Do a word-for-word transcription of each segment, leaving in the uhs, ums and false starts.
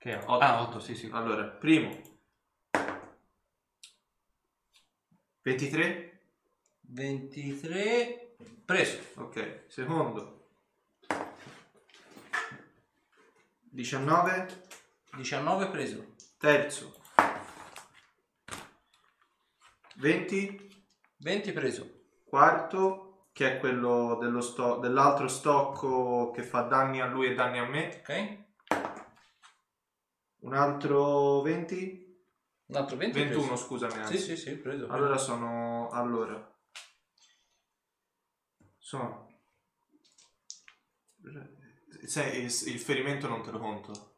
Che è? otto. Ah, otto, sì, sì. Allora, primo. ventitré. ventitré. Preso. Ok. Secondo. diciannove. diciannove preso. Terzo. venti. venti preso. Quarto, che è quello dello sto- dell'altro stocco che fa danni a lui e danni a me. Ok. Un altro venti. Un altro venti ventuno, preso. scusami. Anzi. Sì, sì, sì, preso. preso. Allora sono... Allora. Sono... Se, il, il ferimento non te lo conto.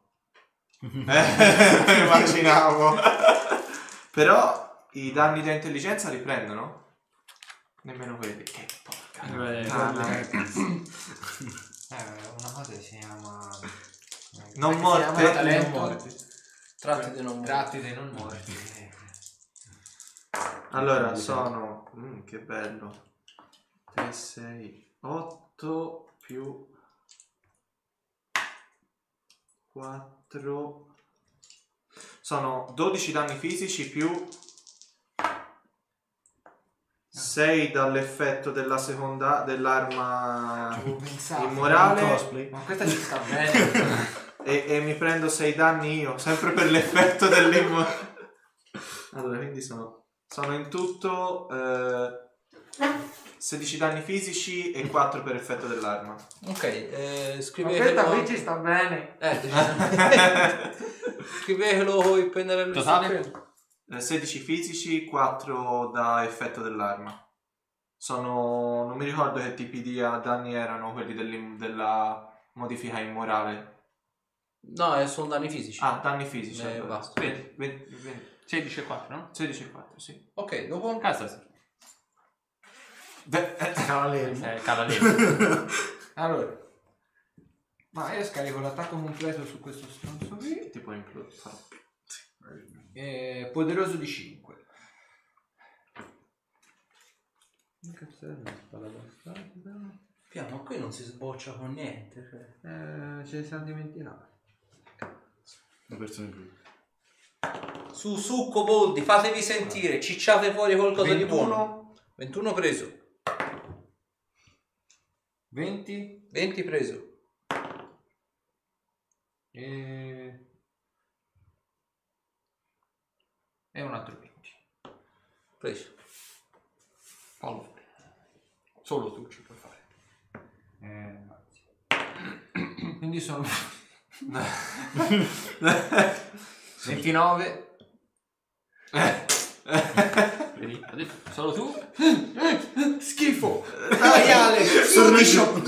eh, immaginavo. Però i danni da intelligenza li prendono? Nemmeno quelli. Che porca. Eh, una cosa si chiama... Non si morte. chiama talento? Non morti. Tratti dei non morti. Tratti dei non morti. Allora sono... Mm, che bello. tre, sei, otto più... quattro... Sono dodici danni fisici più... sei dall'effetto della seconda... dell'arma immorale. Ma questa ci sta bene. E, e mi prendo sei danni io, sempre per l'effetto dell'immorale. Allora, quindi sono, sono in tutto eh, sedici danni fisici e quattro per effetto dell'arma. Ok, eh, Ma scrivetelo. questa qui ci sta bene. Eh, decisamente. Scrivetelo con il pennarello. Totale? Eh, sedici fisici, quattro da effetto dell'arma. Sono... non mi ricordo che tipi di danni erano quelli dell'im- della modifica immorale. No, eh, sono danni fisici. Ah, danni fisici. Eh, allora. basta. venti, venti, venti. sedici e quattro, no? sedici e quattro, sì. Ok, dopo. Casa, sì. Beh, eh, Cavaliere. Eh, cavaliere. Allora. Ma io scarico l'attacco completo su questo stronzo qui. tipo implode. Eh, poderoso di cinque. Che cazzo è una spada bastarda? Piano, qui non si sboccia con niente. Cioè. Eh, ce ne siamo dimenticati. Una persona in più. Su, su, coboldi, fatevi sentire, cicciate fuori qualcosa di buono. ventuno. ventuno preso. venti. venti preso. E... e un altro venti. Preso. Paolo. Solo tu ci puoi fare. Eh, quindi sono ventinove. Vedi? Ho detto, solo tu? Schifo. Dai Ale, sorriso.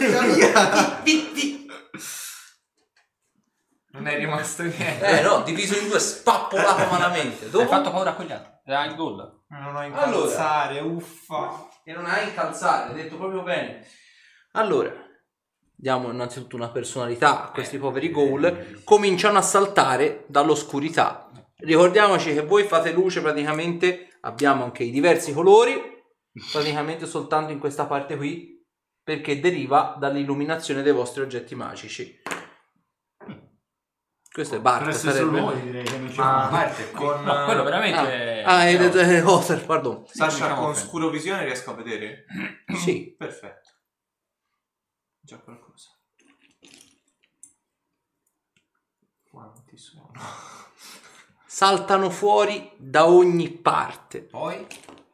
Non è rimasto niente. Eh no, diviso in due, spappolato malamente. Hai Dopo fatto paura a quegli altri. Era il gol. Non ho incalzare, uffa. e non hai incalzare, hai detto proprio bene. Allora, diamo innanzitutto una personalità a questi poveri ghoul. Cominciano a saltare dall'oscurità. Ricordiamoci che voi fate luce praticamente, abbiamo anche i diversi colori, praticamente soltanto in questa parte qui, perché deriva dall'illuminazione dei vostri oggetti magici. Questo è Bart, Per essere sarebbe... solo noi direi che non c'è Ma una parte con No, quello veramente... Ah, è è Otter, pardon. Sasha diciamo con che- scuro visione riesco a vedere? Sì. Perfetto. Già qualcosa. Quanti sono? Saltano fuori da ogni parte. Poi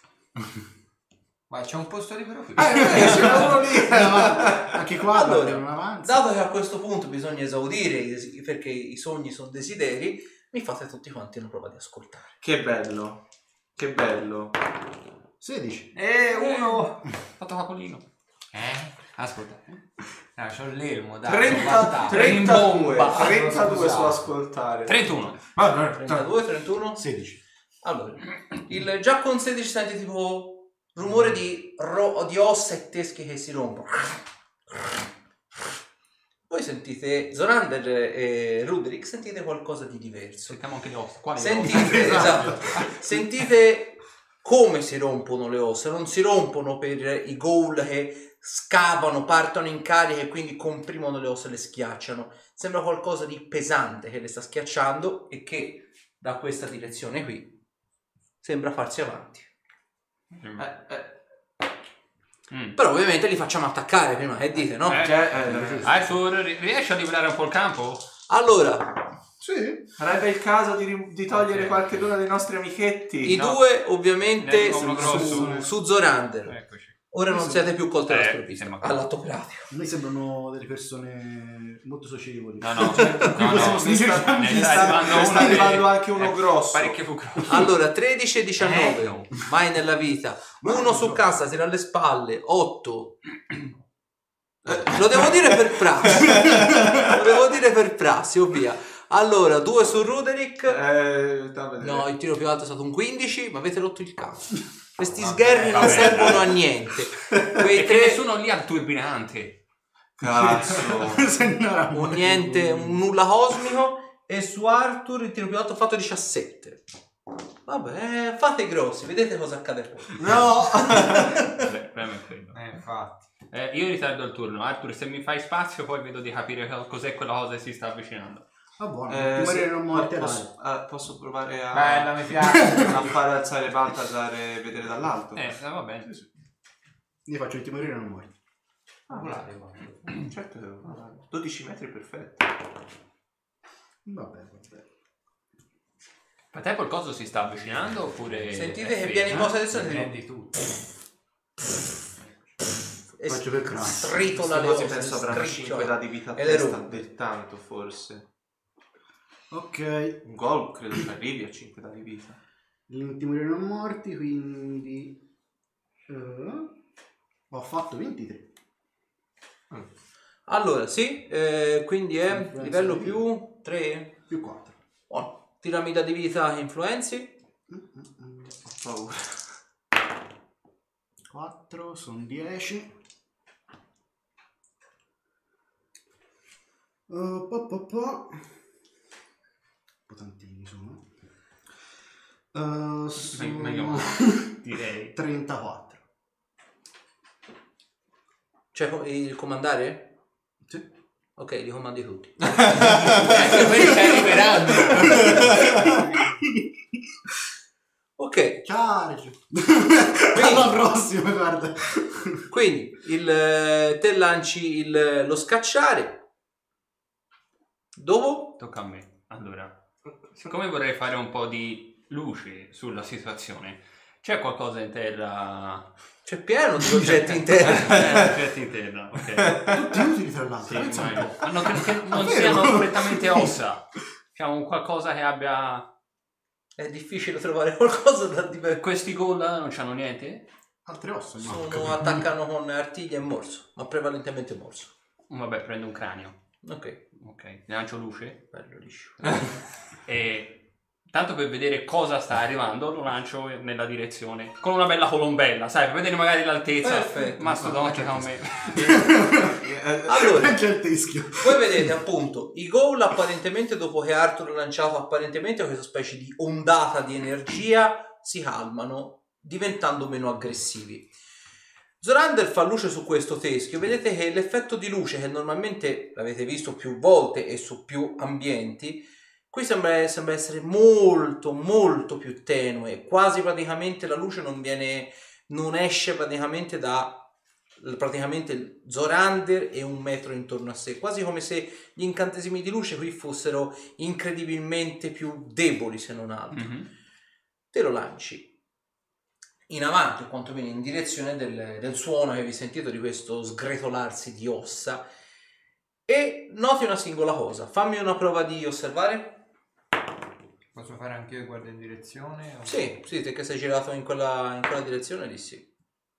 ma c'è un posto libero qui. Eh, siamo lì. Anche qua Allora, non avanza. dato che a questo punto bisogna esaudire i desi- perché i sogni sono desideri, mi fate tutti quanti una prova di ascoltare. Che bello. Che bello. sedici. E uno. Fatto capolino. Eh? Ascolta. No, c'ho l'elmo, dai. trenta, trenta, trentadue. bomba. trentadue su ascoltare. trentuno. trentadue, trentuno. sedici. Allora, il, già con sedici senti tipo rumore di, ro, di ossa e teschi che si rompono. Poi sentite Zorander e Ruderick, sentite qualcosa di diverso. Sentiamo anche le ossa. Quali Sentite, esatto. Sentite come si rompono le ossa. Non si rompono per i ghoul che scavano, partono in carica e quindi comprimono le ossa e le schiacciano. sembra qualcosa di pesante che le sta schiacciando e che da questa direzione qui sembra farsi avanti. Mm. Eh, eh, Mm. Però ovviamente li facciamo attaccare prima, che dite, no? Eh, cioè, eh, Arthur, ri- riesci a liberare un po' il campo? Allora, Sì. sarebbe il caso di, ri- di togliere Ok. qualche uno dei nostri amichetti. i no. due ovviamente Ne su, arriva uno grosso, su, eh. su Zorander. Eccoci. Ora non siete più colti alla Eh, sprovvista, sembra- all'atto pratico. A me sembrano delle persone molto socievoli. No, no, no, possiamo no. stringere sta, Ne ne sta sta- arrivando ne sta uno che- arrivando anche uno eh, grosso. Parecchio più grosso. Allora, tredici e diciannove, Eh, no. mai nella vita. Uno su cassa, tira alle spalle, otto. Eh, Lo devo dire per prassi. Lo devo dire per prassi, ovvia. Allora, due su Ruderick. Eh, da vedere. No, il tiro più alto è stato un quindici, ma avete rotto il cazzo. Questi Vabbè, sgherri non vabbè. servono a niente. Quei Perché tre, nessuno lì ha il turbinante. Cazzo. Sennora un muore. niente, un nulla cosmico. E su Arthur il tiro più alto ha fatto diciassette. Vabbè, fate grossi, vedete cosa accade poi. No. Beh, il problema è quello. Eh, infatti. Eh, io ritardo il turno. Arthur, se mi fai spazio, poi vedo di capire che- cos'è quella cosa che si sta avvicinando. Ah, buono. Eh, Ti sì, morire non morte posso, eh, posso provare a, Bella, mi piace. a fare alzare Baltasar e vedere dall'alto. Eh, eh, va bene. Io faccio il timorire non morti. Ah, volare. Certo che devo volare. dodici metri perfetto. Vabbè, vabbè. A te qualcosa si sta avvicinando oppure... Sentite è che fermo? viene in mossa adesso Prendi tutto. e Faccio per cranio. stritola le Questi ossa, penso avranno scricchiola. cinque dadi vita a E le testa rompe. del tanto forse. Ok. Un gol credo ci arrivi a cinque dadi vita. L'intimorire non morti, quindi... eh, ho fatto ventitré. Allora, sì, eh, quindi è Influenza livello di più tre. Più quattro. Buono. Tiramida di vita che influenzi. Ho paura. quattro, sono dieci. Uh, po, po, po. Un po' tantini sono. Uh, sono Meglio direi. trentaquattro. C'è co- il comandare? Sì. Ok, li comandi tutti. Eh, quelli stai liberando. Ok, Charge. Alla prossima, guarda. quindi il, eh, te lanci il- lo scacciare. Dopo? Tocca a me. Allora, siccome vorrei fare un po' di luce sulla situazione, c'è qualcosa in terra... C'è pieno di oggetti in terra. Eh, oggetti in terra, ok. Tutti utili tra l'altro. Sì, pensa un immagino. po'. Ma non, che, che non Davvero? siano prettamente ossa. Diciamo un qualcosa che abbia... È difficile trovare qualcosa da diverso. Questi gol non c'hanno niente? Altre ossa. no? Sono, attaccano con artiglia e morso, ma prevalentemente morso. Vabbè, prendo un cranio. Ok, Ok, ne lancio luce. bello liscio. E tanto per vedere cosa sta arrivando, lo lancio nella direzione. Con una bella colombella, sai, per vedere magari l'altezza. Perfetto. Mastodontica come me. Allora, C'è il teschio. voi vedete appunto i ghoul apparentemente dopo che Arthur ha lanciato apparentemente questa specie di ondata di energia si calmano diventando meno aggressivi. Zorander fa luce su questo teschio, vedete che l'effetto di luce che normalmente l'avete visto più volte e su più ambienti, qui sembra, sembra essere molto molto più tenue, quasi praticamente la luce non viene, non esce praticamente da praticamente Zorander e un metro intorno a sé, quasi come se gli incantesimi di luce qui fossero incredibilmente più deboli se non altro. Mhm. Te lo lanci in avanti o quantomeno in direzione del, del suono che vi sentite di questo sgretolarsi di ossa e noti una singola cosa. Fammi una prova di osservare. Posso fare anche io guarda in direzione? O... Sì, sì, te che sei girato in quella, in quella direzione lì sì.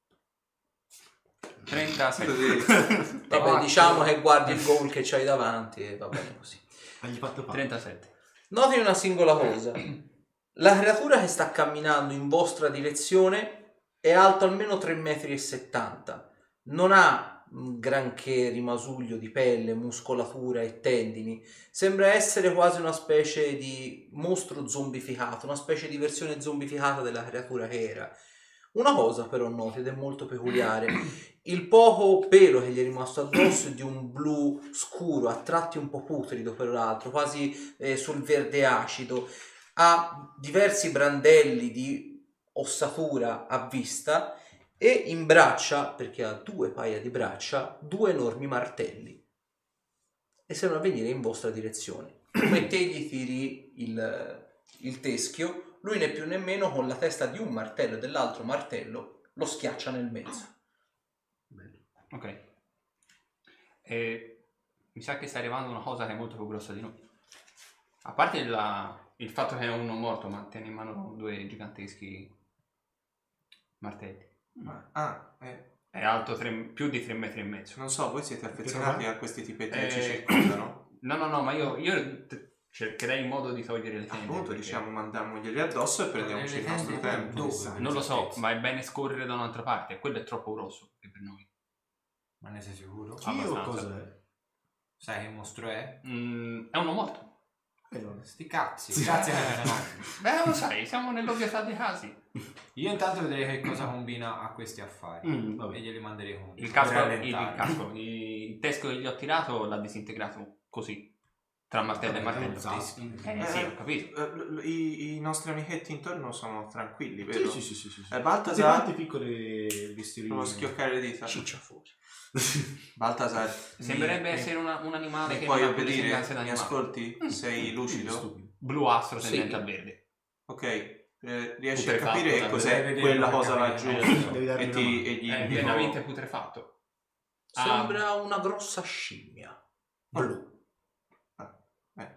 trentasei. Vabbè, Quattro. diciamo che guardi il goal che c'hai davanti e va bene così. Hai fatto fa. trentasette. Noti una singola cosa. La creatura che sta camminando in vostra direzione è alto almeno tre metri e settanta. Non ha un granché rimasuglio di pelle, muscolatura e tendini. Sembra essere quasi una specie di mostro zombificato, una specie di versione zombificata della creatura che era. Una cosa però noti ed è molto peculiare, il poco pelo che gli è rimasto addosso è di un blu scuro, a tratti un po' putrido peraltro, quasi eh, sul verde acido, ha diversi brandelli di ossatura a vista e in braccia, perché ha due paia di braccia, due enormi martelli e sembrano venire in vostra direzione. Come te gli tiri il, il teschio, lui né più né meno con la testa di un martello e dell'altro martello lo schiaccia nel mezzo. Ok. E mi sa che sta arrivando una cosa che è molto più grossa di noi. A parte la, il fatto che è uno morto, ma tiene in mano due giganteschi martelli. Ma- ah, eh, È alto tre- più di tre metri e mezzo. non so, voi siete affezionati a questi tipetti che ci Eh, circondano? No, no, no, ma io, io t- cercherei il modo di togliere le tende. Appunto, perché- diciamo, mandiamoglieli addosso e prendiamoci Le il nostro tende tempo. dove? Non lo so, ma è bene scorrere da un'altra parte. Quello è troppo grosso che per noi. Ma ne sei sicuro? Chi o Abbastanza. cos'è? Sai che mostro è? Mm, è uno morto. Eh, no. Sti cazzi, grazie a me. Beh, lo sai, siamo nell'ovvietà dei casi. Io intanto vedrei che cosa combina a questi affari Mm, e vabbè. glieli manderei con Il casco, per il, il rallentare. casco, il teschio che gli ho tirato l'ha disintegrato così. Tra martello e Vabbè, è un martello. zasco. Eh sì, ho capito. Eh, l- l- I, I nostri amichetti intorno sono tranquilli, Sì, vero? sì, sì, sì, sì, sì. Eh, Sì, Baltasar, quante piccole bestioline. provo a schioccare le dita. Ciccia fuori. Baltasar, Sembrerebbe mi- essere una- un animale mi che puoi non ha più obbedire? sembianze Mi d'animale. ascolti? Sei lucido? Stupido. Blu astro Sì. tendente a verde. Ok, eh, riesci a Putrefatto, capire che dai, cos'è vedere quella come cosa capire. laggiù? Eh, Devi dargli E, una ti, mano. e gli È indico... pienamente putrefatto. Ah, Sembra una grossa scimmia blu, Eh,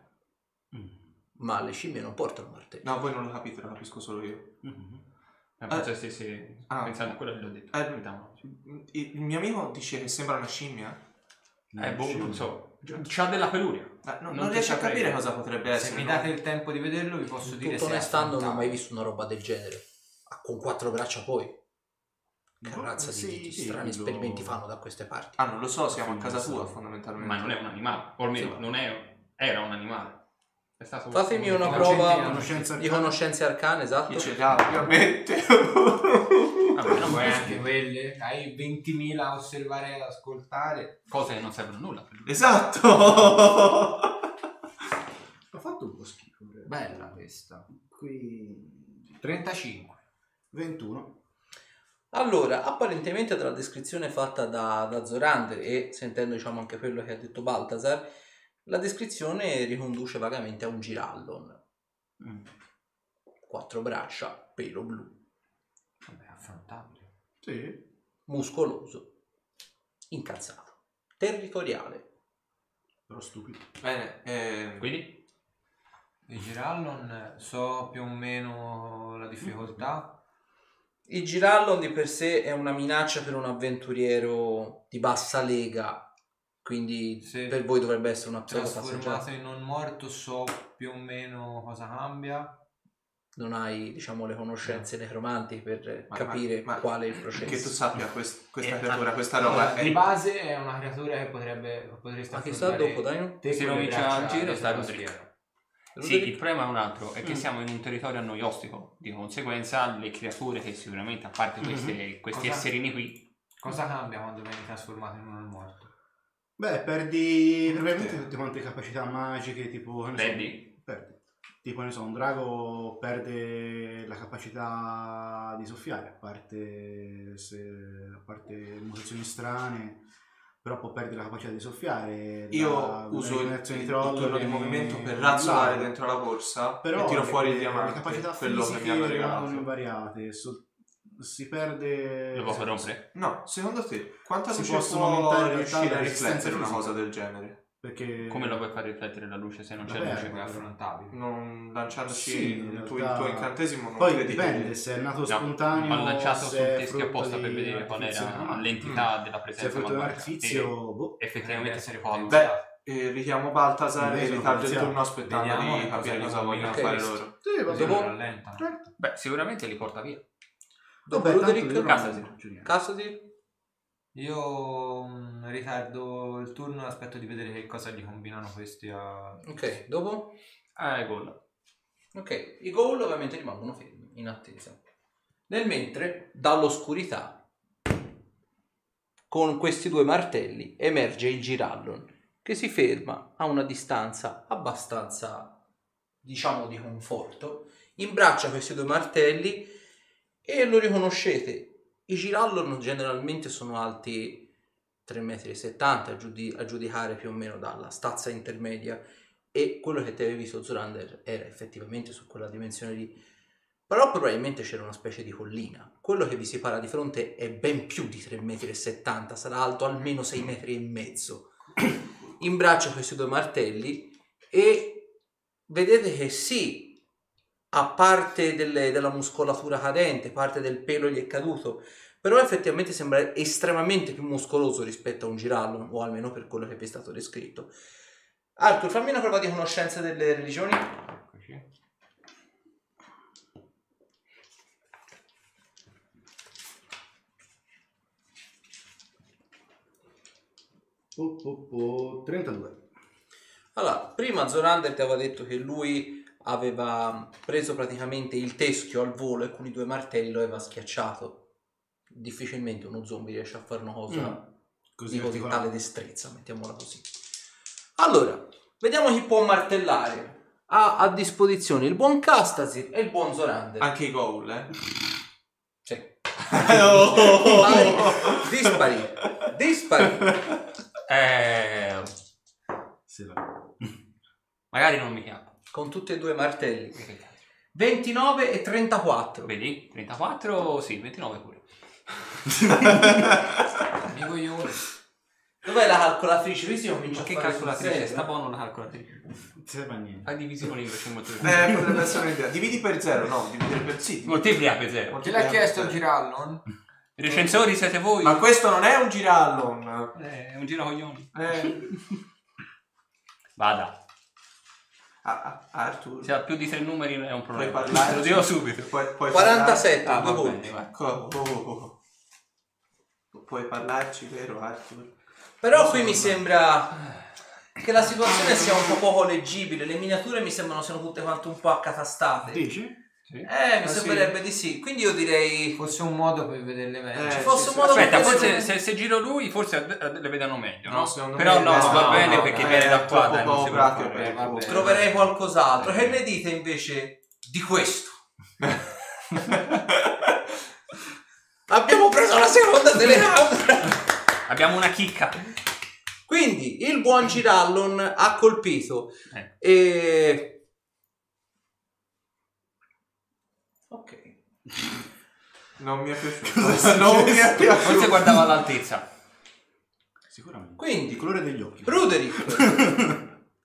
ma le scimmie non portano martelli. no, voi non lo capite, lo capisco solo io. mhm. Eh, penso stessi ah. pensando a quello che gli ho detto. Eh, Vediamo. Il, il mio amico dice che sembra una scimmia. Eh, boh, non so. C'ha della peluria. Eh, no- Non non ti riesce a saprei capire dire. cosa potrebbe Se essere. mi no? date il tempo di vederlo vi posso dire Tutto se è onestando non ho mai affrontabile. visto una roba del genere. Ah, con quattro braccia poi. Che No, razza sì, di, di sì, strani quello- esperimenti fanno da queste parti? Ah, non lo so, siamo a Sì, casa sì. tua fondamentalmente. Ma non è un animale. O almeno Sì. non è. Era un animale. È stato Fatemi una Conoscenti- prova conoscenza di arcana. conoscenze arcane, esatto. Chi ce l'ha, ovviamente. Vabbè, non Vuoi puoi anche quelle? Hai ventimila a osservare e ascoltare. cose che non servono a nulla. per lui. Esatto. Ho fatto un po' schifo. in realtà. Bella questa. Qui trentacinque. ventuno. Allora, apparentemente dalla descrizione fatta da, da Zorander e sentendo diciamo anche quello che ha detto Baltasar, la descrizione riconduce vagamente a un girallon. Mm. Quattro braccia, pelo blu, Vabbè, affrontabile. Sì. muscoloso, incazzato, territoriale. Però stupido. Bene, eh, Quindi? Il Girallon so più o meno la difficoltà. Il girallon di per sé è una minaccia per un avventuriero di bassa lega, quindi Sì. per voi dovrebbe essere una pseudo Trasformato passeggiata. in non morto so più o meno cosa cambia. Non hai, diciamo, le conoscenze necromantiche per Ma- capire ma- ma- quale è il che tu processo. sappia quest- questa Eh, creatura, questa Allora, roba di è... base è una creatura che potrebbe potresti Ma chi sta affrontare dopo, dai? te Si con le comincia braccia al giro, dietro sta la Rodrigo. schiena. Sì, il problema è un altro, è che Mm. siamo in un territorio a noi ostico, di conseguenza le creature che sicuramente, a parte queste, questi Cosa? esserini qui, Cosa cambia quando vieni trasformato in un non morto? Beh, perdi probabilmente tutte quante capacità magiche, tipo... che ne so, perdi. perdi. Tipo, ne so, un drago perde la capacità di soffiare, a parte, se, a parte mutazioni strane, però può perdere la capacità di soffiare. Io la- uso la il, reazione il di troll turno di viene movimento per annullata. razzolare dentro la borsa Però e tiro le- fuori il le diamante, capacità quello che mi fisiche hanno rimangono regalato. invariate, sol- si perde... Lo può rompere? No, secondo te, quanta Si luce possono può aumentare in realtà riuscire la a resistenza riflettere una fisica. cosa del genere? Perché... Come lo puoi far riflettere la luce se non c'è Vabbè, luce? È affrontabile. Non lanciandoci Sì, il, in tuo, realtà- il tuo incantesimo non Poi credi dipende che- se è nato No, spontaneo. ho lanciato se sul è teschio frutto apposta per di vedere qual artifizio era normale. l'entità della Se è presenza frutto di un malvagia. artifizio, boh. E effettivamente Essere si può più- Beh, eh, richiamo Baltasar Invece e sono ritardo il anziano. turno aspettando Vediamo di che capire cosa cosa vogliono Ok. fare loro. Sì, va Così bene. lo rallentano. Certo. Beh, sicuramente li porta via. Dopo Vabbè, tanto Roderick, io non Cassati. faccio niente. Cassati, Io mm, ritardo il turno e aspetto di vedere che cosa gli combinano questi a... ok, dopo? Eh, gol. Ok, i ghoul ovviamente rimangono fermi, in attesa. Nel mentre, dall'oscurità, con questi due martelli, emerge il Girallon, che si ferma a una distanza abbastanza, diciamo, di conforto, imbraccia questi due martelli e lo riconoscete. I Girallon generalmente sono alti tre virgola settanta metri, a giudicare più o meno dalla stazza intermedia, e quello che ti avevi visto Zorander era effettivamente su quella dimensione lì, però probabilmente c'era una specie di collina. Quello che vi si para di fronte è ben più di tre virgola settanta metri, sarà alto almeno sei metri e mezzo. Imbraccia questi due martelli e vedete che sì, a parte delle, della muscolatura cadente, parte del pelo gli è caduto, però effettivamente sembra estremamente più muscoloso rispetto a un Girallon, o almeno per quello che vi è stato descritto. Arthur, fammi una prova di conoscenza delle religioni. Oh, oh, oh, trentadue. Allora, prima Zorander ti aveva detto che lui aveva preso praticamente il teschio al volo e con i due martelli lo aveva schiacciato. Difficilmente uno zombie riesce a fare una cosa Mm. Così di così articolato. tale destrezza, mettiamola così. Allora, vediamo chi può martellare. Ha a disposizione il buon Castasir e il buon Zorander. Anche i goal, eh? Sì. Oh. Vai, dispari, dispari. Eh, Sì, va. magari non mi chiamo. Con tutti e due i martelli. ventinove e trentaquattro. Vedi? trentaquattro, sì, ventinove pure. Mi coglione. Dov'è la calcolatrice? Qui si comincia Ma a che fare calcolatrice? sul Sta serio. buono la calcolatrice. Non ti serve a niente. Fai divisione invece molto Eh, potrebbe essere un'idea. Dividi per zero, no, dividere per sì. Moltiplica per zero. Chi l'ha chiesto il Girallon? I recensori siete voi? Ma questo non è un Girallon. Eh, è un giro coglioni. Eh. Vada. Ah, ah, Arthur. Se ha più di tre numeri è un Puoi problema. parlare? Te lo dico subito. Puoi, puoi quarantasette, Ah, due va colpi. bene, vai. Parlar- oh, oh, oh. Puoi parlarci, vero Arthur? Però qui mi sembra che la situazione sia un po' poco leggibile. Le miniature mi sembrano siano tutte quante un po' accatastate. Dici? Sì. Eh, mi Ah, sembrerebbe di sì. Quindi io direi Fosse un modo per vederle meglio. Eh, ci fosse sì, un sì. modo Aspetta, per forse vedere- se, se giro lui, forse ad- ad- le vedono meglio, no? No, secondo Però me- no, no, va no, bene no, perché no, viene è da qua, troppo dai, non si poco può pratico fare. per- va bene. troverei qualcos'altro. Eh. Che ne dite invece di questo? Abbiamo preso la seconda telecamera. Abbiamo una chicca. Quindi il buon Girallon ha colpito Eh. e... Ok. Non mi è piaciuto. Non mi è Forse piaciuto. guardava all'altezza. Sicuramente. Quindi, Il colore degli occhi. Ruderick.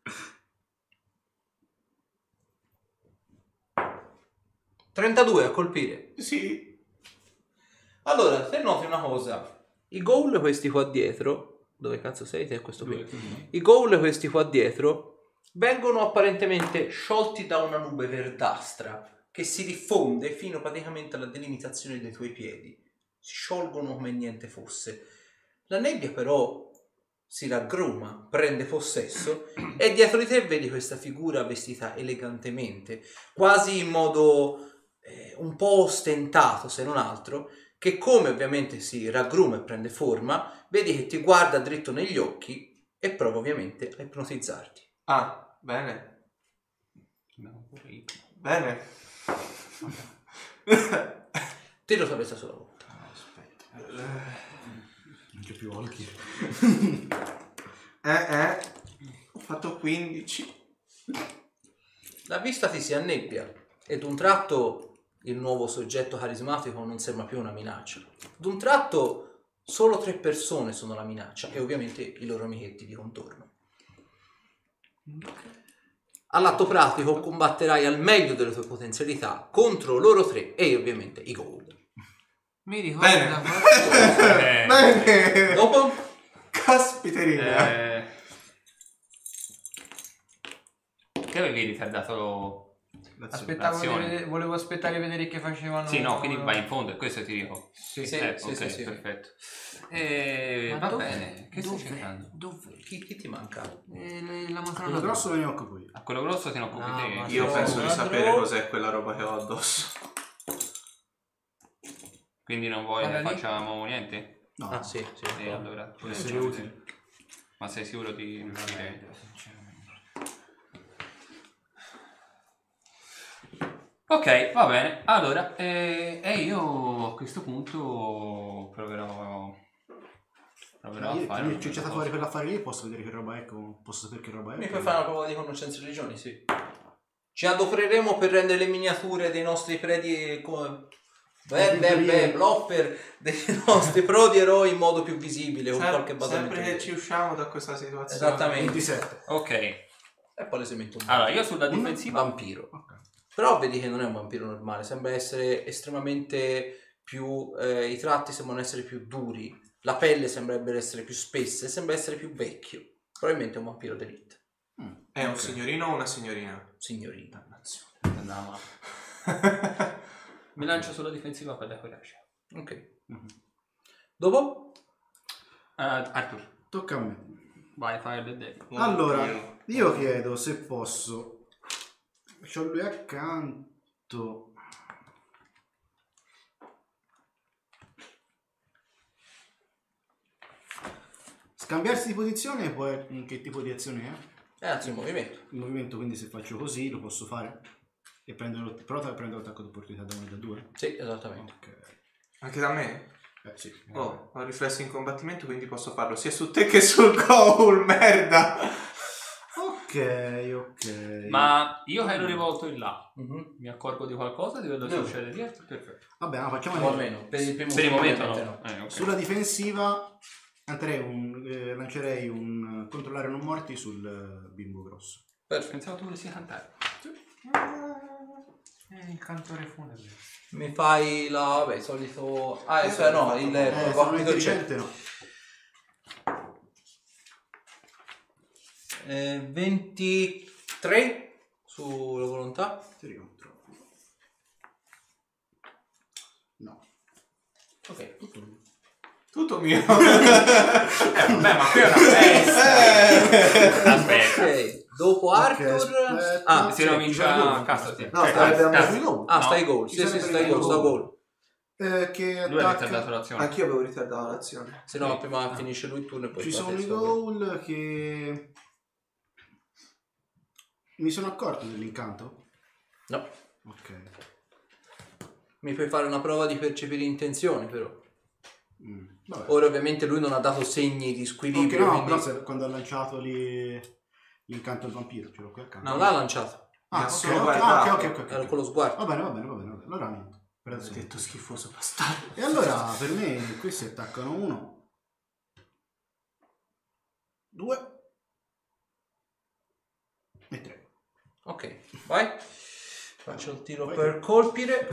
trentadue a colpire. Sì. Allora, se noti una cosa, i ghoul questi qua dietro, dove cazzo sei te questo qui? I ghoul questi qua dietro vengono apparentemente sciolti da una nube verdastra che si diffonde fino praticamente alla delimitazione dei tuoi piedi. Si sciolgono come niente fosse. La nebbia però si raggruma, prende possesso e dietro di te vedi questa figura vestita elegantemente, quasi in modo eh, un po' ostentato se non altro, che come ovviamente si raggruma e prende forma, vedi che ti guarda dritto negli occhi e prova ovviamente a ipnotizzarti. Ah, bene. Bene. Tiro salvezza sulla volta. Non c'è più occhi. Eh, eh. Ho fatto quindici. La vista ti si annebbia e d'un tratto il nuovo soggetto carismatico non sembra più una minaccia. D'un tratto solo tre persone sono la minaccia e ovviamente i loro amichetti di contorno. All'atto pratico combatterai al meglio delle tue potenzialità contro loro tre e ovviamente i ghoul. Mi ricordo Bene. da qualche- Eh, Bene. Dopo Caspiterina. eh, che avevi ritardato Aspettavo di l'azione? vedere- volevo aspettare di vedere che facevano. Sì, no, quindi vai in fondo e questo ti dico. Sì. Sì. Eh, sì, ok, sì, sì. perfetto. Eh, Ma va dove- bene, che stai dove? cercando? Dove? chi, chi ti manca? Eh, le- la matrona. Quello grosso ve ne occupo io. A quello grosso te ne occupi No, te. ma Io no, penso di ladro- sapere cos'è quella roba che ho addosso. Quindi non vuoi Guarda che lì. facciamo niente? No, Ah sì, sì. E allora può essere utile. Ma sei sicuro di non dire? Ok, va bene. Allora, eh, e io a questo punto proverò proverò Io, a fare io una c'è cosa. stato fuori per l'affare lì, posso vedere che roba è, com- posso sapere che roba è. Mi puoi fare una prova di conoscenza di religioni? Sì. Ci adopereremo per rendere le miniature dei nostri preti come beh, beh, beh, blopper dei nostri prodi eroi in modo più visibile con Sem- qualche basamento. sempre che di- ci usciamo da questa situazione. Esattamente. ventisette. Ok. È palesemente un Allora, io sulla un difensiva vampiro. Ok. Però vedi che non è un vampiro normale, sembra essere estremamente più eh, i tratti sembrano essere più duri, la pelle sembrerebbe essere più spessa e sembra essere più vecchio. Probabilmente è un vampiro d'elite. Mm. È un Ok. signorino o una signorina? Signorina. andiamo. Mi lancio sulla difensiva per la coraggio. Ok. Mhm. Dopo? Uh, Arthur, Tocca a me. vai, fai il deck. Allora, io chiedo se posso. C'ho lui accanto. Scambiarsi di posizione può. Che tipo di azione è? È anzi il movimento. Il movimento, quindi se faccio così lo posso fare? E prendo lo, però prendo l'attacco d'opportunità da uno e da due? Sì, esattamente. Ok. Anche da me? Eh sì. Oh, ho riflesso in combattimento, quindi posso farlo sia su te che sul goal, merda! Ok, ok. Ma io che ero rivolto in là, Mhm. mi accorgo di qualcosa di quello che No. succede dietro? Perfetto. Vabbè, ma facciamo O almeno per il primo, Per il momento no. ovviamente Eh, ok. Sulla difensiva andrei un, eh, lancerei un controllare non morti sul eh, bimbo grosso. Perfetto. Pensavo tu volessi cantare. Eh, il cantore funebre. Mi fai la vabbè, il solito ah, eh, cioè, no, il Eh, sono compito c'è. intelligente, no. Eh, ventitré sulla volontà. Ti ricontro. No. Ok, tutto lui. Tutto mio. Eh, vabbè, ma qui è una festa. Aspetta. Ok, dopo Arthur aspetta. ah, Si sì, comincia a sì. castati. No, Cioè, stai abbiamo cazzo. il goal. ah No. stai goal. Ci Sì, sì, sarebbe stai il goal, sta goal. goal. Eh, che Lui ha iniziato attacca. l'azione. Anch'io avevo ritardato l'azione. Se no prima finisce lui il turno e poi Ci fate sono il i suo goal. goal che mi sono accorto dell'incanto. No, Ok. mi puoi fare una prova di percepire intenzioni però. Mm. Vabbè. Ora ovviamente lui non ha dato segni di Ok, squilibrio, no, quindi però se- quando ha lanciato lì l'incanto del vampiro, ce l'ho qui accanto. non l'ha lanciato. Ah, Mi ha ok, solo ok, guardato. ah, ok, ok, ok. Era con lo sguardo. Va bene, va bene, va bene, va bene. Allora niente. Per Ho adesso. detto schifoso bastardo. E allora per me questi attaccano uno, due e tre. Ok, vai. Faccio il tiro Vai. per colpire.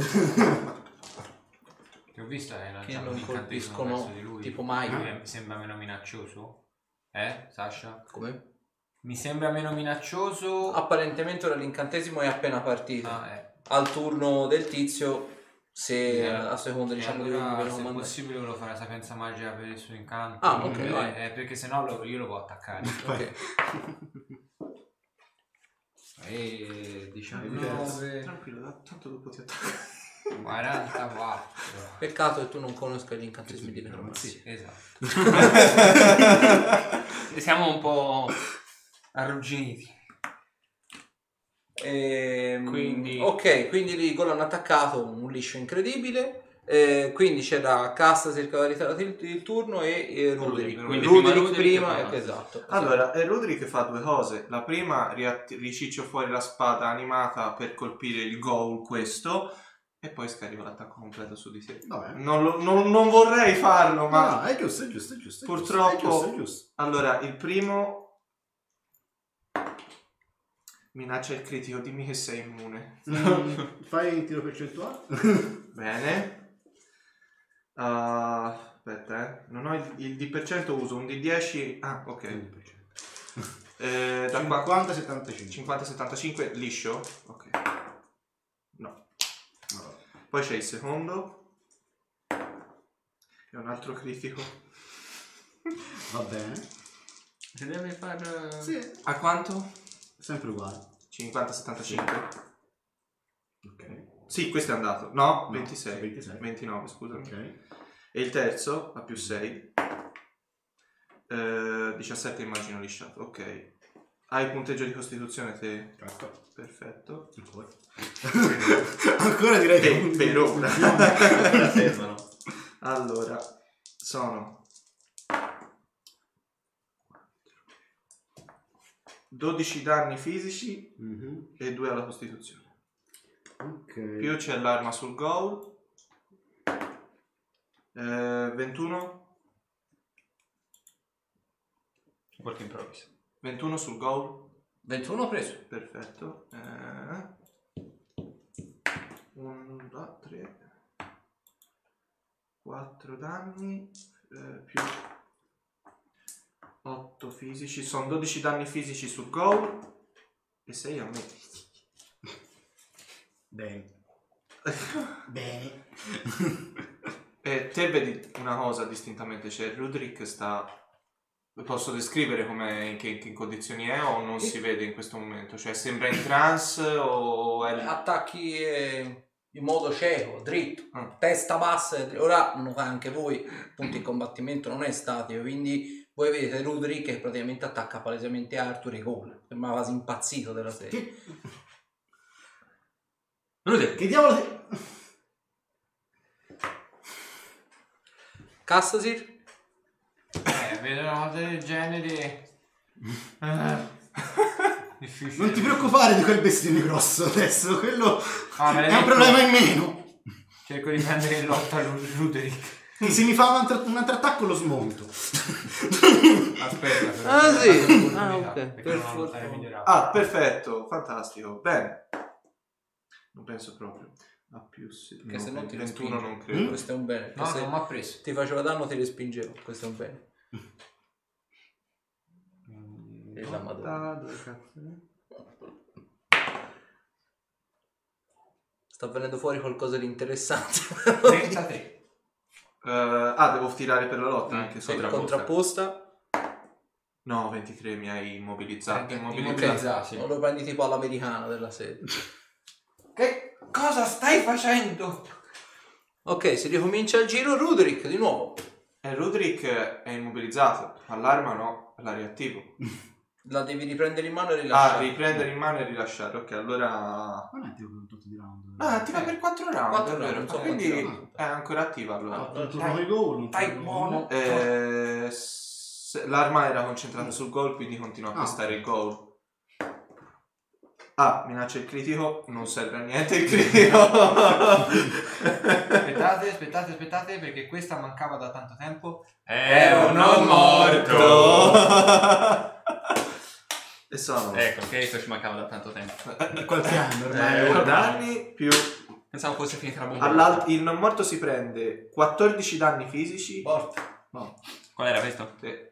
Ti ho visto che Che lanciava non un incantesimo colpiscono verso di lui. tipo mai. Mi sembra meno minaccioso. Eh, Sasha? Come? Mi sembra meno minaccioso. Apparentemente ora l'incantesimo è appena partito. Ah, eh. Al turno del tizio, se Eh, a seconda E diciamo di allora, come viene se è comandato. possibile lo fare sapienza magica per il suo incanto. Ah, ok, Eh, vai. eh, perché sennò lo, io lo può attaccare. Ok. E diciannove, Tranquillo, tanto dopo ti attacco. quarantaquattro. Peccato che tu non conosca gli incantesimi di necromanzia. Esatto. Siamo un po' arrugginiti. Ehm, Quindi- ok, quindi lì gol hanno attaccato un liscio incredibile. Eh, quindi c'era Castas il cavaliere il, il turno e, e Ruderick. Quindi Ruderick prima prima, Ruderick e ecco, poi- esatto. Allora, è Ruderick fa due cose. La prima, riatt- riciccio fuori la spada animata per colpire il goal questo, e poi scarico l'attacco completo su di sé. Vabbè. Non, lo- non- non vorrei farlo, Ma ma... no, è giusto, è giusto, è giusto. è Purtroppo- giusto, è giusto. Allora, il primo... Minaccia il critico, dimmi che sei immune. È giusto. Mm, fai un tiro percentuale. Bene. Uh, aspetta, eh. Non ho il, il D per cento, uso un D dieci. Ah, ok. Eh, da qua- cinquanta settantacinque. cinquanta settantacinque liscio? Ok. No. Vabbè. Poi c'è il secondo. È un altro critico. Va bene. Si deve far... Sì, A quanto? sempre uguale. cinquanta settantacinque. Ok. Sì, questo è andato. No, No, ventisei. ventisei. ventinove, scusa. Ok. E il terzo a più sei. Eh, diciassette immagino lisciato. Ok. Hai punteggio di costituzione te? Certo. Perfetto. Ancora. Ancora direi che Beh, per ora. Fermano. Allora, sono dodici danni fisici Mhm. e due alla costituzione. Ok. Più c'è l'arma sul goal. Eh, ventuno. Work in progress. ventuno sul goal. ventuno preso. Perfetto. Eh, uno, due, tre, quattro danni eh, più otto fisici. Sono dodici danni fisici sul goal e sei a me. Bene. Bene. E te vedi una cosa distintamente, cioè Rudrick sta... Posso descrivere come in che, in che condizioni è o non si vede in questo momento? Cioè sembra in trance o è... Attacchi eh, in modo cieco, dritto, Ah. testa bassa. Ora non fa anche voi, punti in combattimento non è statico, quindi voi vedete Rudrick che praticamente attacca palesemente Arthur e Cole. Sembrava quasi impazzito della serie. Che, Rudrick. che diavolo... Cassasir? Eh, vedo una cosa del genere. Eh, difficile. Non ti preoccupare di quel bestione grosso adesso, quello Ah, me l'hai è un detto? problema in meno. Cerco di prendere in lotta Ruderick. E se mi fa un altro, un altro attacco lo smonto. Aspetta, però. Ah, sì. Opportunità, Ah, ok. perché Per non lo stai fortuna. migliorando. Ah, perfetto, fantastico, bene. Non penso proprio. A più sì. Che se no ti ventuno respinge. non credo. Questo è un bene. No, se non mi ha preso. ti faceva danno ti respingevo. Questo è un bene. Mm, E la Madonna. Ah, dove cazzo è? Sta venendo fuori qualcosa di interessante. trentatré. Eh, ah, devo tirare per la lotta Mm, anche sì, sopra. Contrapposta. No, ventitré mi hai immobilizzato. Trenta- Immobilizzato. immobilizzato, sì. Non lo prendi tipo all'americano della serie. Che cosa stai facendo? Ok, si ricomincia il giro. Ruderick di nuovo. E Rudrick è immobilizzato. All'arma no, la riattivo. La devi riprendere in mano e Ah, rilasciare. riprendere in mano e rilasciare. Ok, allora... Non è tipo un tot di round. Ah, attiva per quattro round, Quattro è vero. round, insomma, Quindi quattro è ancora attiva allora. Ah, Un turno dai, con i gol, un dai, turno con- buono. Eh, se- l'arma era concentrata sul gol, quindi continua a Ah. pestare il gol. Ah, minaccia il critico, non serve a niente il critico. Aspettate, aspettate, aspettate, perché questa mancava da tanto tempo. È un non E sono Ecco, che questo ci mancava da tanto tempo. Qualche anno ormai. eh, ormai. danni più Pensavo fosse finita la bomba. all'al- il non morto si prende quattordici danni fisici. Morto. No, Qual era questo? sì.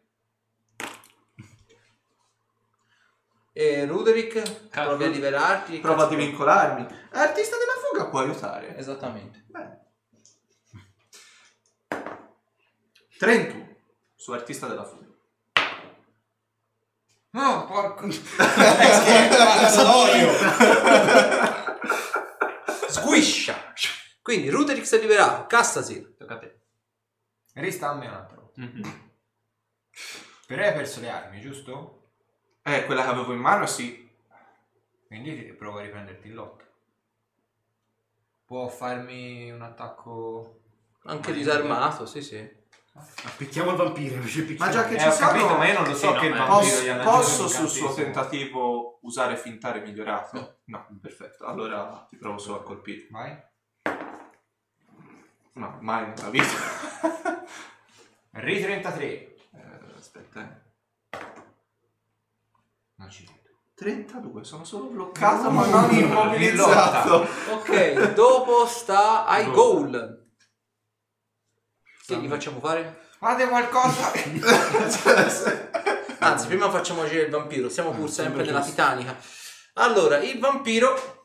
E Ruderick Cal- provi a liberarti. Prova a divincolarmi. Artista della fuga può aiutare. Esattamente. Bene. trentuno su artista della fuga. No, porco. Squiscia. Quindi Ruderick si è liberato. Cassasir. Tocca a te. Ristammi un attimo. Mhm. Però hai perso le armi, giusto? Eh, quella che avevo in mano, sì. Quindi ti- provo a riprenderti in lotta. Può farmi un attacco... Anche Ma io- disarmato, sì sì. Appicchiamo il vampiro invece di Ma già che Eh, ci ho sono, capito, ma io non lo so Sì, che no, il eh. vampiro posso, gli ha posso lanciato sul suo incantesimo. tentativo usare fintare migliorato? No, perfetto. Allora ti provo solo a colpire. Vai. No, mai nella vita. Ri trentatré. Eh, aspetta, eh. Non ci vedo. trentadue, sono solo bloccato ma non In immobilizzato. Ok, dopo sta ai Goal. goal. Che gli facciamo fare? Fate qualcosa. Anzi, prima facciamo agire il vampiro. Siamo pur sempre sempre nella giusto. Titanica. Allora, il vampiro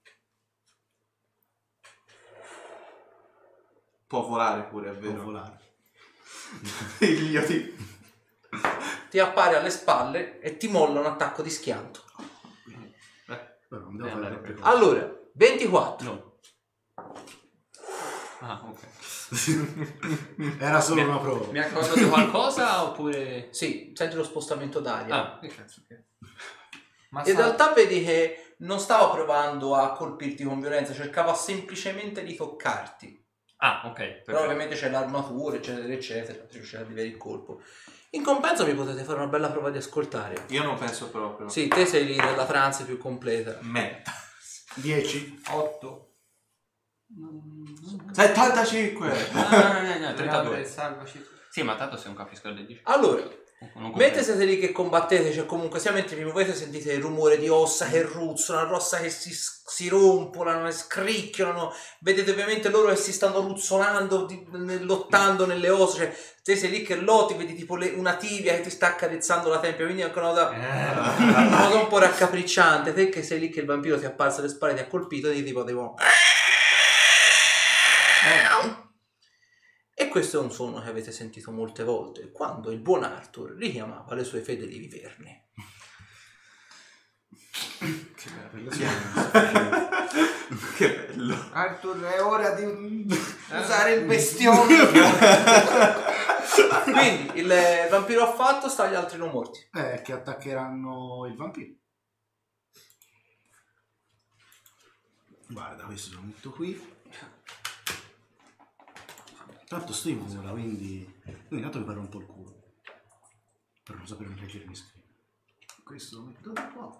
Può volare pure, è Può vero. volare. Io ti... ti appare alle spalle e ti molla un attacco di schianto. Però non devo Eh, fare andare troppe per- cose. Allora, ventiquattro. No. Ah, ok. Era solo Mi- una prova. Mi ha causato qualcosa oppure... Sì, senti lo spostamento d'aria. Ah, che cazzo, ok. Ma In sa- realtà vedi che non stava provando a colpirti con violenza, cercava semplicemente di toccarti. Ah, ok, Però perfetto. ovviamente c'è l'armatura, eccetera, eccetera, se riuscire a vedere il colpo. In compenso mi potete fare una bella prova di ascoltare. Io non penso proprio. Sì, te sei lì nella trance più completa. Merda. dieci. otto. settantacinque. No, no, no, no, trentadue. Salvaci. Sì, ma tanto se non capisco le dici. Allora, Non comprendo. mentre siete lì che combattete, cioè comunque sia mentre vi muovete sentite il rumore di ossa che ruzzolano, ossa che si, si rompolano e scricchiolano, vedete ovviamente loro che si stanno ruzzolando, di- nel- lottando nelle ossa, cioè te sei lì che lotti, vedi tipo le- una tibia che ti sta accarezzando la tempia, quindi è anche una cosa, una cosa un po' raccapricciante, te che sei lì che il vampiro ti è apparso alle spalle, ti ha colpito e tipo tipo... E questo è un suono che avete sentito molte volte quando il buon Arthur richiamava le sue fedeli viverne. Che Quello bello. sì, Che bello. Arthur, è ora di usare il bestione. Quindi il eh, vampiro ha fatto, sta gli altri non morti. Eh, che attaccheranno il vampiro. Guarda, questo lo metto qui. Tanto sto in vola, quindi... Quindi intanto mi parlo un po' il culo. Per non sapere leggere mi scrive. Questo lo metto da qua.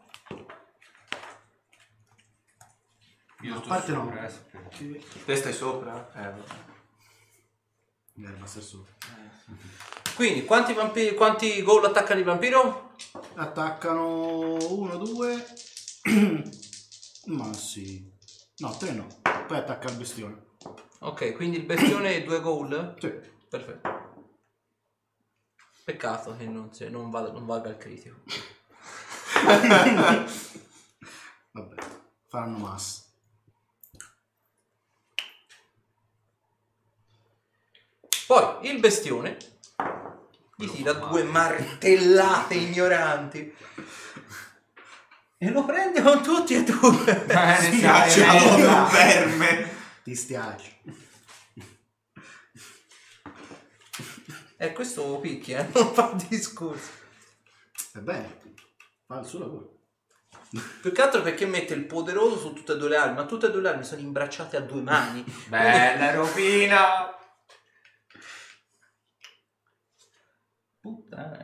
Io No, a sto parte no. sopra, eh, sapete. Sì. Te stai sopra? Eh, vabbè. Eh, basta solo. Quindi quanti vampiri, quanti gol attaccano il vampiro? Attaccano uno, due. Ma sì. No, tre no. Poi attacca il bestione. Ok, quindi il bestione e due gol? Sì. Perfetto. Peccato che non, se- non, vada, non valga il critico. Vabbè. Faranno massa. Poi il bestione gli tira due martellate ignoranti e lo prende con tutti e due. Bene, Ti sai, piacciono eh, un verme. Ti stiaci. E questo picchia, eh? Non fa discorsi. Ebbene, fa il suo lavoro. Più che altro perché mette il poderoso su tutte e due le armi, ma tutte e due le armi sono imbracciate a due mani. Bella ropina. Puttana.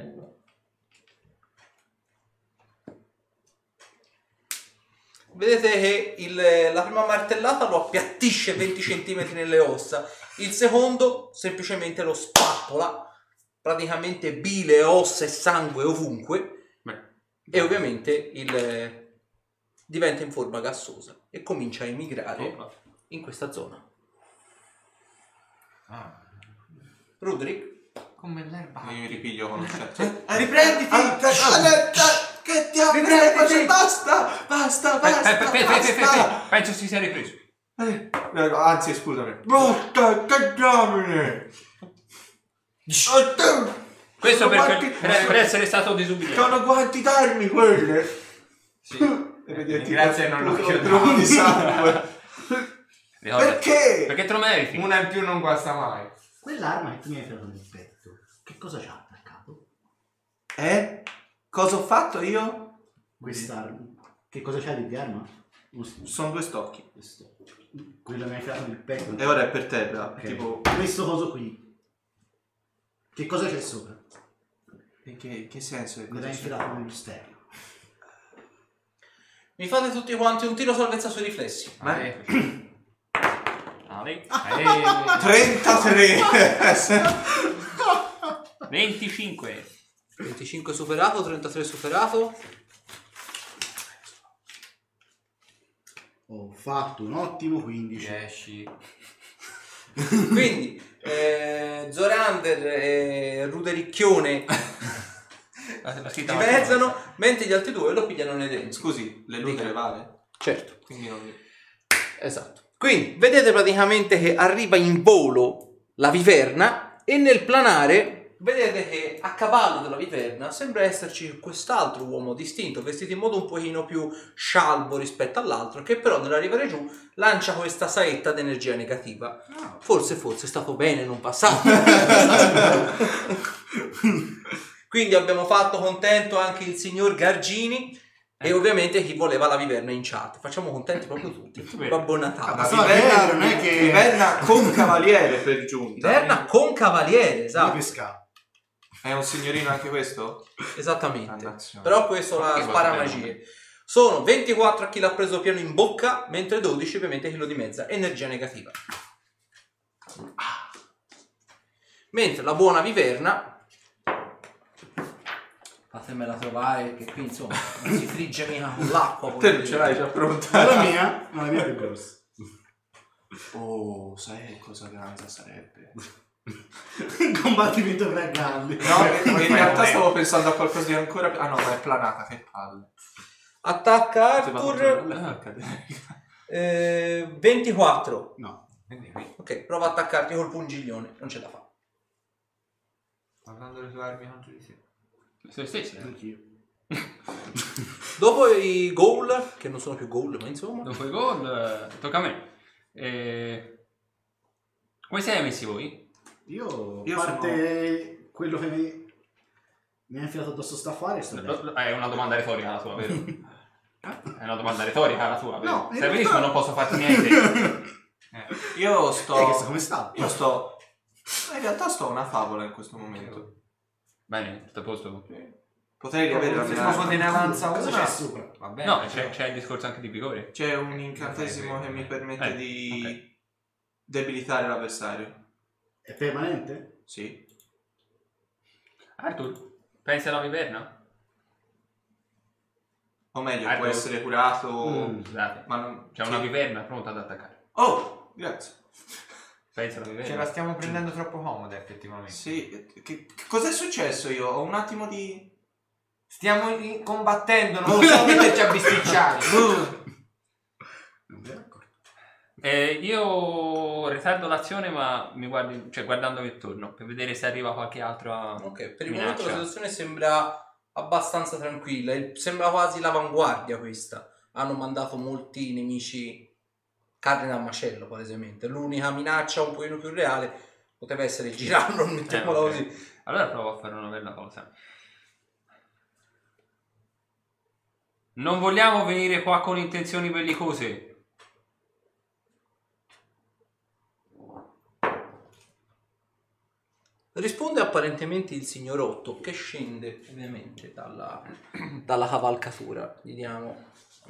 Vedete che il, la prima martellata lo appiattisce venti centimetri nelle ossa, il secondo semplicemente lo spappola, praticamente bile, ossa e sangue ovunque. Beh, E ovviamente il diventa in forma gassosa e comincia a emigrare opla. in questa zona. Ah, Roderick? come l'erba. Io mi ripiglio con un certo. Riprenditi. Che diavolo stai facendo? Basta! Basta, basta! Pe- pe- pe- pe- pe- pe- basta! Penso si sia ripreso. Eh, Anzi, scusami. Basta, che diamine! Questo per, Quanti- per, per essere stato disubbidiato. Sono quanti darmi quelle? Sì. E vedi, Grazie non l'ho chiodato chiodato. di sangue. Ricordati. Perché? Perché te lo meriti. Una in più non guasta mai. Quell'arma che tu mi hai tirato nel petto, che cosa c'ha attaccato? Eh? Cosa ho fatto io? Quest'arma. Che cosa c'ha di arma? Sono due stocchi. Questo. Quello che mi hai tirato nel petto. E ora è per terra. Ok. Tipo. Questo coso qui. Che cosa c'è sopra? In che, che senso? Che Me cosa l'hai c'è? infilato nello stereo. Mi fate tutti quanti un tiro salvezza sui riflessi. Ma Ale. Eh, trentatré. venticinque. venticinque superato, trentatré superato. Ho fatto un ottimo quindici. dieci. Quindi eh, Zorander e Rudericchione La, la scritta dimezzano, mentre gli altri due lo pigliano nei denti. Scusi, le ludere vale? Certo, Quindi non mi... esatto. Quindi vedete praticamente che arriva in volo la viverna e nel planare vedete che a cavallo della viverna sembra esserci quest'altro uomo distinto, vestito in modo un pochino più scialbo rispetto all'altro, che però nell'arrivare giù lancia questa saetta d'energia negativa. Forse, forse è stato bene non passare. Quindi abbiamo fatto contento anche il signor Gargini e ovviamente chi voleva la viverna in chat. Facciamo contenti proprio tutti. Babbo Natale. La viverna non è che... Viverna con cavaliere per giunta. Viverna con cavaliere, esatto. È un signorino anche questo? Esattamente. Dannazione. Però questo la spara magie. Sono ventiquattro a chi l'ha preso pieno in bocca, mentre dodici ovviamente chi lo dimezza. Energia negativa. Mentre la buona viverna, fatemela trovare, che qui insomma non si frigge mica con l'acqua. Te non ce l'hai già pronta? La mia? No, la mia è più grossa. Oh, sai che cosa grande sarebbe? Un combattimento tra galli. No, in realtà stavo pensando a qualcosa di ancora più... Ah no, ma è planata, che palle. Attacca Arthur. eh, ventiquattro. No. Ok, prova a attaccarti col pungiglione, non c'è da fare. Parlando delle tue armi contro di sé. Se stessi, eh? Anch'io. Dopo i goal, che non sono più goal, ma insomma. Dopo i gol, eh, tocca a me. Eh, come siete messi voi? Io, Io a parte sono... quello che mi, mi ha infilato addosso sta a fare, sto bene. È una domanda retorica la tua, vero? È una domanda retorica la tua, vero? No, in Se realtà- benissimo non posso farti niente. Eh, io sto... Eh, che sta- come sta? Io sto... In realtà sto a una favola in questo momento. Bene, tutto a posto. Potrei riavere la Se mia... poco te ne avanza Cosa uno. c'è sopra? Va bene. No, c'è, c'è il discorso anche di vigore. C'è un incantesimo che mi permette Eh, di ok. debilitare l'avversario. È permanente? Sì. Arthur, pensi alla viverna? O meglio, Ah, può tu- essere curato... Mm. Scusate, Ma non... c'è sì. una viverna pronta ad attaccare. Oh, grazie. Pensi alla viverna? Ce la stiamo prendendo troppo comoda effettivamente. Sì, che, che cos'è successo io? Ho un attimo di... Stiamo in- combattendo, non possiamo metterci a bisticciare. Non mi ero accorto. Eh, io ritardo l'azione, ma mi guardi, cioè guardandomi attorno per vedere se arriva qualche altra. Ok, per il minaccia. momento la situazione sembra abbastanza tranquilla, il- sembra quasi l'avanguardia questa. Hanno mandato molti nemici carne da macello palesemente. L'unica minaccia un pochino più reale poteva essere il girarlo, mettiamola Eh, ok. così. Allora provo a fare una bella cosa. Non vogliamo venire qua con intenzioni bellicose. Risponde apparentemente il signor Otto, che scende ovviamente dalla, dalla cavalcatura. Gli diamo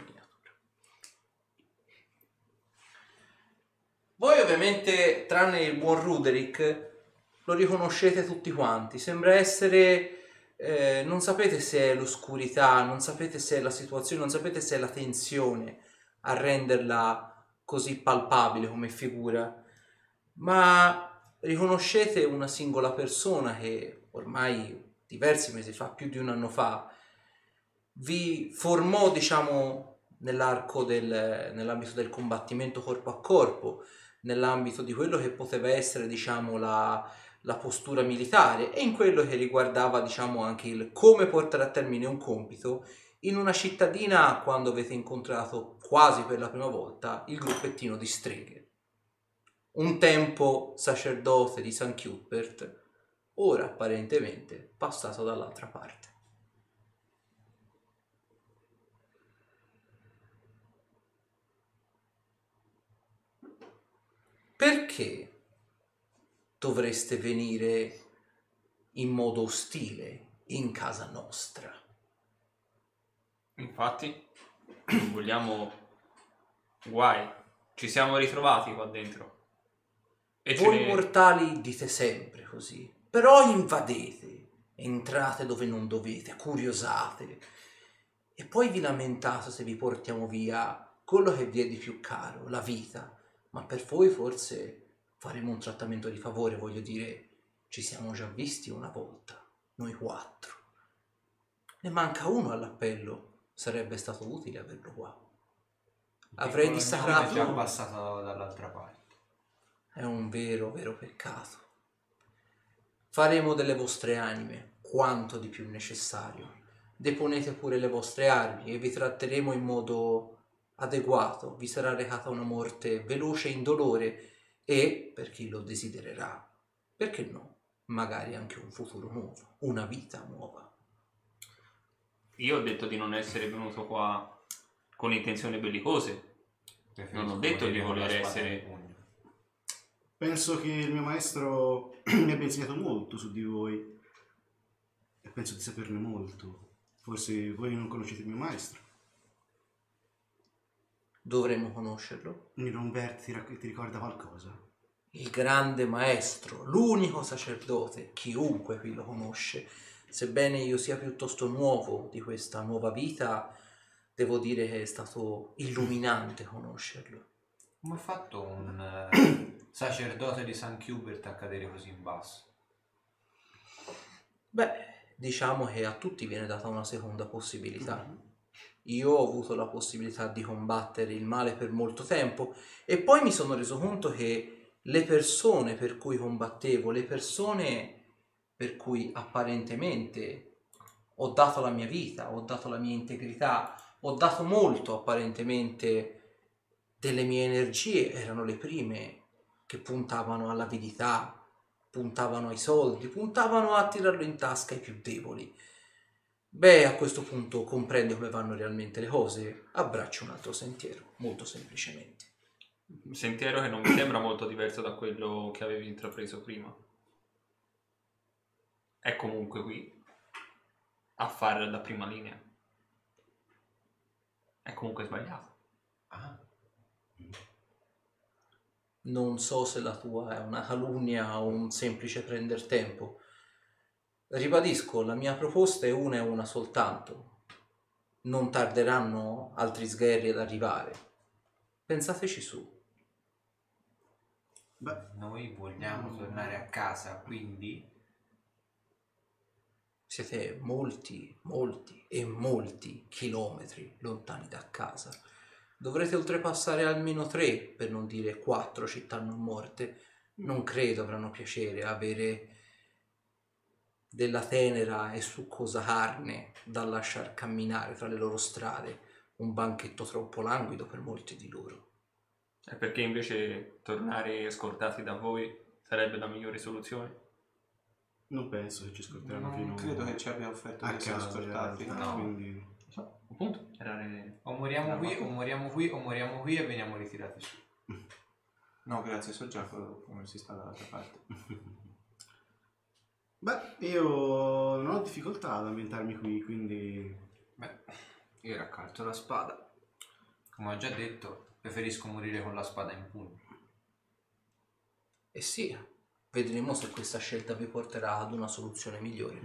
voi ovviamente, tranne il buon Ruderick, lo riconoscete tutti quanti. Sembra essere eh, non sapete se è l'oscurità, non sapete se è la situazione, non sapete se è la tensione a renderla così palpabile come figura, ma riconoscete una singola persona che ormai diversi mesi fa, più di un anno fa, vi formò, diciamo, nell'arco del, nell'ambito del combattimento corpo a corpo, nell'ambito di quello che poteva essere, diciamo, la, la postura militare e in quello che riguardava, diciamo, anche il come portare a termine un compito in una cittadina, quando avete incontrato quasi per la prima volta il gruppettino di streghe. Un tempo sacerdote di San Cuthbert, ora apparentemente passato dall'altra parte. Perché dovreste venire in modo ostile in casa nostra? Infatti, non vogliamo guai. Ci siamo ritrovati qua dentro. E ce Voi ne- mortali dite sempre così, però invadete, entrate dove non dovete, curiosate e poi vi lamentate se vi portiamo via quello che vi è di più caro, la vita. Ma per voi forse faremo un trattamento di favore, voglio dire, ci siamo già visti una volta, noi quattro. Ne manca uno all'appello, sarebbe stato utile averlo qua. Avrei È già dissacrato... passato dall'altra parte. È un vero, vero peccato. Faremo delle vostre anime quanto di più necessario. Deponete pure le vostre armi e vi tratteremo in modo adeguato. Vi sarà recata una morte veloce e indolore e, per chi lo desidererà, perché no, magari anche un futuro nuovo, una vita nuova. Io ho detto di non essere venuto qua con intenzioni bellicose. Non ho detto di voler essere... Penso che il mio maestro mi abbia insegnato molto su di voi e penso di saperne molto. Forse voi non conoscete il mio maestro. Dovremmo conoscerlo. Niromberti ti, rac- ti ricorda qualcosa? Il grande maestro, l'unico sacerdote, chiunque qui lo conosce. Sebbene io sia piuttosto nuovo di questa nuova vita, devo dire che è stato illuminante conoscerlo. Come ha fatto un eh, sacerdote di San Hubert a cadere così in basso? Beh, diciamo che a tutti viene data una seconda possibilità. Io ho avuto la possibilità di combattere il male per molto tempo e poi mi sono reso conto che le persone per cui combattevo, le persone per cui apparentemente ho dato la mia vita, ho dato la mia integrità, ho dato molto apparentemente delle mie energie, erano le prime che puntavano all'avidità, puntavano ai soldi, puntavano a tirarlo in tasca ai più deboli. Beh, a questo punto comprendo come vanno realmente le cose, abbraccio un altro sentiero, molto semplicemente. Un sentiero che non mi sembra molto diverso da quello che avevi intrapreso prima. È comunque qui a fare la prima linea. È comunque sbagliato. Ah. Non so se la tua è una calunnia o un semplice prender tempo. Ribadisco, la mia proposta è una e una soltanto. Non tarderanno altri sgherri ad arrivare. Pensateci su. Beh, Noi vogliamo tornare a casa, quindi Siete molti, molti e molti chilometri lontani da casa. Dovrete oltrepassare almeno tre, per non dire quattro città non morte. Non credo avranno piacere avere della tenera e succosa carne da lasciar camminare tra le loro strade, un banchetto troppo languido per molti di loro. E perché invece tornare scortati da voi sarebbe la migliore soluzione? non penso che ci scorteranno Non fino credo che ci abbia offerto a di essere casa, in scortati. realtà, no. quindi... So, appunto, era le... o moriamo No, qui, ma- o moriamo qui, o moriamo qui e veniamo ritirati su. No, grazie, so già co- come si sta dall'altra parte. Beh, io non ho difficoltà ad ambientarmi qui, quindi... Beh, io raccolto la spada. Come ho già detto, preferisco morire con la spada in pugno. E sì, vedremo se questa scelta vi porterà ad una soluzione migliore.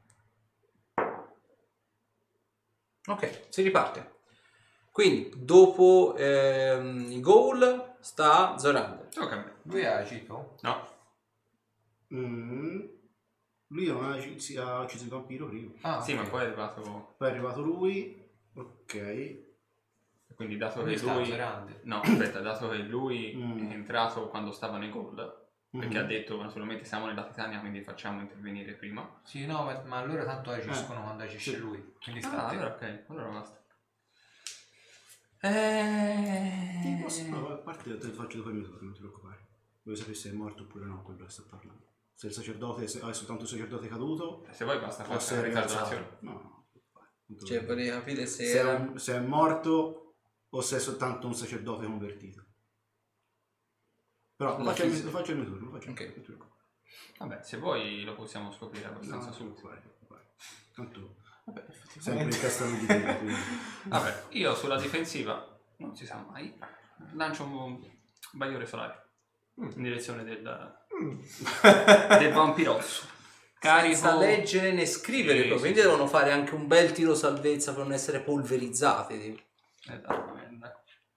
Ok, si riparte. Quindi, dopo ehm, i goal sta Zorander. Ok, Lui ha agito? no. Mm, lui non ha, si ha ucciso il vampiro prima. Ah, Sì, ok. ma poi è arrivato... Poi è arrivato lui, ok. Quindi dato Lui che sta lui... grande. No, aspetta, dato che lui Mm. è entrato quando stava nei gold, perché Mhm. ha detto naturalmente siamo nella Titania, quindi facciamo intervenire prima. Sì, no, ma, ma allora tanto agiscono Eh, quando agisce sì. lui. Quindi sta Ah, a te. allora ok, allora basta. Ti Eh... posso- no, a parte te lo faccio dopo il mio turno, non ti preoccupare. Voglio sapere se è morto oppure no quello che sta parlando. Se il sacerdote, se ah, è soltanto il sacerdote caduto, Se vuoi basta o se fare è la ritardazione. rialzato. No, no, non ti Cioè, preoccupare. vorrei capire se, se, è era... un- se è morto o se è soltanto un sacerdote convertito. Però lo La faccio, il, fisi- lo faccio il mio turno, lo faccio il Ok. mio, non ti preoccupare. Vabbè, se vuoi lo possiamo scoprire No, abbastanza non ti subito. preoccupare, non ti preoccupare. Tanto Vabbè, sempre in testa di te, quindi. Vabbè, io sulla difensiva, non si sa mai, lancio un bagliore solare in direzione del, del vampirozzo. Carico... senza leggere né scrivere, Sì, proprio. sì, quindi sì. devono fare anche un bel tiro salvezza per non essere polverizzati. Esattamente.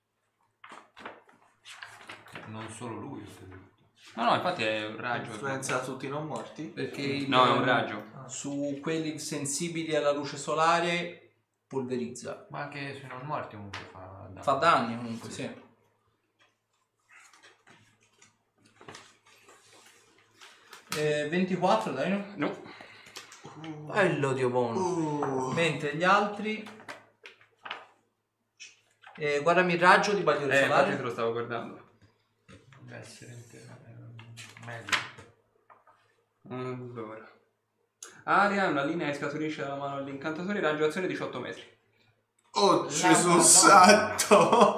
Non solo lui, oltretutto. No, no, infatti è un raggio. Influenza tutti i non morti? Perché il- No, è un raggio. su quelli sensibili alla luce solare polverizza. Ma anche sui non morti comunque fa danno. Fa danni comunque, sì. Eh, ventiquattro, dai no? No. Bello Dio buono. Uh. Mentre gli altri... Eh, guardami il raggio di bagliore Eh, infatti solare. te lo stavo guardando. Deve essere intero. Meglio. Allora. Aria, una linea che scaturisce dalla mano dell'incantatore, raggio azione diciotto metri. Oh Gesù santo!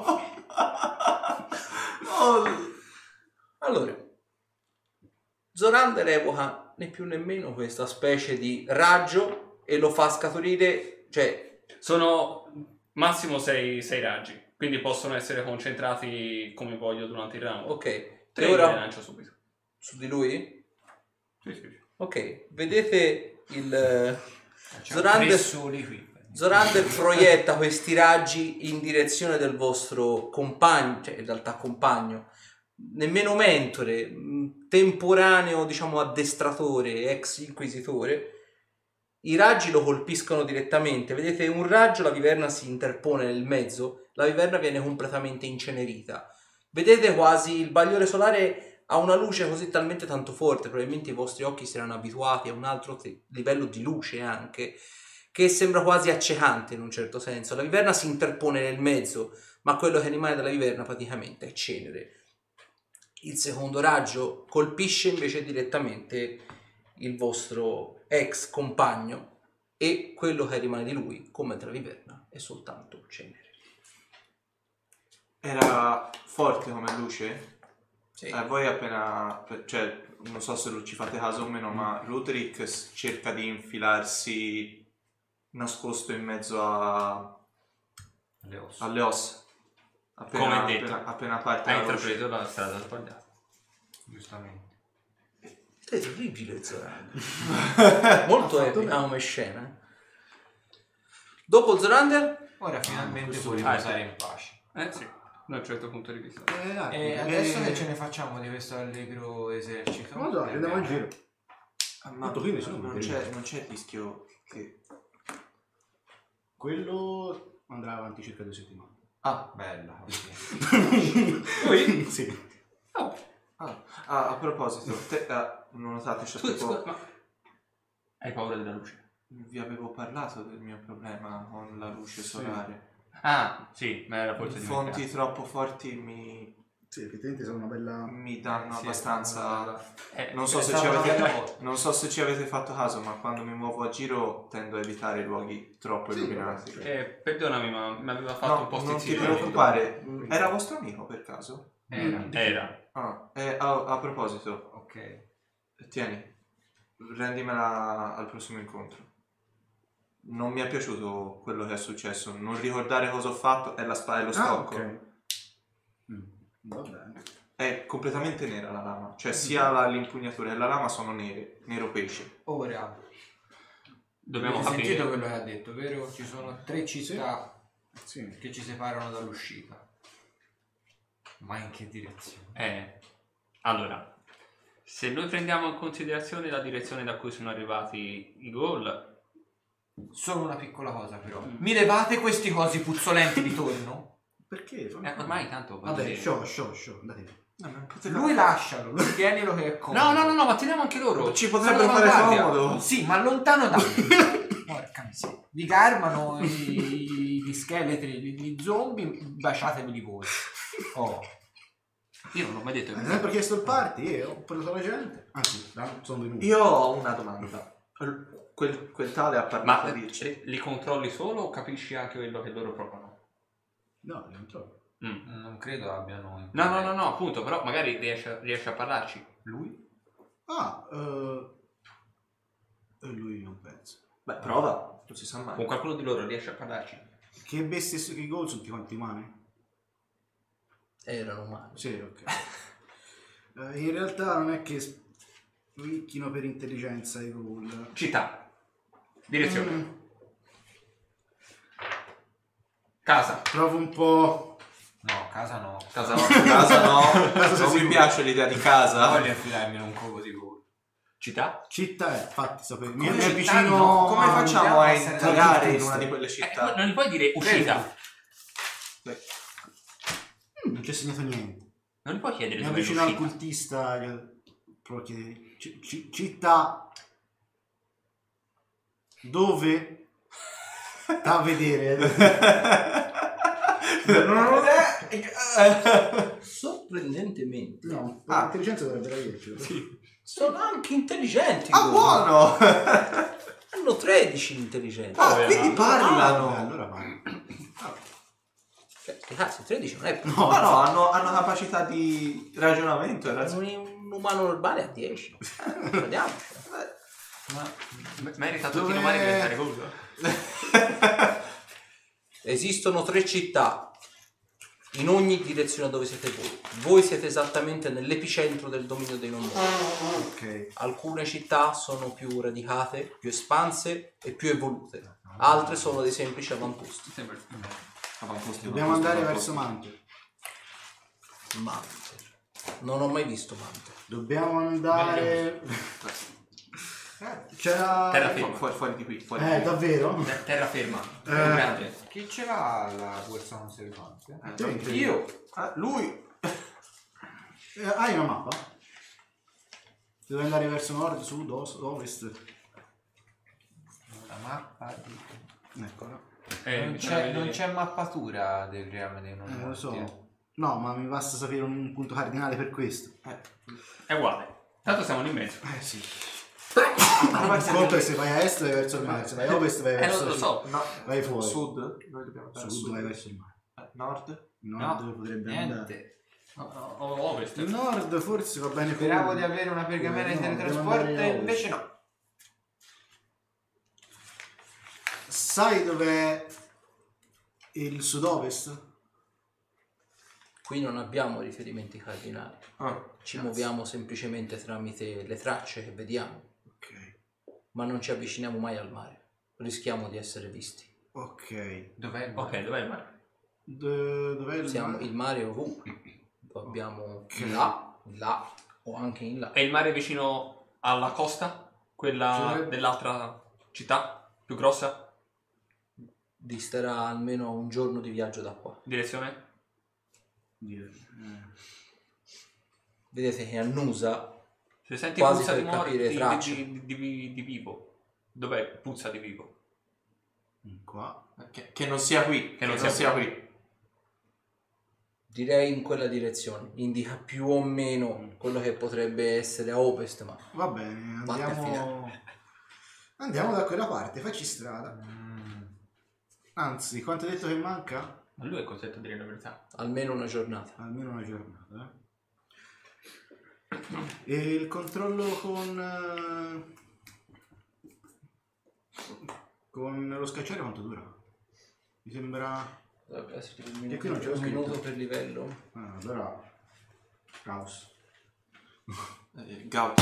Oh. Allora, Zorander evoca né più nemmeno questa specie di raggio e lo fa scaturire, cioè... Sono massimo sei raggi, quindi possono essere concentrati come voglio durante il round. Ok, Tre e ora ora lancio subito. su di lui? Sì, sì, sì. Ok, vedete il... eh, C'è Zorander... tre soli qui. Zorander proietta questi raggi in direzione del vostro compagno, cioè in realtà compagno, nemmeno mentore, mh, temporaneo, diciamo addestratore, ex inquisitore. I raggi lo colpiscono direttamente. Vedete un raggio, la viverna si interpone nel mezzo, la viverna viene completamente incenerita. Vedete quasi il bagliore solare ha una luce così talmente tanto forte, probabilmente i vostri occhi si erano abituati a un altro te- livello di luce anche, che sembra quasi accecante in un certo senso. La viverna si interpone nel mezzo, ma quello che rimane della viverna praticamente è cenere. Il secondo raggio colpisce invece direttamente il vostro ex compagno e quello che rimane di lui, come della viverna, è soltanto cenere. Era forte come luce? Sì. Eh, voi appena... cioè, non so se ci fate caso o meno, ma Ruderick cerca di infilarsi nascosto in mezzo a... Le ossa. alle ossa. Appena, Come detto. appena, appena parte Hai la luce. intrapreso la strada sbagliata. Giustamente. È terribile Zorander. Molto Ha fatto epica bene. come scena. eh. Dopo Zorander, Ora finalmente questo- puoi ah, riposare sì. in pace. Eh sì, da un certo punto di vista. Eh, dai, E eh, adesso che ce ne facciamo di questo allegro esercito? Ma dai, andiamo in giro. Ah, ma Tanto qui nessuno non, mi c'è, vede. non c'è il rischio che... Quello andrà avanti circa due settimane. Ah, Bella. così. Lui? Sì. Oh, ah, ah, a proposito, te, ah, non notate, c'è scusa, tipo... scusa, ma... Hai paura della luce? Vi avevo parlato del mio problema con la luce solare. Ah, sì, ma era forse Fonti dimenticato. troppo forti mi, Sì, effettivamente sono una bella... mi danno Sì, abbastanza... Eh, Non so, se È ci stata una bella avete, volta. non so se ci avete fatto caso, ma quando mi muovo a giro tendo a evitare i luoghi troppo Sì, illuminati. eh, perdonami, ma mi aveva fatto No, un po' non ti stizzire. preoccupare. Era vostro amico per caso? Era. Era. Ah, eh, a, a proposito, Ok. tieni, rendimela al prossimo incontro. Non mi è piaciuto quello che è successo. Non ricordare cosa ho fatto è la spada e lo Ah, stocco. ok. Mm, va bene. È completamente nera la lama. Cioè sia la, l'impugnatura e la lama sono nere. Nero pesce. Ora, Dobbiamo avete capire. sentito quello che ha detto, vero? Ci sono tre città Sì. che ci separano dall'uscita. Ma in che direzione? Eh, allora, se noi prendiamo in considerazione la direzione da cui sono arrivati i gol, Solo una piccola cosa però. Mi levate questi cosi puzzolenti di torno? Perché? Fammi- eh, ormai tanto voglio Vabbè, dire- show, show, show, andate. No, ma potete- Lui lascialo, lui tienilo che è comodo. No, no, no, no, ma teniamo anche loro. Ci Sono potrebbero fare d'avanguardia. comodo. Sì, ma lontano da me. Porca miseria. Vi carmano i- gli scheletri, gli, gli zombie, baciateveli voi. Oh. Io non ho mai detto Mi che... hai sempre chiesto il party e ho parlato la gente. Anzi, no, sono venuti. Io ho una domanda. Quel, quel tale ha parlato Ma di... eh, li controlli solo o capisci anche quello che loro provano? No, non trovo. Mm. Non credo abbiano... No, no, no, no, appunto, però magari riesce a, riesce a parlarci. Lui? Ah, eh... e lui non penso. Beh, prova. Non si sa mai. Con qualcuno di loro riesce a parlarci? Che bestie su che gol sono tutti quanti umani? erano umani. Sì, ok. Eh, in realtà non è che spicchino per intelligenza i gol. Città. Direzione. Mm, Casa. provo un po'. No, casa no. Casa no. Casa no. Casa Non mi sicuro. piace l'idea di casa. Voglio affidarmi in un covo di gol. Città? Città è, fatti sapere. Mi Come è città vicino. no, Come Ah, facciamo dobbiamo a essere entrare in tutti una di tristi. quelle Eh, città? non gli puoi dire uscita. Beh, Mm, non c'è segnato niente. Non gli puoi chiedere Mi dove è avvicino al l'uscita. cultista. che- provo a chiedere, c- c- città dove da vedere. Sorprendentemente. No, per Ah. intelligenza dovrebbe averci. Sì. Sono anche intelligenti. Ah, loro. buono! Hanno tredici intelligenza. Ah, Oh, quindi eh, parlano. Ah, allora parla. Cioè, che cazzo, tredici non è più. No, no, hanno, hanno capacità di ragionamento e ragione. Un, un umano normale a dieci. Vediamoci. Ma merita tutti Dove- i nomadi diventare cosa? Esistono tre città in ogni direzione dove siete voi. Voi siete esattamente nell'epicentro del dominio dei non morti. Ok. Alcune città sono più radicate, più espanse e più evolute. Altre sono dei semplici avamposti. Sembra avamposti, Dobbiamo avamposti, andare avamposti. verso Manter. Manter. Non ho mai visto Manter. Dobbiamo andare. C'era. Terraferma. Fuori, fuori di qui, fuori Eh, di qui. davvero? Ter- Terraferma. Eh. Grande. Chi ce l'ha la borsa non servante? Eh, Sì, sì. Io, eh, lui. Eh, hai una mappa? Devo andare verso nord, sud, os- ovest. La mappa di... Eccola. Eh, non, bisogna c'è, vedere. non c'è mappatura del reame dei non Eh, lo morti. so. No, ma mi basta sapere un punto cardinale per questo. È uguale. Tanto siamo lì in mezzo. Eh sì. Il conto è se vai a est vai verso il mare, se vai a ovest vai Eh, verso lo, lo il so. No, vai fuori. sud. Noi dobbiamo andare a Sud sud. vai verso il mare. Eh, nord. Nord No, potrebbe andare. Niente. O- o- ovest. Il nord forse va bene come. Speravo di avere una pergamena di No, devo teletrasporto andare a e ovest. invece no. Sai dov'è il sud-ovest? Qui non abbiamo riferimenti cardinali. Ah, Ci muoviamo semplicemente tramite le tracce che vediamo, Ok. ma non ci avviciniamo mai al mare. Rischiamo di essere visti. Ok. Dov'è il Ok, dov'è il mare? D- dov'è il Siamo, mare? il mare è ovunque. Lo abbiamo in là, in là o anche in là. È il mare vicino alla costa? Quella Cioè- dell'altra città? Più grossa? Disterà almeno un giorno di viaggio da qua. Direzione? Dire- eh. Vedete che annusa Se senti Quasi puzza di per morti, capire di, tracce. di, di, di, di vivo. Dov'è puzza di vivo? Qua. che, che non sia qui. Che non sia, sia qui. direi in quella direzione. Indica più o meno quello che potrebbe essere a ovest, ma Va bene, Vatte a andiamo. Andiamo da quella parte, facci strada. Anzi, quanto hai detto che manca? Ma lui è costretto a dire la verità. almeno una giornata. Almeno una giornata. Eh? E il controllo con. eh, con lo scacciare quanto dura? Mi sembra. Dovrebbe essere un E minuto, qui non c'è un scritto. minuto per livello. Ah, allora. Caos. Eh, Gaut.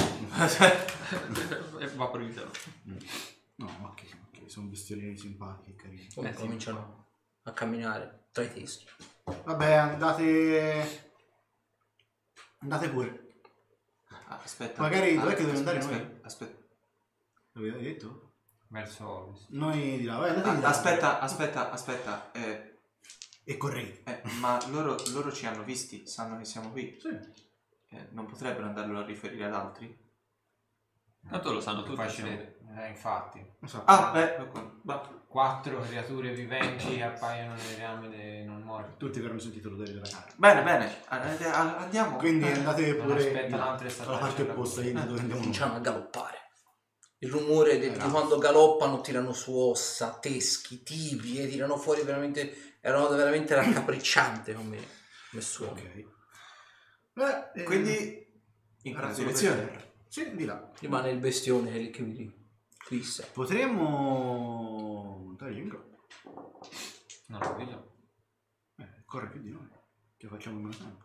E vaporizzalo. No, ok, ok, sono bestiolini simpatici e carini. Poi Eh sì. cominciano a camminare tra i teschi. Vabbè, andate. Andate pure. Ah, aspetta. Magari Ah, dov'è che dobbiamo aspetta, andare noi? Aspetta. Dove hai detto? verso ovest. Noi di là, vai, andate Ah, di là. aspetta, aspetta, aspetta. Eh, E correte. eh, ma loro, loro ci hanno visti, sanno che siamo qui. Sì. Eh, non potrebbero andarlo a riferire ad altri? Tanto lo sanno tutti. Facile. Eh, infatti. Non so. Ah, beh, ecco, va. Quattro creature viventi appaiono nei reami dei non morti. Tutti che hanno sentito l'odore della carne. Bene, bene. Eh, eh, Andiamo. Quindi Eh, andate non pure aspettano di là, altre dalla parte stagioni. opposta di dove andiamo noi. Cominciano a galoppare. Il rumore di, Eh, di no. quando galoppano tirano su ossa, teschi, tibie, tirano fuori veramente. È una cosa veramente raccapricciante come, come suono. Ok. Beh, eh, Quindi, in quella direzione. Sì, di là. Rimane il bestione che, che vi fissa. Potremmo montare Jingo. Non ho bisogno. Eh, corre più di noi. Che facciamo in meno tempo.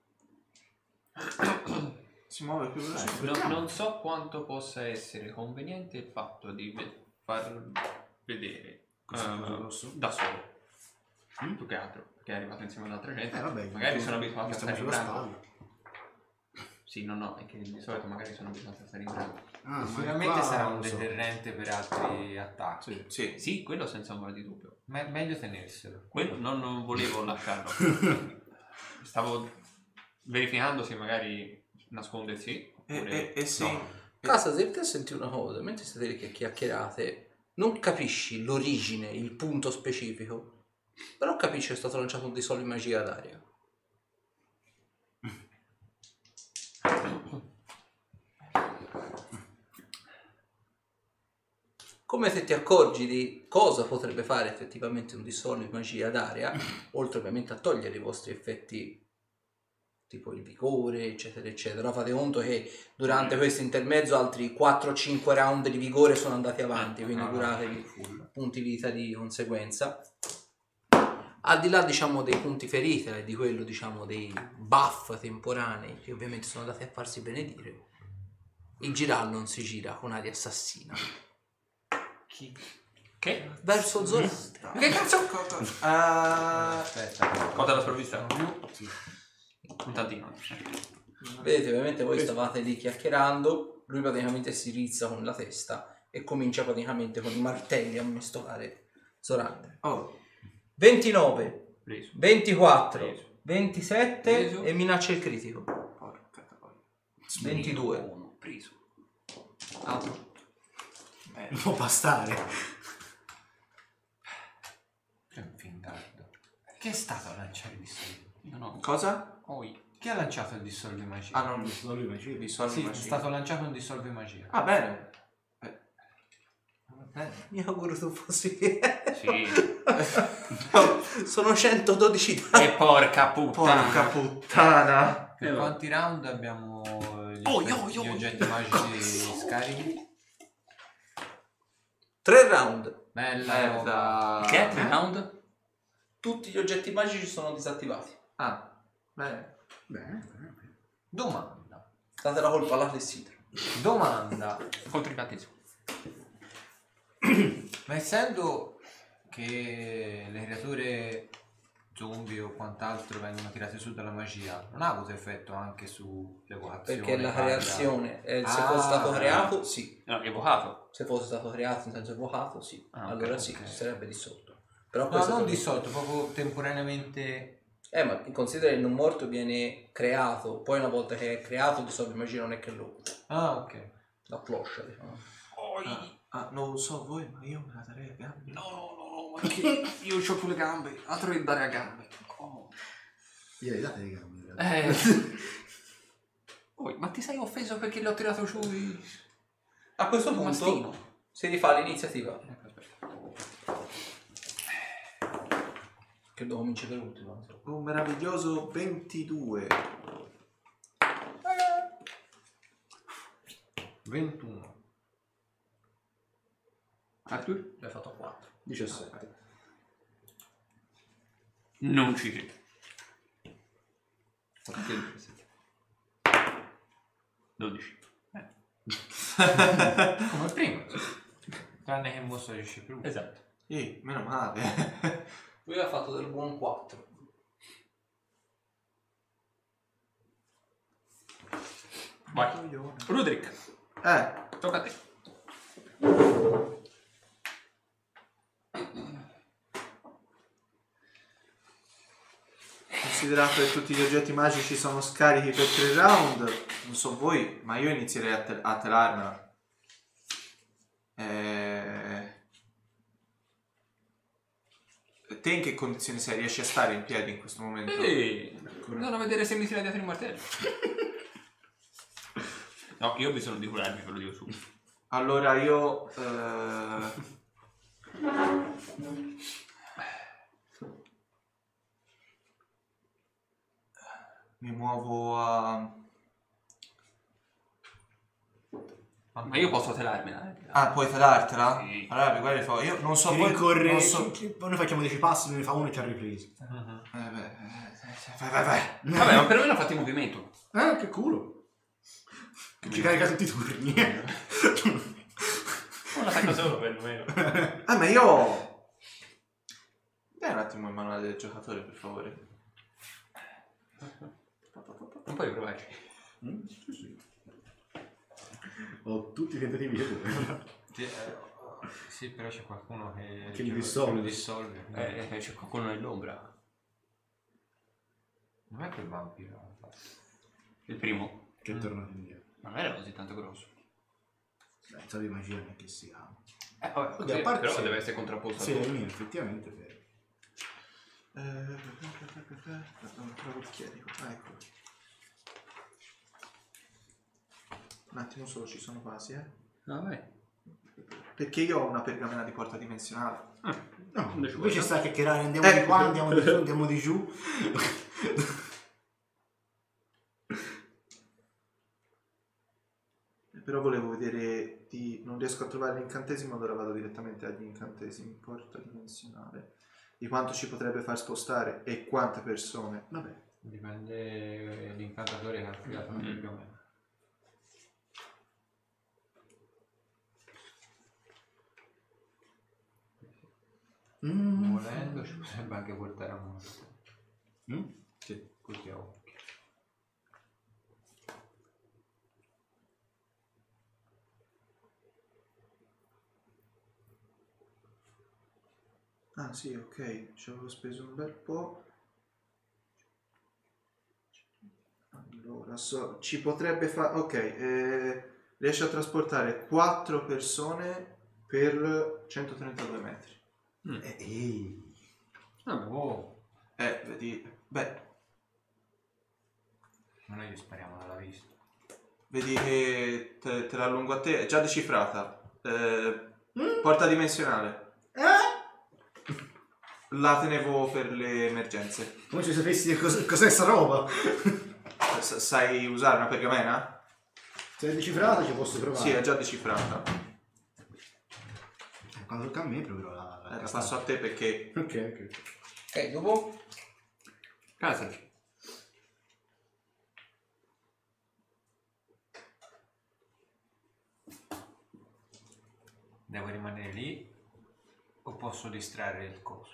Si muove più veloce. No- non so quanto possa essere conveniente il fatto di ve- far vedere Cosa- eh, cosa grosso? da solo. Mm? Più che altro, perché è arrivato insieme ad altra gente. Eh vabbè, magari sono abituati a stiamo stare in sulla branco. spalla. Sì, no, no, è che di solito magari sono abituati a stare in branco. Ah, ma Sicuramente qua sarà non un lo so. deterrente per altri attacchi. Sì. Sì. Sì, quello senza ombra di dubbio. Ma è meglio tenerselo. Quello non, non volevo lasciarlo. Stavo verificando se magari nascondersi e, e se... No. Casa, se te senti una cosa, mentre state lì che chiacchierate, non capisci l'origine, il punto specifico, però capisci che è stato lanciato un dissolvo di magia d'aria. Come se ti accorgi di cosa potrebbe fare effettivamente un dissolvo di magia d'aria, oltre ovviamente a togliere i vostri effetti tipo il vigore, eccetera, eccetera. Fate conto che durante questo intermezzo altri quattro cinque round di vigore sono andati avanti, quindi curatevi punti vita di conseguenza. Al di là, diciamo, dei punti ferita e di quello, diciamo, dei buff temporanei che ovviamente sono andati a farsi benedire, il girallo non si gira con aria assassina. Chi? Che? Verso Zorastra. Che cazzo? Uh, Aspetta. Cosa l'ha sprovvista? Un tantino. Vedete, ovviamente voi stavate lì chiacchierando, lui praticamente si rizza con la testa e comincia praticamente con i martelli a mestolare Zorander. oh, ventinove, Preso. ventiquattro, Preso. ventisette Preso. e minaccia il critico. porca troia. ventidue. Uno, preso. Altro. Non può bastare. Che un fingardo. Che è stato a lanciare il dissolvo? No, no. Cosa? Oi. Chi ha lanciato il dissolvo di magia? Ah, non Solo lui magia. dissolvi sì, è magia. stato lanciato un dissolvo di magia. Ah, bene. Va bene. Mi auguro tu fossi Sì. sono centododici danni. E porca puttana. Porca puttana. Per Eh, quanti round abbiamo gli, Oh, effetti- io, io, gli io. oggetti magici scarichi? Tre round. Bella roba. Merda. Che è? Tre round? Tutti gli oggetti magici sono disattivati. Ah, bene. Bene, bene, bene. Domanda. Date la colpa alla Clessidra. Domanda. Contro il battesimo. Ma essendo che le creature zombie o quant'altro vengono tirate su dalla magia, non ha avuto effetto anche sull'evocazione? Perché la paga? creazione, eh, se Ah. fosse stato creato, sì. No, evocato. Se fosse stato creato in senso evocato, sì. Ah, ok, allora sì, ok. si sarebbe dissolto. Però No, questo non è- dissolto, proprio temporaneamente. Eh, ma considera che il non morto viene creato, poi una volta che è creato dissolve magia, non è che lo Ah, ok. la closcia, diciamo. Ah, ah, non lo so voi, ma io me la darei a gambe. No, no, no, ma che io ho sulle gambe. Altro che dare a gambe. Oh. Gliele date le gambe. in realtà. Eh. Oi, ma ti sei offeso perché le ho tirato su i... A questo il punto mastino? si rifà l'iniziativa. Ecco, aspetta. Credo cominci per ultimo. non so. Un meraviglioso ventidue. ventuno. Arthur? L'hai fatto a quattro. diciassette. Non ci credo. dodici. Come prima. Tranne che il mostro riesce più. Esatto. Sì, meno male. Lui ha fatto del buon quattro. Vai. Rudrick, Eh, tocca a te. considerato che tutti gli oggetti magici sono scarichi per tre round, non so voi, ma io inizierei a, te- a telarmela. Eh... Te in che condizioni sei? Riesci a stare in piedi in questo momento? Ehi, andiamo a vedere se mi tira dietro il martello. No, io ho bisogno di curarmi, ve lo dico subito. Allora io... eh, mi muovo a... Ma io posso telarmela. Eh. Ah, puoi telartela? Sì. Allora, guarda, fa- io non so Ti voi... rincorre, non so... ci- noi facciamo dieci passi, ne fa uno e ci ha ripreso. Eh, beh, eh, vai, vai, vai. Vabbè, ma perlomeno fatti in movimento. Eh, che culo. Ci carica tutti i turni. Un attacco solo perlomeno. Ah, ma io... Dai un attimo il manuale del giocatore, per favore. Non puoi provarci. Mm, sì, sì. Ho tutti i tentativi che vuoi. Sì, eh, sì, però c'è qualcuno che, Che li dissolve. lo dissolve. Eh, eh, c'è qualcuno nell'ombra. Non è quel vampiro. Il primo? Che è tornato indietro. Non era così tanto grosso. Beh, sape magia non è che sia. Eh, vabbè, Oddio, così, a parte però se- deve essere contrapposto Sì, a è tutto. mio, effettivamente è vero. Eh, trovo il chierico. Ah, ecco. Un attimo solo, ci sono quasi, eh. Ah, vai. Perché io ho una pergamena di porta dimensionale. Ah, No, invece invece quello. sta a chiacchierare, andiamo Ecco. di qua, andiamo di su, andiamo di giù. Però volevo vedere di... non riesco a trovare l'incantesimo, allora vado direttamente agli incantesimi. Porta dimensionale. Di quanto ci potrebbe far spostare e quante persone. Vabbè. Dipende l'incantatore calcolato Mm. più o meno. Mm. Volendo ci potrebbe anche portare a morte. Mm? Sì, così a occhio. Ah sì, ok, ci avevo speso un bel po'. Allora, so, ci potrebbe fare... Ok, eh, riesce a trasportare quattro persone per centotrentadue metri. Eh, ehi. Vabbè, Oh, Eh, vedi... Beh, ma noi gli spariamo dalla vista. vedi che te, te la allungo a te, è già decifrata. Eh, porta dimensionale. La tenevo per le emergenze. Come se sapessi che cos- cos'è sta roba? S- sai usare una pergamena? Se è decifrata ci posso provare. Sì, è già decifrata. Quando tocca a me proverò la, la Eh, la castata. passo a te perché... Ok, ok. Ok, dopo? casa. Devo rimanere lì o posso distrarre il coso?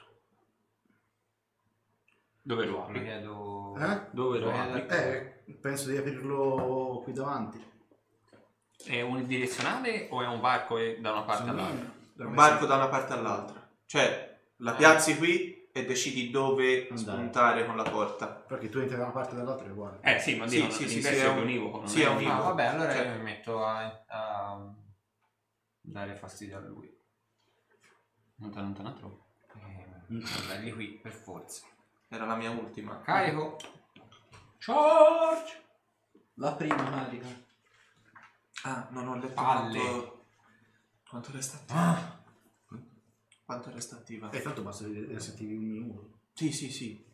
Dove lo Lo apri? chiedo... Eh? Dove lo Lo apri? chiedo- Eh, penso di aprirlo qui davanti. È unidirezionale o è un varco e da una parte Secondo me all'altra? dovrebbe Un varco essere- da una parte all'altra. Cioè, la Ah. piazzi qui e decidi dove Andare. spuntare con la porta. Perché tu entri da una parte e dall'altra è uguale. Eh sì, ma Sì, dico, sì, sì, l'inverso sì, è è un- univoco, non sì, è è un- univoco. Ah, vabbè, allora Cioè- io mi metto a, a dare fastidio a lui. Non te allontana troppo. E da di qui, per forza. Era la mia ultima. Carico. Charge! La prima carica. Ah, non ho letto Palle. quanto... Quanto resta attiva. Ah, Quanto resta attiva? E tanto basta vedere se attivi un minuto. Sì, sì, sì.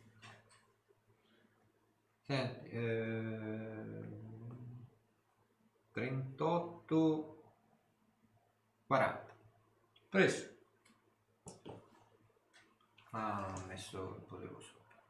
senti, eh, trentotto, quaranta. Preso. Ah, non ho messo il poderoso.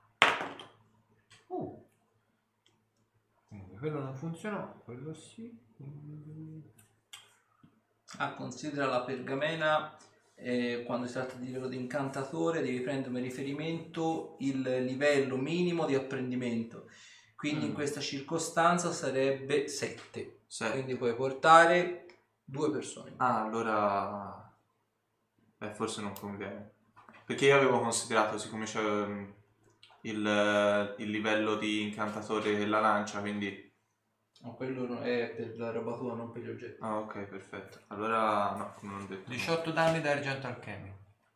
Uh. Quindi quello non funzionò, quello sì. quindi- Ah, considera la pergamena, eh, quando si tratta di livello di incantatore, devi prendere come riferimento il livello minimo di apprendimento. Quindi in Mm. questa circostanza sarebbe sette. Sette. Quindi puoi portare due persone. Ah, allora... Beh, forse non conviene. Perché io avevo considerato, siccome c'è um, il, il livello di incantatore della lancia, quindi... No, quello no- è per la roba tua, non per gli oggetti. Ah, ok, perfetto. Allora, no, non ho detto. diciotto danni da argento alchemico.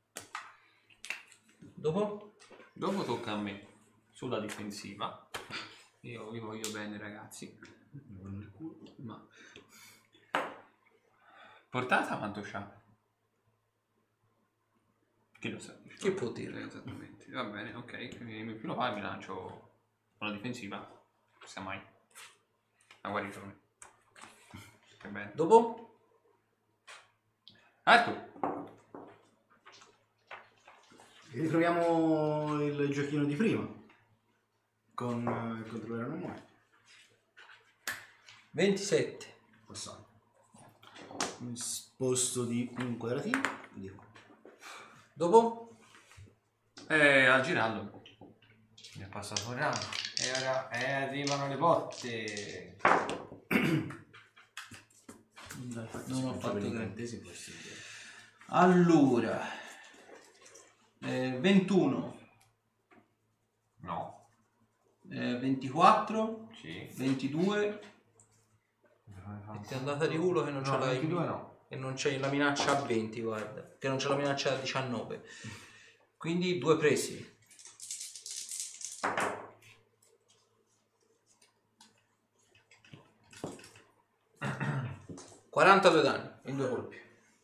Dopo? Dopo tocca a me, sulla difensiva. Io vi voglio bene, ragazzi. Ma... Portata quanto c'ha? Chi lo sa? Che può dire? Eh, esattamente. Va bene, ok. Mi più lo fa e mi lancio con la difensiva. Non sia mai. La guarigione. Che bene. Dopo? Ah, tu. E ritroviamo il giochino di prima. Con eh, il controllore non muore. ventisette. Passato. Mi sposto di un quadratino. Di qua. Dopo? Eh, a girarlo. Mi è passato un ramo. E ora eh, arrivano le botte. Non ho fatto niente. incantesimi, può essere. Allora, eh, ventuno, No. eh, ventiquattro, Sì. ventidue, E ti è andata di culo che non No, ce l'hai. ventidue no. E non c'è la minaccia a venti, guarda. Che non c'è la minaccia a diciannove. Quindi due presi. quarantadue danni in due colpi.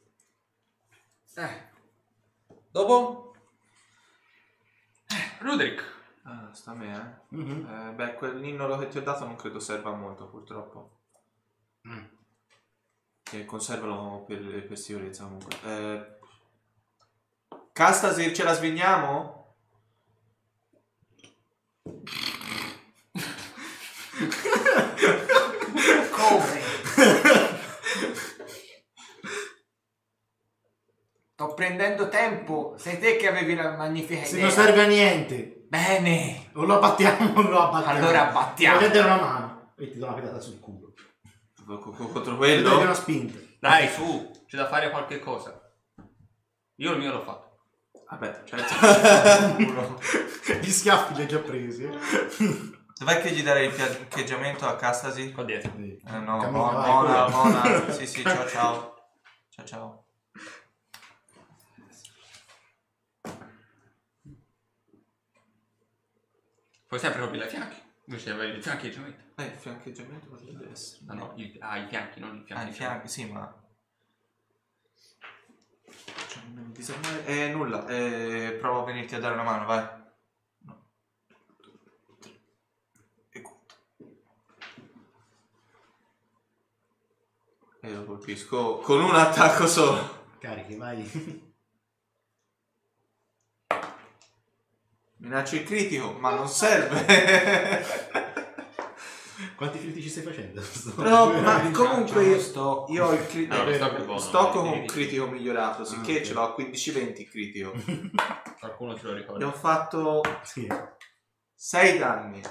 Eh. Dopo? Roderick. Ah, sta a me, eh. Mhm. Eh, beh, quel ninnolo che ti ho dato non credo serva molto, purtroppo. Mm. Che conservalo per, per sicurezza, comunque. Eh, Castasir, ce la svigniamo? Come? Sto prendendo tempo. Sei te che avevi la magnifica Se idea. non serve a niente, Bene. o lo abbattiamo o lo abbattiamo. Allora abbattiamo. Ti una mano e ti do una pedata sul culo. Co- co- Contro Ti do quello? una spinta. Dai, su, c'è da fare qualche cosa. Io il mio l'ho fatto. Vabbè, certo. Gli schiaffi li hai già presi. Dov'è che gli darei il fiancheggiamento a Castasir? Qua dietro. Eh, no, Cammina, Mona, vai, Mona, culo. Mona. Sì, sì, ciao, ciao. Ciao, ciao. Puoi sempre coprire i fianchi. Invece di avere il fiancheggiamento. Eh, il fiancheggiamento potrebbe essere. Ah no, il, ah, i fianchi, non il Ah, fianchi. i fianchi, sì, ma... Cioè, non mi disarmare... Eh, nulla. Eh, provo a venirti a dare una mano, vai. No. E conto. E lo colpisco con un attacco solo. Carichi, vai. Minaccio il critico, ma non serve. Quanti critici stai facendo? No, ma comunque Facciamo io, sto- io ho il critico. No, lo stocco è buono, stocco eh, con un devi- critico migliorato, sicché Ah, ok. ce l'ho a quindici venti il critico. Qualcuno ce lo Gli ricorda. ho fatto Sì. sei danni.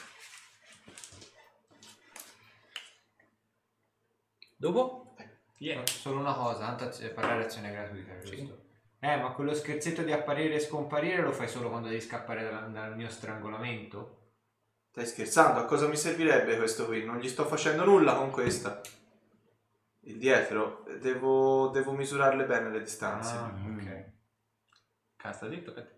Dopo? Yeah. Solo una cosa, tanto az- parlare azione gratuita, giusto? Eh, ma quello scherzetto di apparire e scomparire lo fai solo quando devi scappare dal, dal mio strangolamento? Stai scherzando? A cosa mi servirebbe questo qui? Non gli sto facendo nulla con questa. Il dietro. Devo, devo misurarle bene le distanze. Ah, Mm. ok. Cazzo, zitto che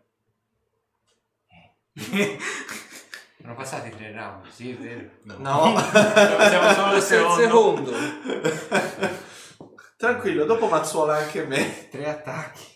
Sono passati tre round, sì, è vero. No. Siamo solo al Questo è il secondo. secondo. Tranquillo, dopo mazzuola anche me. Tre attacchi.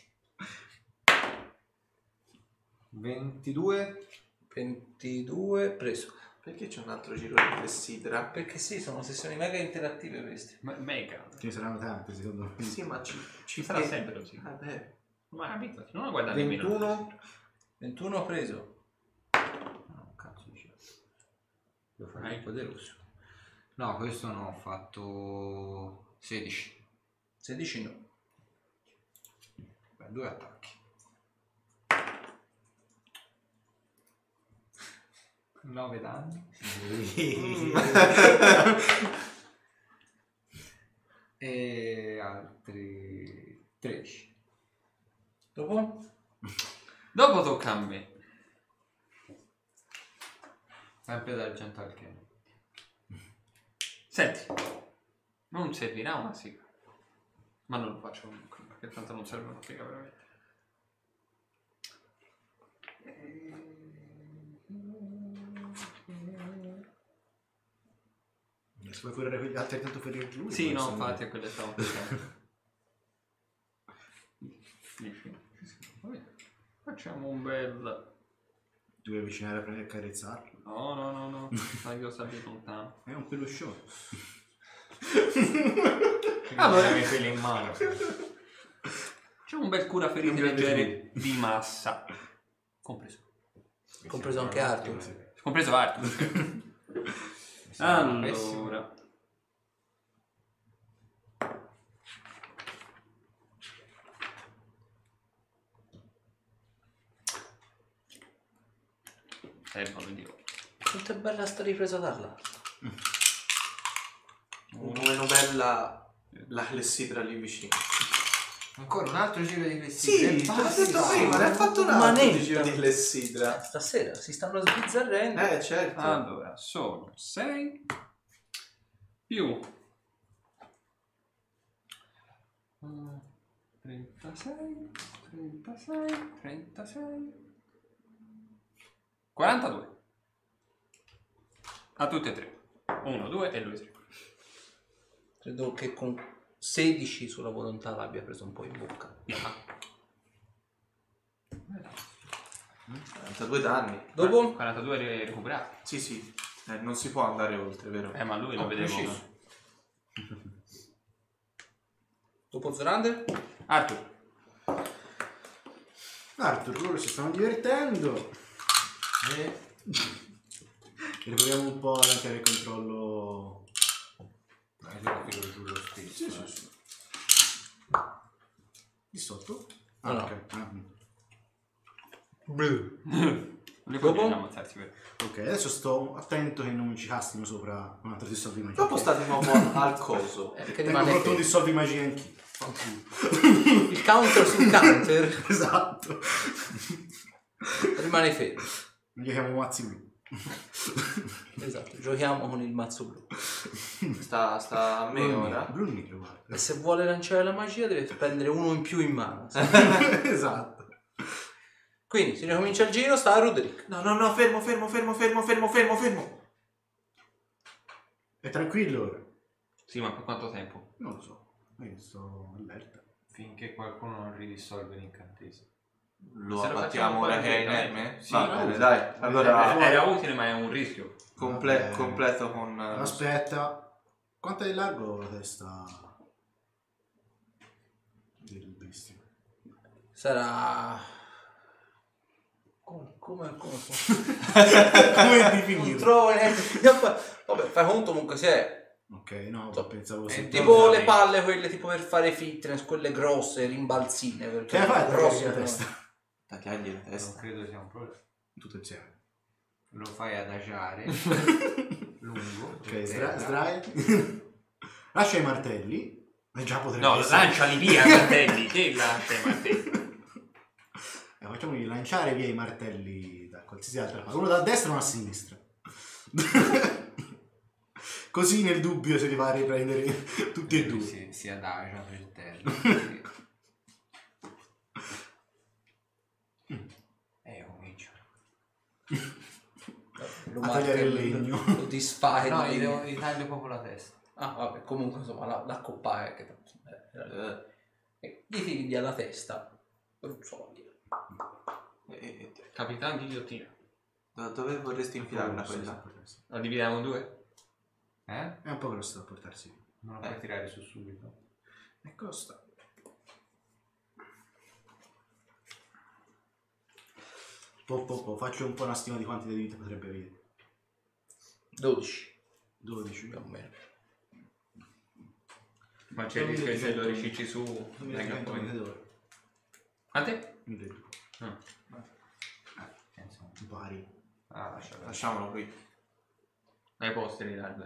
ventidue. ventidue preso. Perché c'è un altro giro di clessidra? Perché sì, sono sessioni mega interattive queste. Ma- Mega. Ce ne saranno tante, secondo me. Sì, ma ci, Ci sarà sempre così. Vabbè. Ma abituati, non lo guardare nemmeno. ventuno. ventuno preso. No, cazzo dice. Devo fare Vai. un po' deluso. No, questo no, ho fatto sedici. sedici no. Beh, due attacchi. nove danni. E altri tredici. Dopo? Dopo tocca a me. Sempre d'argento al che. Senti, non servirà una sigla. Ma non lo faccio comunque, perché tanto non serve una sigla veramente. Se vuoi correre quegli altri tanto ferire lui. Sì, no, forse infatti è quello che stavo pensando. Dici? Vabbè, facciamo un bel... Ti vuoi avvicinare a prendere e carezzarlo? No, no, no, no. Sai che io sapevo lontano. È un pelo show. Allora. i peli in mano. Facciamo un bel cura feriti Non prende leggeri di massa. Compreso. Compreso anche Arthur. Compreso Arthur. Allora. Eh, non lo dico. Quanto è bella sta ripresa d'Arla. Meno bella la clessidra lì vicino. Ancora un altro giro di Sì, vestiti. te l'ho detto prima, ne ha fatto un Ma altro di netta. giro di clessidra. Stasera si stanno sbizzarrendo. Eh, certo. Allora, sono sei più trentasei, trentasei, trentasei, quarantadue. A tutte e tre. uno, due e lui tre. Credo che con sedici sulla volontà l'abbia preso un po' in bocca. quarantadue danni. Dopo? quarantadue re- recuperati. Sì, sì. Eh, non si può andare oltre, vero? Eh, ma lui lo No, vedevo. preciso. Dopo Zorander? Arthur. Arthur, loro si stanno divertendo. E... e proviamo un po' ad avere il controllo. Ma io tiro giù lo stesso. Sì, sì, sì. Di sotto? No, no. ok. Ah, Lui Dopo? può ammazzarsi per... ok, adesso sto attento che non mi ci castino sopra un altro dissolvi magia. Dopo sta di nuovo al coso. Eh, che Tengo rimane pronto un fermo. dissolvi magia anch'io. Il counter sul counter Esatto. rimane fermo. Mi chiamo Mazzi blu. Esatto, giochiamo con il mazzo blu. Sta, sta a me Blu ora. nero, blu nero, guarda. E se vuole lanciare la magia deve prendere uno in più in mano. Esatto. Quindi si ricomincia il giro, sta a Roderick. No, no, no, fermo, fermo, fermo, fermo, fermo, fermo, fermo. È tranquillo ora? Sì, ma per quanto tempo? Non lo so. Io sto allerta. Finché qualcuno non ridissolve l'incantesimo. Lo Se lo abbattiamo facciamo ora fare che è direttamente. inerme? Sì, Va no, bene, no. dai. Allora Eh, Era utile, ma è un rischio. comple- Vabbè. completo con... Aspetta. Quanto è largo la testa del bestio? Sarà... Come... come... come... Come non definirlo? trovo niente. Vabbè, fai conto comunque se è... Ok, no, So, pensavo è sì. tipo le palle quelle tipo per fare fitness, quelle grosse, rimbalzine. Perché Che fai a grossi la sono- testa? Tagliagli la Non testa. credo sia un problema. Tutto insieme. Lo fai adagiare lungo. Ok, per sdra- terra. sdrai. Lascia i martelli. E già potrebbe No, essere... lanciali via i martelli. Che lancia i martelli? Eh, facciamogli lanciare via i martelli da qualsiasi altra parte. Uno da destra e uno a sinistra. Così nel dubbio se li va a riprendere tutti e due. Si, si adagia per terra. Eh, comincio. Lo A tagliare il martello, legno. Lo disfai. No, no, gli, gli- devo, gli taglio proprio la testa. Ah, vabbè, comunque insomma la, la coppa è che... eh, Eh, eh, gli tiri via la testa. Ruzzoli. eh, eh, Capitan ghigliottina. da dove vorresti infilarla quella? La dividiamo in due? Eh? È un po' grosso da portarsi. Non lo Eh. puoi tirare su subito. E costa. Po, po, po. Faccio un po' una stima di quanti di vita potrebbe avere. dodici dodici. più o meno. Ma c'è il rischio che se lo ricicci su... venga duemilatrecento poi. monete d'oro. Quante? milleduecento. Ah. Eh, insomma. Vari. Ah, lascialo. Lasciamolo qui. Ai posteri largo.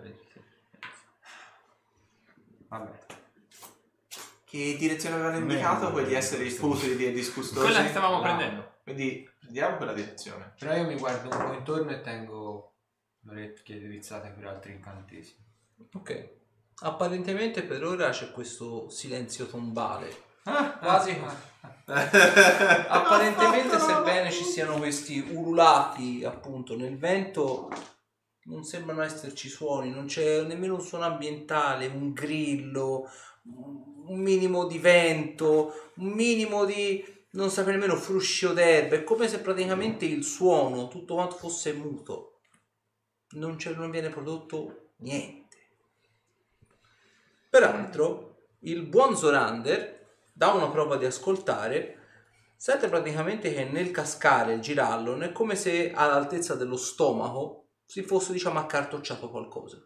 Vabbè. Che direzione avevano indicato quegli esseri futili e disgustosi? Quella che stavamo No. prendendo. Quindi prendiamo quella direzione. Però io mi guardo un po' intorno e tengo le orecchie drizzate per altri incantesimi. Ok. Apparentemente per ora c'è questo silenzio tombale. Ah, Quasi. Apparentemente sebbene ci siano questi ululati appunto nel vento, non sembrano esserci suoni, non c'è nemmeno un suono ambientale, un grillo, un minimo di vento, un minimo di non sapere nemmeno fruscio d'erba. È come se praticamente il suono tutto quanto fosse muto, non, c'è, non viene prodotto niente. Peraltro il buon Zorander, da una prova di ascoltare, sente praticamente che nel cascare il girallon è come se all'altezza dello stomaco si fosse, diciamo, accartocciato qualcosa.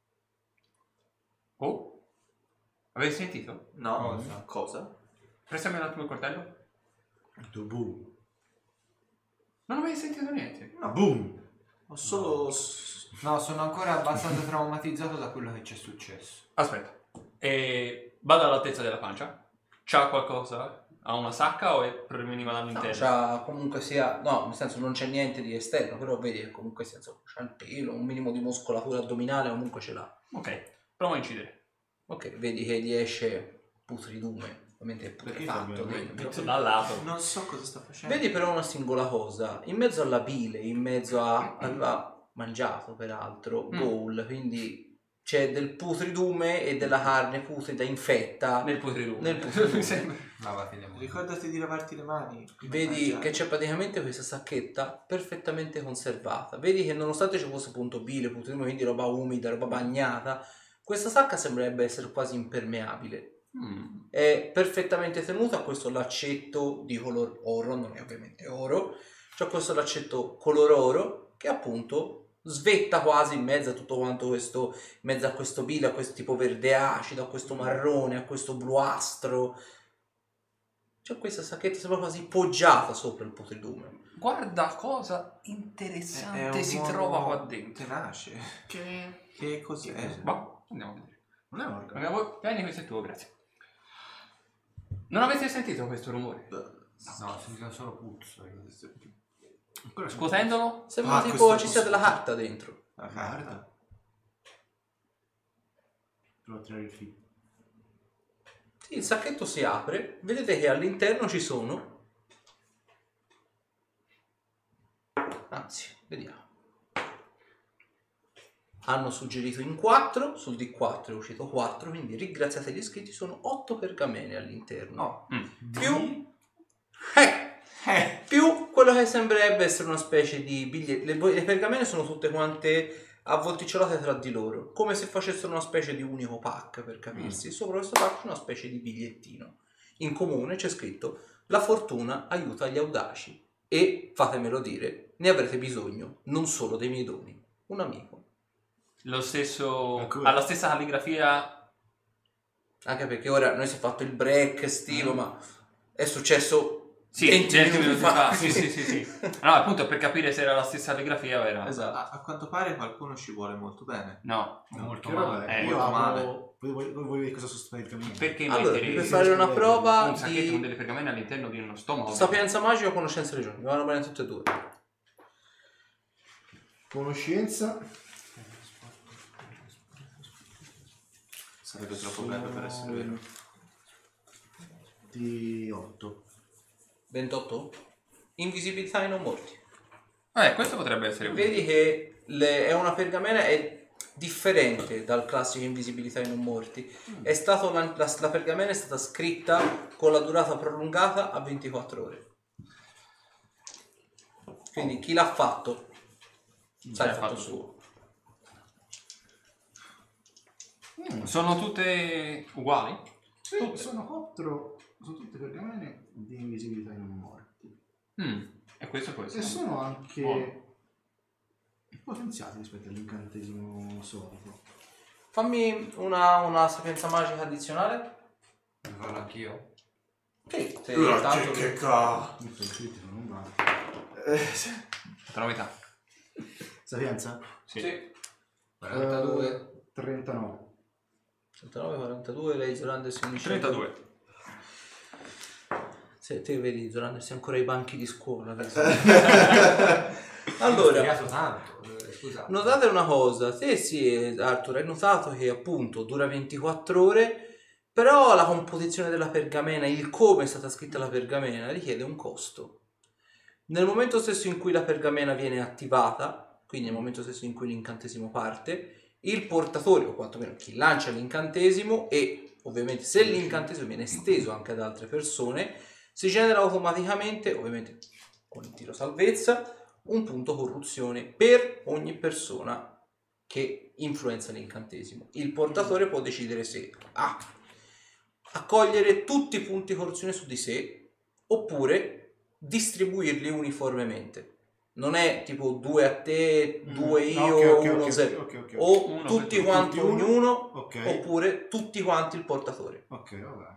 Oh? Avete sentito? No, Cosa? cosa? Prestami un attimo il coltello. Tu boom. Non avete sentito niente. No. Boom. Ho solo... No, sono ancora abbastanza traumatizzato da quello che c'è successo. Aspetta. E vado all'altezza della pancia. C'ha qualcosa? Ha una sacca o è preveniva No, dall'interno? c'ha comunque sia, no, nel senso non c'è niente di esterno, però vedi che comunque sia, insomma, c'ha il pelo, un minimo di muscolatura addominale comunque ce l'ha. Ok, prova a incidere. Ok, vedi che gli esce putridume, ovviamente è Perché putrefatto fa il dentro. Dal lato. Non so cosa sta facendo. Vedi però una singola cosa, in mezzo alla bile, in mezzo a... aveva mangiato peraltro Mm. Goal, quindi c'è del putridume e della carne putrida infetta Nel putridume. nel putridume. Mi sembra. Lavati le mani. Ricordati di lavarti le mani. prima Vedi di mangiare. che c'è praticamente questa sacchetta perfettamente conservata. Vedi che nonostante ci fosse appunto bile, putridume, quindi roba umida, roba bagnata, questa sacca sembrerebbe essere quasi impermeabile. Mm. È perfettamente tenuta a questo laccetto di color oro, non è ovviamente oro, c'è questo laccetto color oro che appunto svetta quasi in mezzo a tutto quanto questo, in mezzo a questo bile, a questo tipo verde acido, a questo marrone, a questo bluastro. C'è questa sacchetta sembra quasi poggiata sopra il putridume. Guarda cosa È- è interessante un si uomo trova qua dentro. Tenace. Che... Che cos'è? Boh, andiamo a vedere. Non è un organo. Raga, voi- Vieni, questo è tuo, grazie. Non avete sentito questo rumore? No, sentivo solo puzzo. Ancora c'è- Scuotendolo? Sembra Ah, tipo questo ci sia posso- della carta dentro. La Guarda. Provo a tirare il filo. Sì, il sacchetto si apre, vedete che all'interno ci sono... Anzi, vediamo. Hanno suggerito in quattro, sul D quattro è uscito quattro, quindi ringraziate gli iscritti, sono otto pergamene all'interno. Oh. Mm. Più... Eh! Eh. Più quello che sembrerebbe essere una specie di biglietti. Le, le pergamene sono tutte quante avvolticciolate tra di loro, come se facessero una specie di unico pack, per capirsi. Sopra questo pack c'è una specie di bigliettino. In comune c'è scritto: la fortuna aiuta gli audaci e, fatemelo dire, ne avrete bisogno, non solo dei miei doni. Un amico. Lo stesso... Ancora. Ha la stessa calligrafia... Anche perché ora noi si è fatto il break estivo, ma è successo Sì, venti venti minuti minuti fa. fa. Sì, sì, sì, sì. No, appunto per capire se era la stessa calligrafia o era... Esatto. A, a quanto pare qualcuno ci vuole molto bene. No. Molto Che roba male. è? Eh, Io molto male. apro... Voi, voi, voi vedete cosa sto per il cammino? Perché Allora, mettere per fare una prova un sacchetto con di delle pergamene all'interno di uno stomaco? sapienza magica o conoscenza regione, mi vanno bene tutte e due. Conoscenza. Sarebbe troppo bello per essere vero. Di otto. ventotto? Invisibilità ai non morti. Eh, questo potrebbe essere utile. Vedi che le- è una pergamena è differente dal classico invisibilità ai non morti. È stato la, la, la pergamena è stata scritta con la durata prolungata a ventiquattro ore. Quindi chi l'ha fatto sa il L'ha fatto fatto suo. Mm. Sono tutte uguali? Sì, sono quattro. Sono tutte pergamene di invisibilità ai non morti. Mm. E questo può E essere... sono anche Buono. potenziati rispetto all'incantesimo solito. Fammi una, una sapienza magica addizionale. Devo farlo anch'io? Sì, se Uh, tanto che, che ca... Tutto il critico non va. Eh, sì. La novità. Sapienza? Sì. Sì. quarantadue. Eh, trentanove. settantanove, quarantadue, lei Zolander si unisce. trentadue. Se te vedi Zolander sei ancora ai banchi di scuola. Ho Allora, studiato tanto. eh, Scusate. notate una cosa, te sì Arthur hai notato che appunto dura ventiquattro ore, però la composizione della pergamena, il come è stata scritta la pergamena richiede un costo. Nel momento stesso in cui la pergamena viene attivata, quindi nel momento stesso in cui l'incantesimo parte, il portatore o quantomeno chi lancia l'incantesimo e ovviamente se l'incantesimo viene esteso anche ad altre persone, si genera automaticamente, ovviamente con il tiro salvezza, un punto corruzione per ogni persona che influenza l'incantesimo. Il portatore può decidere se A. accogliere tutti i punti corruzione su di sé oppure distribuirli uniformemente. Non è tipo due a te, due io, No, ok, ok, uno ok, zero. ok, ok, ok. O Uno tutti per quanti tutti uno. ognuno Ok. oppure tutti quanti il portatore. Ok, va bene.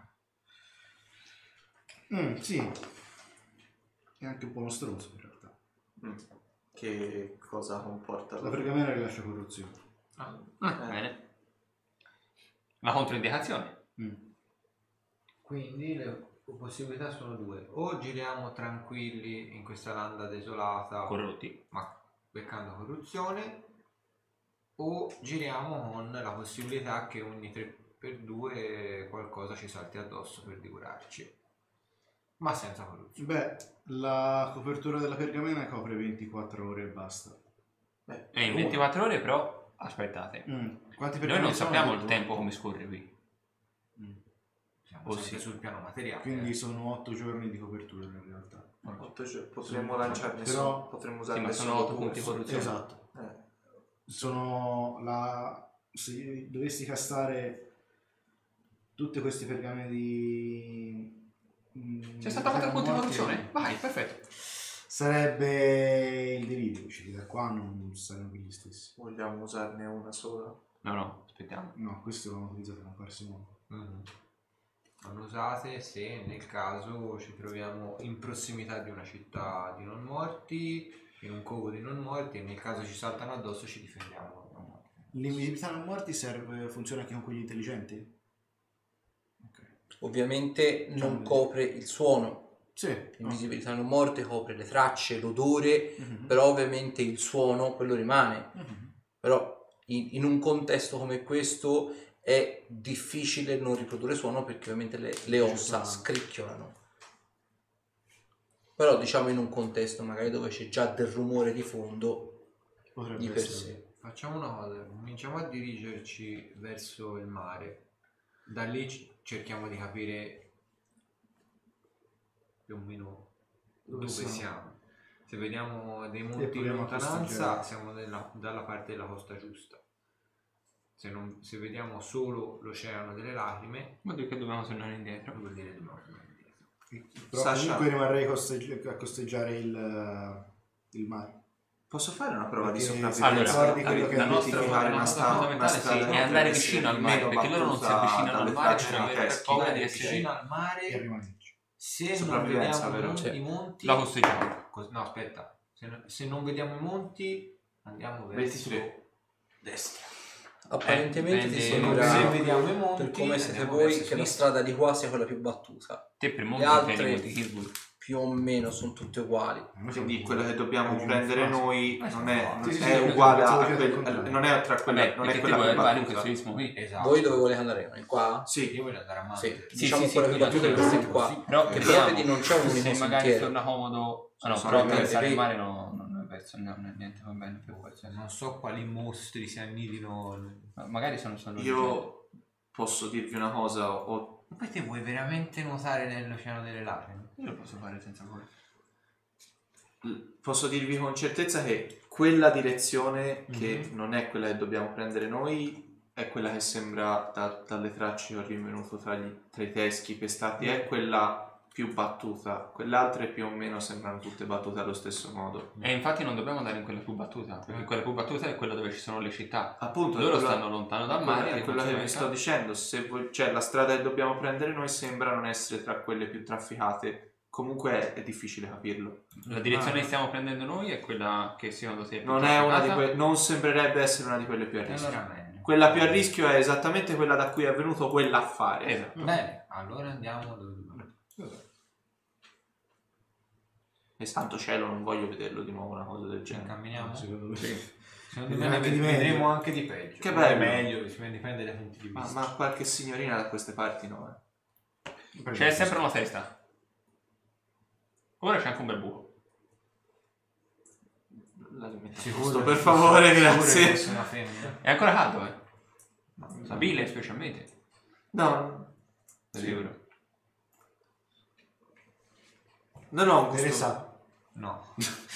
Mm, sì. È anche un po' mostruoso in realtà. Che cosa comporta? La pergamena rilascia corruzione. Ah, bene. La controindicazione. Mm. Quindi le possibilità sono due. O giriamo tranquilli in questa landa desolata, Corrotti. ma beccando corruzione, o giriamo con la possibilità che ogni tre per due qualcosa ci salti addosso per curarci. Ma senza corruzione. Beh, la copertura della pergamena copre ventiquattro ore e basta. Beh, e in ventiquattro ore però, aspettate, Mm. Quanti noi non sono? sappiamo il tempo come scorre qui. Mm. Siamo Oh, sempre sì. sul piano materiale. Quindi sono otto giorni di copertura in realtà. Otto giorni. Potremmo lanciarne Però- solo, potremmo Sì, usarne ma sono solo otto due. punti corruzione. Esatto. Eh. Sono la... Se dovessi castare tutte queste pergamene di... mm, C'è stata quattro punti di morti, corruzione? Vai, perfetto. Sarebbe il delirio, ci da qua non saranno gli stessi. Vogliamo usarne una sola? No, no, aspettiamo. No, questo l'hanno utilizzato da un parsimonia. Mm. Non usate se nel caso ci troviamo in prossimità di una città di non morti, in un covo di non morti, e nel caso ci saltano addosso ci difendiamo. L'invisibilità non morti serve, funziona anche con quelli intelligenti? Ok. Ovviamente non copre il suono. Sì. L'invisibilità non morte copre le tracce, l'odore, Mhm. però ovviamente il suono, quello rimane. Mhm. Però in, in un contesto come questo è difficile non riprodurre suono perché ovviamente le, le ossa scricchiolano. Però diciamo in un contesto magari dove c'è già del rumore di fondo Potrebbe di per essere. sé. Facciamo una cosa, cominciamo a dirigerci verso il mare. Da lì c- cerchiamo di capire più o meno dove, siamo. siamo. Se vediamo dei E monti in proviamo a lontananza, costeggiare. siamo nella- dalla parte della costa giusta. Se, non- se vediamo solo l'oceano delle lacrime, Vuol dire che dobbiamo tornare indietro. vuol dire di no. tornare indietro. Però Sasha. comunque rimarrei a costeggi- a costeggiare il, il mare. Posso fare una prova di Perché sopravvivenza? Allora, ricordi quello che la ha nostra, detto la che nostra sta- una fondamentale sì, strada è che andare potrebbe vicino essere al mare, meno perché loro non si battuta avvicinano al dalle mare, tracce per dei avere testi. paura di Andare essere vicino al e mare, rimanerci. se non Sopravvivenza, vediamo vero? i Cioè, i monti, la costeggiamo. cos- no aspetta, se, no- se non vediamo i monti andiamo verso ventitré. Destra. Eh, Apparentemente ti dipende- sembra, se vediamo i monti per come siete andiamo voi, verso che la sinistra. strada di qua sia quella più battuta. Te per Le molti altre- intendi Monti Hillwood. Più o meno sono tutte uguali. Quindi quella che dobbiamo Abbiamo prendere fatto. noi Eh, non è, sì, sì, è sì, uguale pensavo a che quel- al contrario. non è tra quella, Vabbè, non è perché quella te più vuoi fare in battuta. questo ritmo qui. Esatto. Voi dove volete andare? Noi qua? Sì, Io voglio andare a mare. Sì, Sì, diciamo sì, quella sì, più battuta sì, è questa sì, di qua. sì. Però Che vediamo, vedi non c'è un se unico magari sentiero. torna comodo, ah, no, Sono però le attraversare il vedi. mare no, non è verso, no, no, niente va bene per questo. Non so quali mostri si annidino. Ma magari sono solo io posso dirvi una cosa, ho Ma poi te vuoi veramente nuotare nell'oceano delle lacrime? io lo posso fare senza voi. posso dirvi con certezza che quella direzione, che Mhm. non è quella che dobbiamo prendere noi, è quella che sembra da- dalle tracce che ho rinvenuto tra, gli, tra i teschi pestati, è quella più battuta. Quelle altre più o meno sembrano tutte battute allo stesso modo. E infatti non dobbiamo andare in quella più battuta, perché quella più battuta è quella dove ci sono le città. Appunto, è Loro quella- stanno lontano dal è quella- mare. È di quella che vi conseguenza- sto dicendo. Se voi, cioè, la strada che dobbiamo prendere noi sembra non essere tra quelle più trafficate. Comunque è, è difficile capirlo. La direzione che stiamo prendendo noi è quella che secondo te è più Non, è una di trafficata? que- non sembrerebbe essere una di quelle più a E rischio. allora meglio. Quella più a rischio è esattamente quella da cui è venuto quell'affare. Esatto. Bene, allora andiamo dove dobbiamo. E santo cielo, non voglio vederlo di nuovo una cosa del Cioè, genere. camminiamo? Secondo me. Secondo Vediamo me ne anche di vedremo meglio. anche di peggio. Che Non è bello. meglio, dipende dai punti di Ma, vista. ma qualche signorina da queste parti no, eh. C'è sempre una testa. Ora c'è anche un bel buco. La rimettiamo Sicuro, posto, per sicuro, favore, sicuro che grazie. fosse una femmina. È ancora caldo, eh? Sabile specialmente. No, Sicuro. no, no, gusto- Teresa, No.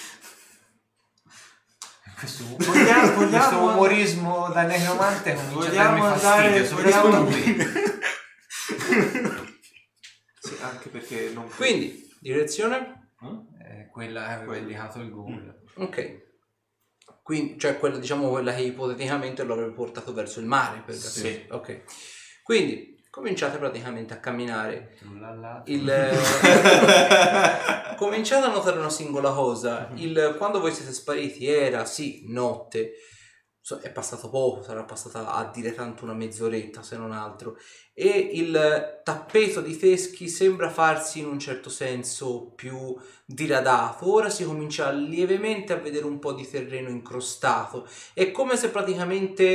questo, Vogliamo- questo vogliamo- umorismo da necromante comincia a darmi Vogliamo andare, fastidio, soprattutto vogliamo... qui. Sì, anche perché non... Quindi, direzione? Eh, quella che aveva indicato il ghoul. Ok. Quindi, cioè quella, diciamo, quella che ipoteticamente lo avrebbe portato verso il mare, per Sì. capire. Ok. Quindi, cominciate praticamente a camminare. Trullalla. Il, cominciate a notare una singola cosa. Il, quando voi siete spariti era, sì, notte. So- È passato poco, sarà passata a dire tanto una mezz'oretta se non altro. E il tappeto di teschi sembra farsi in un certo senso più diradato. Ora si comincia lievemente a vedere un po' di terreno incrostato. È come se praticamente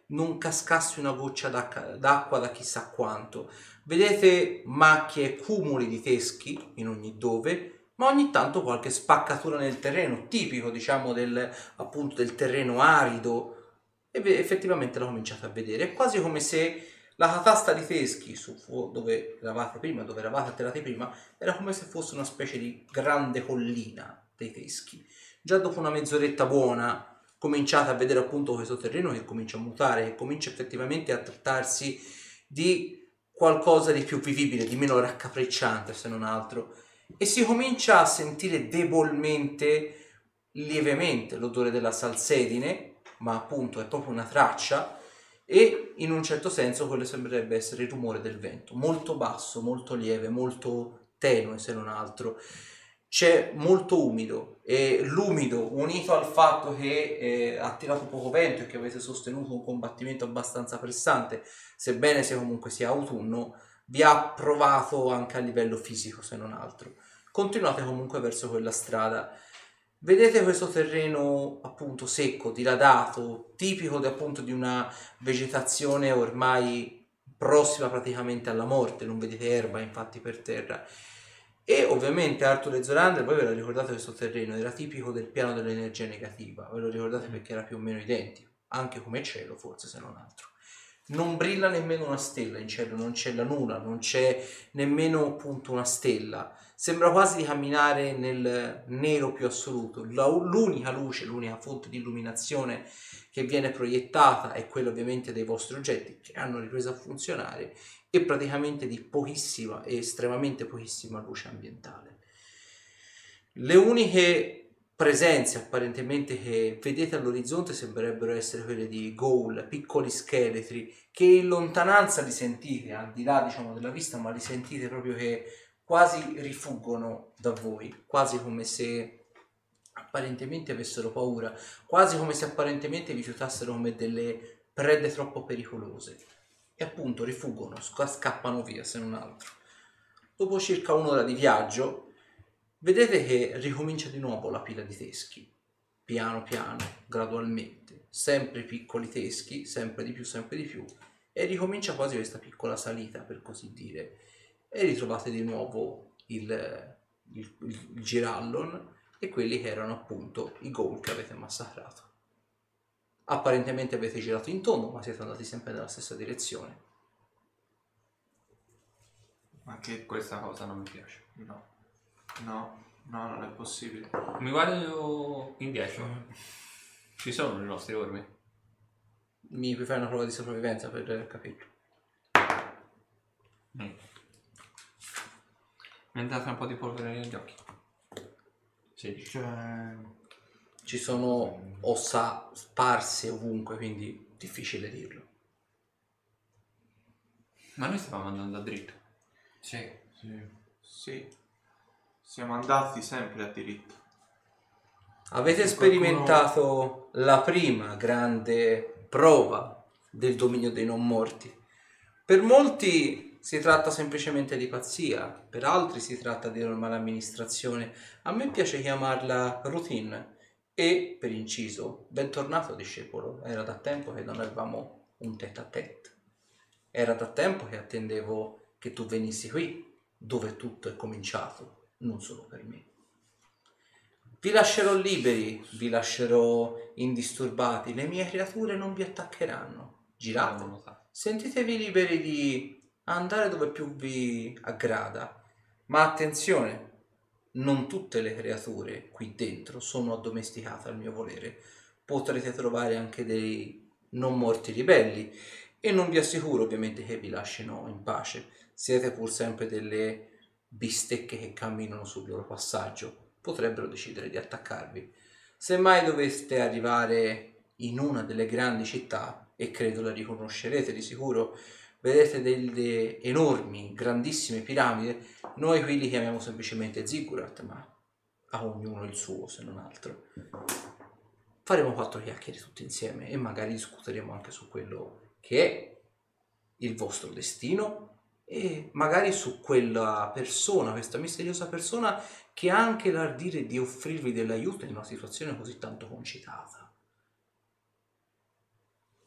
non cascasse una goccia d'acqua da chissà quanto. Vedete macchie e cumuli di teschi in ogni dove, ma ogni tanto qualche spaccatura nel terreno, tipico diciamo del, appunto, del terreno arido, e effettivamente la cominciate a vedere. È quasi come se la catasta di teschi su dove eravate prima, dove eravate atterrati prima, era come se fosse una specie di grande collina dei teschi. Già dopo una mezz'oretta buona cominciate a vedere appunto questo terreno che comincia a mutare, che comincia effettivamente a trattarsi di qualcosa di più vivibile, di meno raccapricciante se non altro, e si comincia a sentire debolmente, lievemente l'odore della salsedine, ma appunto è proprio una traccia, e in un certo senso quello sembrerebbe essere il rumore del vento, molto basso, molto lieve, molto tenue se non altro. C'è molto umido, e l'umido unito al fatto che eh, ha tirato poco vento e che avete sostenuto un combattimento abbastanza pressante, sebbene sia comunque sia autunno, vi ha provato anche a livello fisico se non altro. Continuate comunque verso quella strada. Vedete questo terreno appunto secco, diradato, tipico di, appunto di una vegetazione ormai prossima praticamente alla morte, non vedete erba infatti per terra. E ovviamente Arthur e Zorander, voi ve lo ricordate questo terreno, era tipico del piano dell'energia negativa, ve lo ricordate perché era più o meno identico, anche come cielo forse se non altro. Non brilla nemmeno una stella in cielo, non c'è la luna, non c'è nemmeno appunto una stella, sembra quasi di camminare nel nero più assoluto. La, l'unica luce, l'unica fonte di illuminazione che viene proiettata è quella ovviamente dei vostri oggetti che hanno ripreso a funzionare, e praticamente di pochissima e estremamente pochissima luce ambientale. Le uniche presenze apparentemente che vedete all'orizzonte sembrerebbero essere quelle di ghoul, piccoli scheletri che in lontananza li sentite, al di là diciamo della vista, ma li sentite proprio che quasi rifuggono da voi, quasi come se apparentemente avessero paura, quasi come se apparentemente vi fiutassero come delle prede troppo pericolose. E appunto rifuggono, scappano via se non altro. Dopo circa un'ora di viaggio vedete che ricomincia di nuovo la pila di teschi, piano piano, gradualmente, sempre piccoli teschi, sempre di più, sempre di più, e ricomincia quasi questa piccola salita per così dire, e ritrovate di nuovo il, il, il, il Girallon e quelli che erano appunto i ghoul che avete massacrato. Apparentemente avete girato in tondo, ma siete andati sempre nella stessa direzione. Ma che Questa cosa non mi piace. no, no, no, non è possibile. Mi guardo indietro. Ci sono le nostre orme? Mi puoi fare una prova di sopravvivenza per capirlo? Mm. Mi è andata un po' di polvere negli occhi. sedici. Cioè, Ci sono ossa sparse ovunque, quindi difficile dirlo. Ma noi stavamo andando a dritto. Sì. sì. Sì, siamo andati sempre a diritto. Avete Se sperimentato qualcuno... la prima grande prova del dominio dei non morti. Per molti si tratta semplicemente di pazzia, per altri si tratta di normale amministrazione. A me piace chiamarla routine. E, per inciso, bentornato discepolo, era da tempo che non avevamo un tête à tête. Era da tempo che attendevo che tu venissi qui, dove tutto è cominciato, non solo per me. Vi lascerò liberi, vi lascerò indisturbati, le mie creature non vi attaccheranno. Girate, sentitevi liberi di andare dove più vi aggrada, ma attenzione, non tutte le creature qui dentro sono addomesticate al mio volere. Potrete trovare anche dei non morti ribelli e non vi assicuro ovviamente che vi lasciano in pace. Siete pur sempre delle bistecche che camminano sul loro passaggio. Potrebbero decidere di attaccarvi. Se mai doveste arrivare in una delle grandi città, e credo la riconoscerete di sicuro, vedete delle enormi, grandissime piramidi. Noi qui li chiamiamo semplicemente ziggurat, ma a ognuno il suo se non altro. Faremo quattro chiacchiere tutti insieme e magari discuteremo anche su quello che è il vostro destino e magari su quella persona, questa misteriosa persona che ha anche l'ardire di offrirvi dell'aiuto in una situazione così tanto concitata.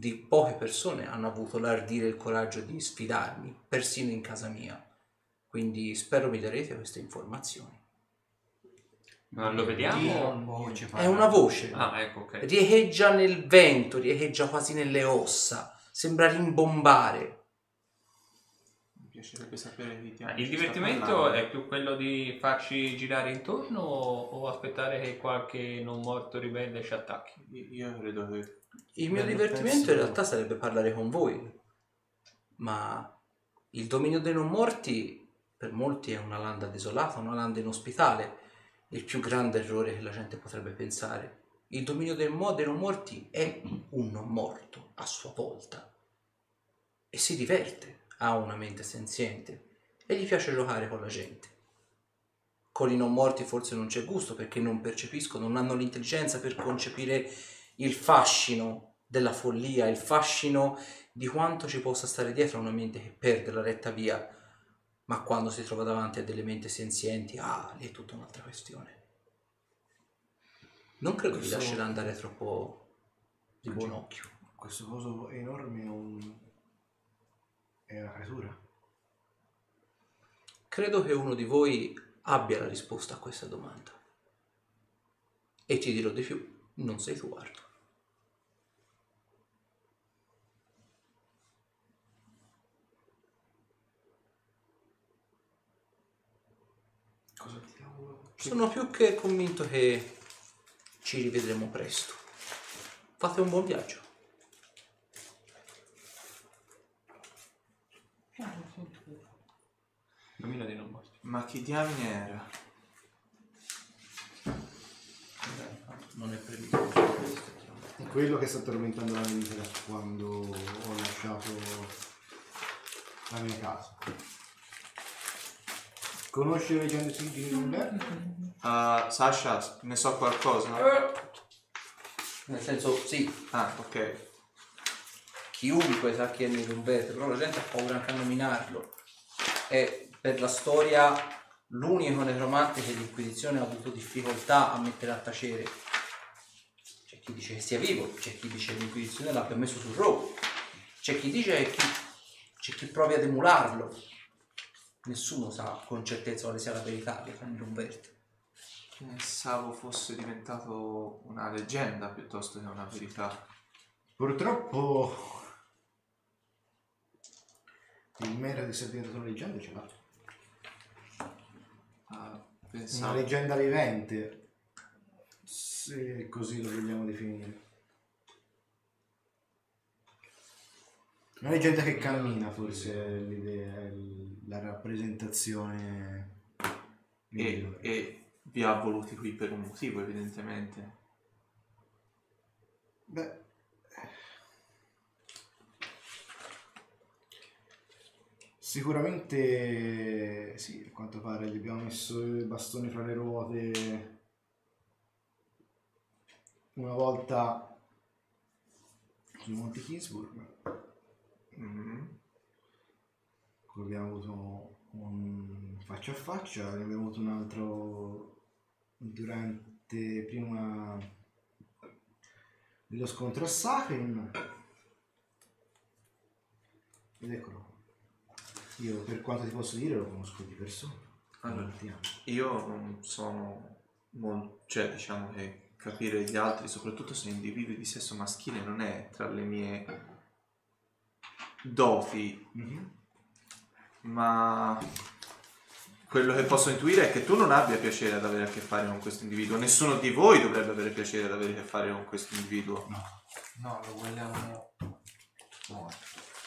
di poche persone hanno avuto l'ardire e il coraggio di sfidarmi, persino in casa mia. Quindi spero mi darete queste informazioni. Ma lo vediamo? È una voce. Ah, ecco, ok. Riecheggia nel vento, riecheggia quasi nelle ossa. Sembra rimbombare. Mi piacerebbe sapere di chi. Il divertimento è più quello di farci girare intorno o aspettare che qualche non morto ribelle ci attacchi? Io credo che... Il mio divertimento in realtà sarebbe parlare con voi. Ma il dominio dei non morti per molti è una landa desolata, una landa inospitale. Il più grande errore che la gente potrebbe pensare. Il dominio dei non morti è un non morto a sua volta e si diverte, ha una mente senziente e gli piace giocare con la gente. Con i non morti forse non c'è gusto perché non percepiscono, non hanno l'intelligenza per concepire il fascino della follia, il fascino di quanto ci possa stare dietro a una mente che perde la retta via. Ma quando si trova davanti a delle menti senzienti, ah, lì è tutta un'altra questione. Non credo Questo... vi lascerà andare troppo di buon occhio. Questo coso enorme è un... è una creatura. Credo che uno di voi abbia la risposta a questa domanda. E ti dirò di più, non sei tu, Arthur. Cosa ti auguro? Sono più che convinto che ci rivedremo presto. Fate un buon viaggio. Domino dei non morti. Ma chi diamine era? Non è previsto. Quello che sta tormentando la mia vita da quando ho lasciato la mia casa. Conosci le leggende di Nuremberg? Uh, Sasha, ne so qualcosa? Nel senso, sì, Ah, ok. chiunque sa chi è Nuremberg, però la gente ha paura anche a nominarlo. E per la storia l'unico necromante che l'Inquisizione ha avuto difficoltà a mettere a tacere. C'è chi dice che sia vivo, c'è chi dice che l'Inquisizione l'abbia messo sul rogo, c'è chi dice che chi, c'è chi provi ad emularlo. Nessuno sa con certezza quale sia la verità di Nuremberg. Pensavo fosse diventato una leggenda piuttosto che una verità. Purtroppo il merito di essere diventato una leggenda ce l'ha. Ah, Una pensavo... leggenda vivente, se così lo vogliamo definire. Una leggenda che cammina, forse è l'idea, è la rappresentazione E, migliore. e vi ha voluti qui per un motivo, evidentemente. Beh, sicuramente sì, a quanto pare gli abbiamo messo i bastoni fra le ruote una volta sul Monte Kingsburg. Mm. Abbiamo avuto un faccia a faccia, ne abbiamo avuto un altro durante prima dello scontro a Sacrim. Ed eccolo. Io per quanto ti posso dire lo conosco di persona. Allora, io non sono molto, cioè diciamo che capire gli altri, soprattutto se individui di sesso maschile, non è tra le mie doti, Mm-hmm. ma quello che posso intuire è che tu non abbia piacere ad avere a che fare con questo individuo. Nessuno di voi dovrebbe avere piacere ad avere a che fare con questo individuo. No. No, lo vogliamo morto.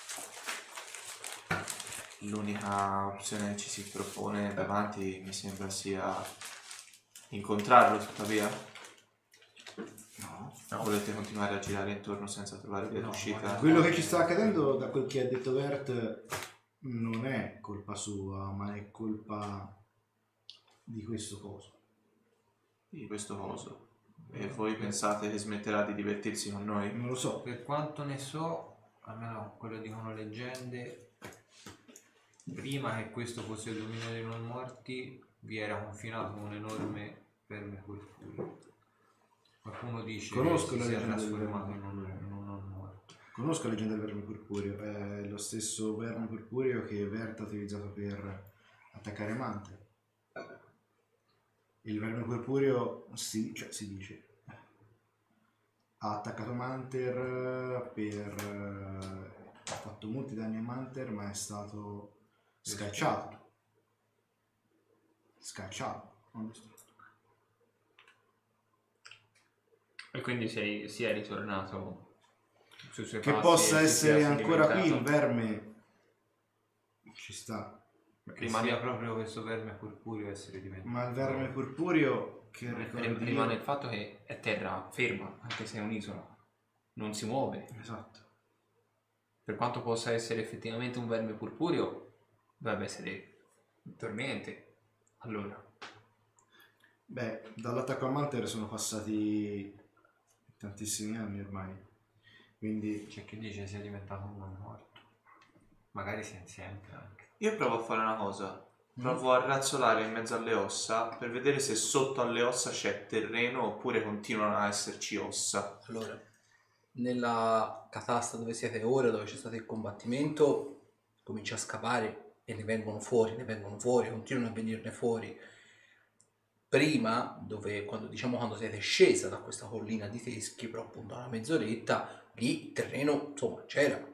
L'unica opzione che ci si propone davanti mi sembra sia incontrarlo, tuttavia. No. No. Volete continuare a girare intorno senza trovare via No, d'uscita? guarda- Quello che ci sta accadendo, da quel che ha detto Bert, non è colpa sua, ma è colpa di questo coso. Di questo coso. E voi pensate che smetterà di divertirsi con noi? Non lo so. Per quanto ne so, almeno quello dicono leggende, prima che questo fosse il dominio dei non morti vi era confinato un enorme verme furio. Qualcuno dice Conosco che la si sia leggenda del trasformato verme in un, in un non morto. Conosco la leggenda del verme purpureo, è lo stesso verme purpureo che Vert ha utilizzato per attaccare Manther. Il verme purpureo, sì, cioè si dice, ha attaccato Manther per... ha fatto molti danni a Manther, ma è stato scacciato. Scacciato, non distrutto. E quindi sei, si è ritornato sui suoi Che passi possa e si sia essere ancora qui il sedimentato. verme ci sta, Che Rimane- sia proprio questo verme purpureo essere diventato. ma il verme purpureo che ricordi Rimane il fatto che è terra ferma, anche se è un'isola, non si muove. esatto. Per quanto possa essere effettivamente un verme purpureo, dovrebbe essere dormiente. Allora, Beh, dall'attacco a Manther sono passati tantissimi anni ormai, quindi C'è chi dice sia diventato un non morto. Magari senziente anche. Io provo a fare una cosa. Provo a razzolare in mezzo alle ossa per vedere se sotto alle ossa c'è terreno oppure continuano a esserci ossa. Allora, nella catasta dove siete ora, dove c'è stato il combattimento, comincia a scapare e ne vengono fuori, ne vengono fuori, continuano a venirne fuori. Prima, dove quando diciamo quando siete scesa da questa collina di teschi, però appunto una mezz'oretta, lì il terreno insomma c'era.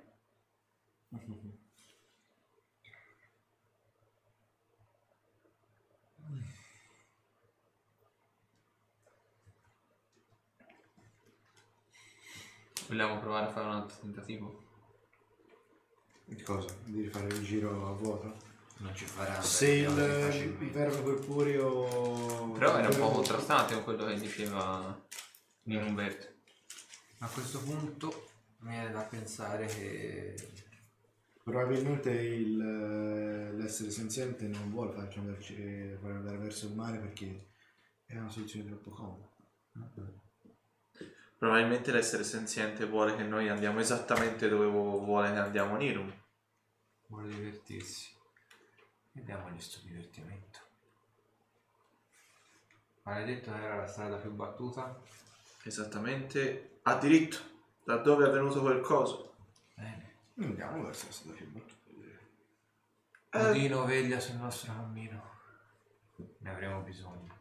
vogliamo provare a fare un altro tentativo? di cosa? Di rifare il giro a vuoto? Non ci farà. Se il, il verme purpureo... Però era un po' contrastante con quello che diceva Nino Umberto. A questo punto mi viene da pensare che Probabilmente il, l'essere senziente non vuole farci andarci, far andare verso il mare perché è una soluzione troppo comoda. Probabilmente l'essere senziente vuole che noi andiamo esattamente dove vuole che andiamo Nirum. vuole divertirsi. E diamogli sto divertimento. Maledetto era la strada più battuta. Esattamente a diritto, da dove è venuto quel coso. Bene. Andiamo verso la strada più battuta. Odino veglia sul nostro cammino. Ne avremo bisogno.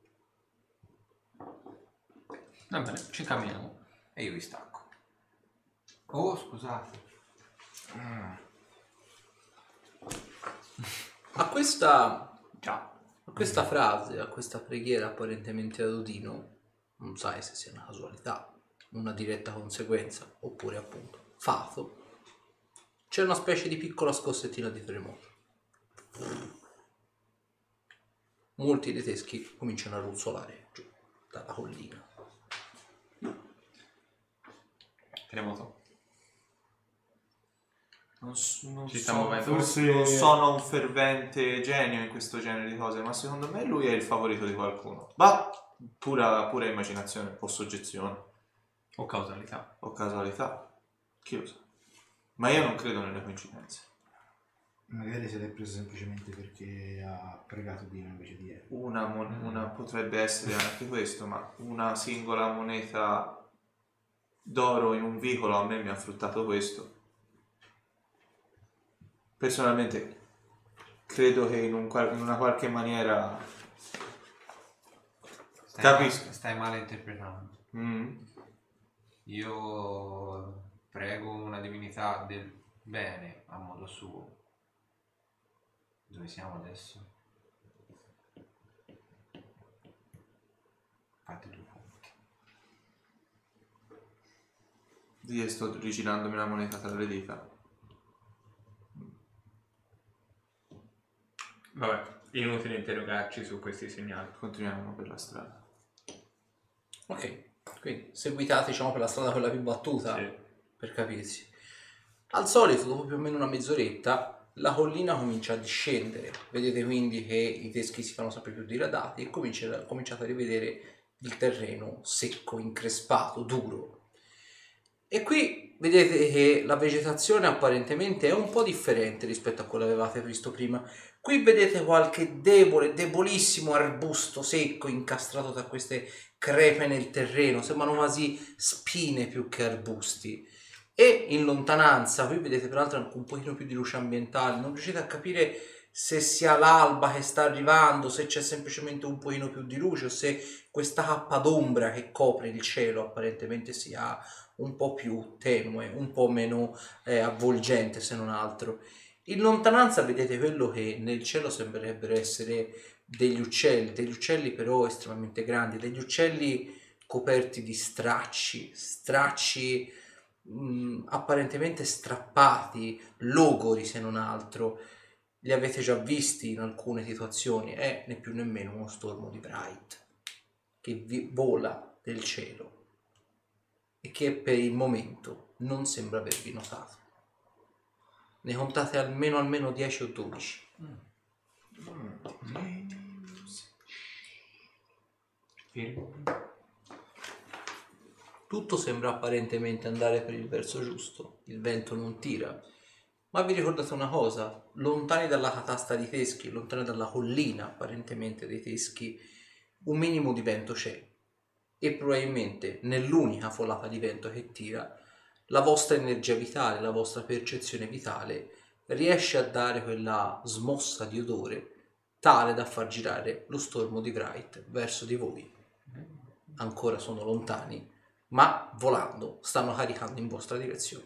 Va bene, ci camminiamo. E io vi stacco. Oh, scusate. A questa, Ciao. a questa frase, a questa preghiera apparentemente ad Odino, non sai se sia una casualità, una diretta conseguenza, oppure appunto fato, c'è una specie di piccola scossettina di terremoto. Molti dei teschi cominciano a ruzzolare giù dalla collina. Terremoto. Non, s- non Ci sta so- muovendo. forse non sono un fervente genio in questo genere di cose, ma secondo me lui è il favorito di qualcuno. Ma pura, pura immaginazione o soggezione O causalità. o casualità, chi lo sa. Ma io non credo nelle coincidenze. Magari se l'è preso semplicemente perché ha pregato Dio invece di Eva. Una, mon- una potrebbe essere anche questo, ma una singola moneta d'oro in un vicolo a me mi ha fruttato questo. Personalmente credo che in, un qual- in una qualche maniera Stai Capisco. Male, stai male interpretando. mm, Io prego una divinità del bene a modo suo. Dove siamo adesso? Fate due punti. io sto rigirandomi una moneta tra le dita. Vabbè, inutile interrogarci su questi segnali. Continuiamo per la strada. Ok, quindi seguitate diciamo per la strada quella più battuta, Sì. per capirsi. Al solito, dopo più o meno una mezz'oretta, la collina comincia a discendere. Vedete quindi che i teschi si fanno sempre più diradati e comincia- cominciate a rivedere il terreno secco, increspato, duro. E qui vedete che la vegetazione apparentemente è un po' differente rispetto a quello che avevate visto prima. Qui vedete qualche debole, debolissimo arbusto secco incastrato tra queste crepe nel terreno, sembrano quasi spine più che arbusti. e in lontananza, qui vedete peraltro anche un pochino più di luce ambientale, non riuscite a capire se sia l'alba che sta arrivando, se c'è semplicemente un pochino più di luce o se questa cappa d'ombra che copre il cielo apparentemente sia un po' più tenue, un po' meno eh, avvolgente se non altro. In lontananza vedete quello che nel cielo sembrerebbero essere degli uccelli, degli uccelli però estremamente grandi, degli uccelli coperti di stracci, stracci mh, apparentemente strappati, logori se non altro. Li avete già visti in alcune situazioni, è né più nemmeno uno stormo di Bright che vi vola del cielo e che per il momento non sembra avervi notato. Ne contate almeno almeno dieci o dodici. Mm. Tutto sembra apparentemente andare per il verso giusto, il vento non tira, ma vi ricordate una cosa, lontani dalla catasta di Teschi, lontani dalla collina apparentemente dei Teschi, un minimo di vento c'è e probabilmente nell'unica folata di vento che tira, la vostra energia vitale, la vostra percezione vitale riesce a dare quella smossa di odore tale da far girare lo stormo di Bright verso di voi. Ancora sono lontani, ma volando stanno caricando in vostra direzione.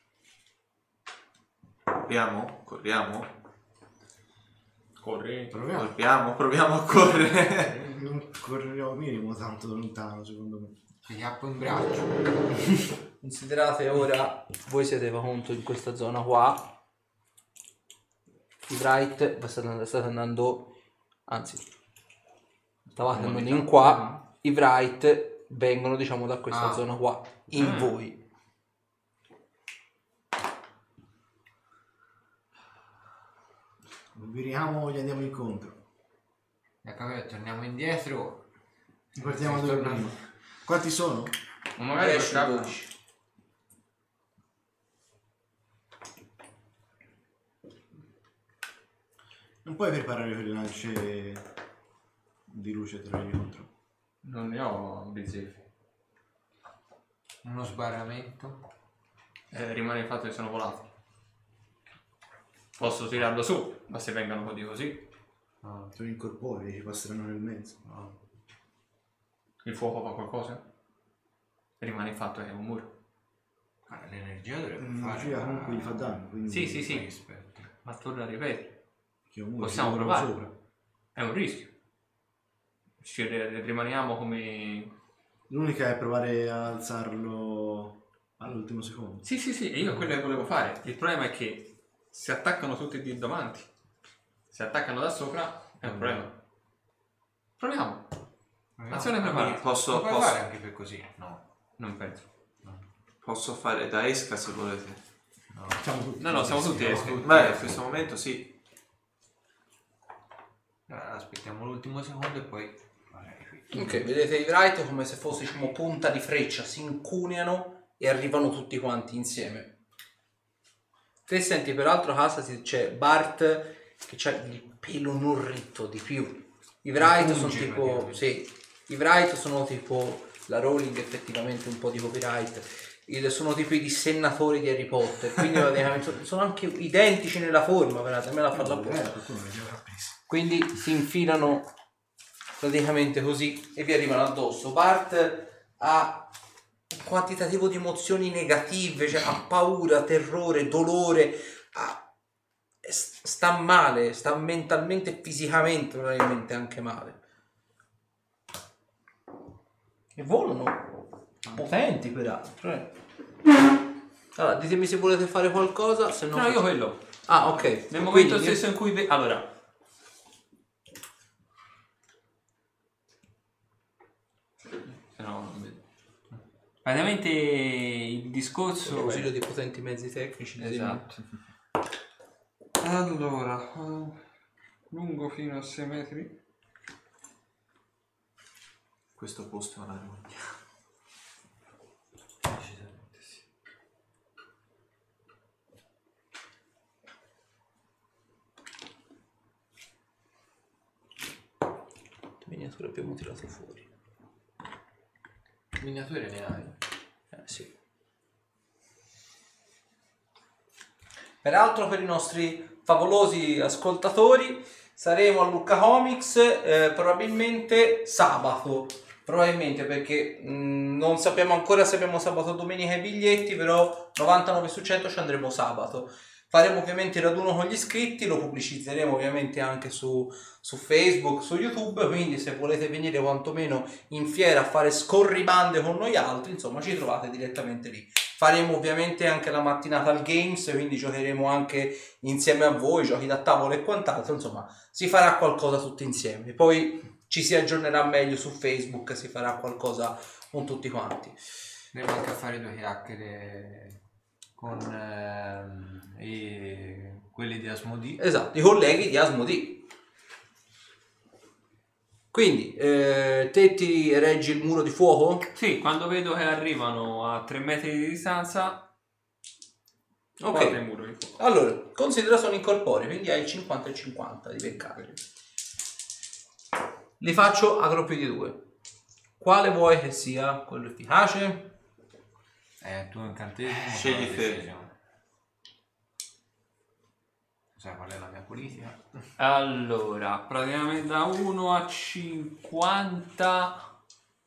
Corriamo? Corriamo? Corri. Proviamo. Corriamo? Proviamo a correre. Non correrò minimo tanto da lontano, secondo me. Ti chiappo in braccio. Considerate ora, voi siete conto in questa zona qua, i Bright state andando, state andando anzi, stavate andando in qua, i Bright vengono diciamo da questa Ah. zona qua, in Mm. voi. Viriamo, gli andiamo incontro. E capito, torniamo indietro. Partiamo Sto dove tornando. prima. Quanti sono? Ma magari dieci, facciamo- dodici. Non puoi preparare quelle lance di luce tra gli contro? Non ne ho bizzeffi. Uno sbarramento. Eh, rimane il fatto che sono volati. Posso tirarlo su, ma se vengono così così, No, Sono incorporei, ci passeranno nel mezzo. no. il fuoco fa qualcosa? Rimane il fatto che è un muro. Ah, l'energia dovrebbe L'energia fare. comunque gli fa danno, quindi... Sì, sì, sì. Rispetto. Ma tu la ripeti. Che un muro Possiamo ci lavora provare. sopra. È un rischio. Ci ri- rimaniamo come... L'unica è provare a alzarlo all'ultimo secondo. Sì, sì, sì, e io quello che volevo fare. Il problema è che se attaccano tutti e due davanti, se attaccano da sopra, è un problema. Proviamo. Azione preparata. Posso, Lo puoi posso, fare anche per così? No. Non penso. posso fare da esca se volete. No. Siamo tutti. No, no, siamo tutti eschi. Beh, in questo momento sì. Allora, aspettiamo l'ultimo secondo e poi... Ok, vedete i Bright come se fosse diciamo punta di freccia, si incuneano e arrivano tutti quanti insieme. Te senti peraltro a casa c'è Bart che c'ha il pelo non ritto di più. I Bright sono Punge, tipo... praticamente. Sì, i Bright sono tipo... La Rowling effettivamente un po' di copyright. Il- sono tipo i dissennatori di Harry Potter. Quindi praticamente sono- sono anche identici nella forma, guardate, me la farla Eh, apposta. qualcuno mi aveva preso. Quindi si infilano praticamente così e vi arrivano addosso. Bart ha un quantitativo di emozioni negative, cioè ha paura, terrore, dolore, ha- sta male, sta mentalmente e fisicamente probabilmente anche male. E volano potenti peraltro. eh. Allora, ditemi se volete fare qualcosa, se no... No, io quello. Ah, ok. Nel Quindi- momento stesso in cui... ve- Allora... Se no non vedo. Praticamente il discorso... Ausilio di potenti mezzi tecnici. Esatto. Allora... eh, lungo fino a sei metri. Questo posto è una rimogna. Decisamente sì. Miniature abbiamo tirato fuori. Miniature ne hai? Eh sì. Peraltro per i nostri favolosi ascoltatori saremo a Lucca Comics eh, probabilmente sabato, probabilmente perché mh, non sappiamo ancora se abbiamo sabato o domenica i biglietti, però novantanove su cento ci andremo sabato. Faremo ovviamente il raduno con gli iscritti, lo pubblicizzeremo ovviamente anche su, su Facebook, su YouTube, quindi se volete venire quantomeno in fiera a fare scorribande con noi altri, insomma ci trovate direttamente lì. Faremo ovviamente anche la mattinata al Games, quindi giocheremo anche insieme a voi, giochi da tavolo e quant'altro, insomma si farà qualcosa tutti insieme. Poi ci si aggiornerà meglio su Facebook, si farà qualcosa con tutti quanti. Andiamo anche a fare due chiacchiere con ehm, i, quelli di Asmodee. Esatto, i colleghi di Asmodee. Quindi, eh, te ti reggi il muro di fuoco? Sì, quando vedo che arrivano a tre metri di distanza, ok. il muro di fuoco. Allora, considera sono incorporei, quindi hai il cinquanta e cinquanta di beccare. Li faccio a gruppi di due. Quale vuoi che sia quello efficace? Eh, tu incantesimo. Scegli fai te. la decisione. Sai qual è la mia politica? Allora, praticamente da uno a cinquanta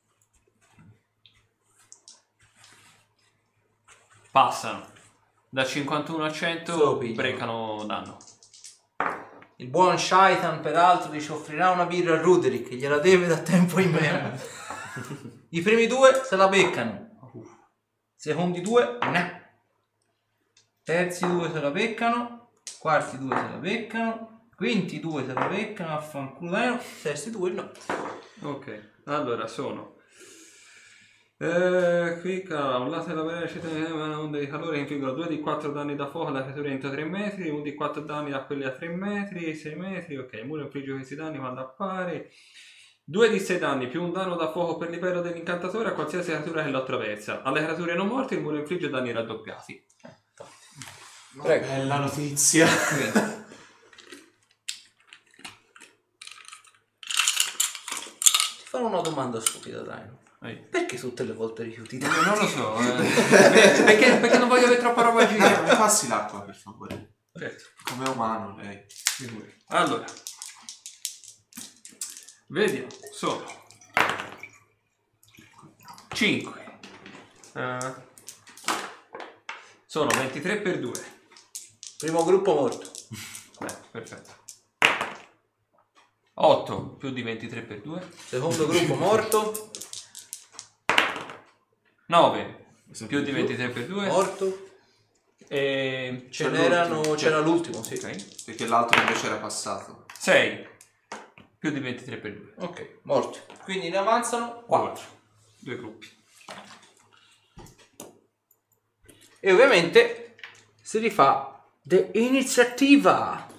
passano, da cinquantuno a Solo cento pigliano. brecano danno. Il buon Shaitan peraltro dice offrirà una birra a Ruderick, gliela deve da tempo in memoria. I primi due se la beccano, secondi due no. Terzi due se la beccano, quarti due se la beccano, quinti due se la beccano, affanculo dai, sesti due no. Ok, allora sono eh, qui a un lato della barriera c'è una onda di calore che infliggono due di quattro danni da fuoco alla creatura entro tre metri, uno di quattro danni da quelli a tre metri, sei metri, ok, il muro infligge questi danni quando appare, due di sei danni più un danno da fuoco per livello dell'incantatore a qualsiasi creatura che lo attraversa. Alle creature non morte il muro infligge danni raddoppiati. Prego. Bella notizia. Ti farò una domanda stupida, dai. Ehi. Perché tutte le volte rifiuti? Non lo so, eh. perché, perché non voglio avere troppa roba a girare. Mi passi l'acqua per favore. Certo. Come umano lei. Allora, vediamo, sono cinque, uh, sono ventitré per due. Primo gruppo morto. Beh, perfetto. otto più di ventitré per due. Secondo gruppo morto. nove più di ventitré per due. Morto. E Ce n'erano, c'era l'ultimo, sì. ok. Perché l'altro invece era passato. sei più di ventitré per due. Ok, morti. Quindi ne avanzano quattro. Due gruppi. E ovviamente si rifà l'iniziativa.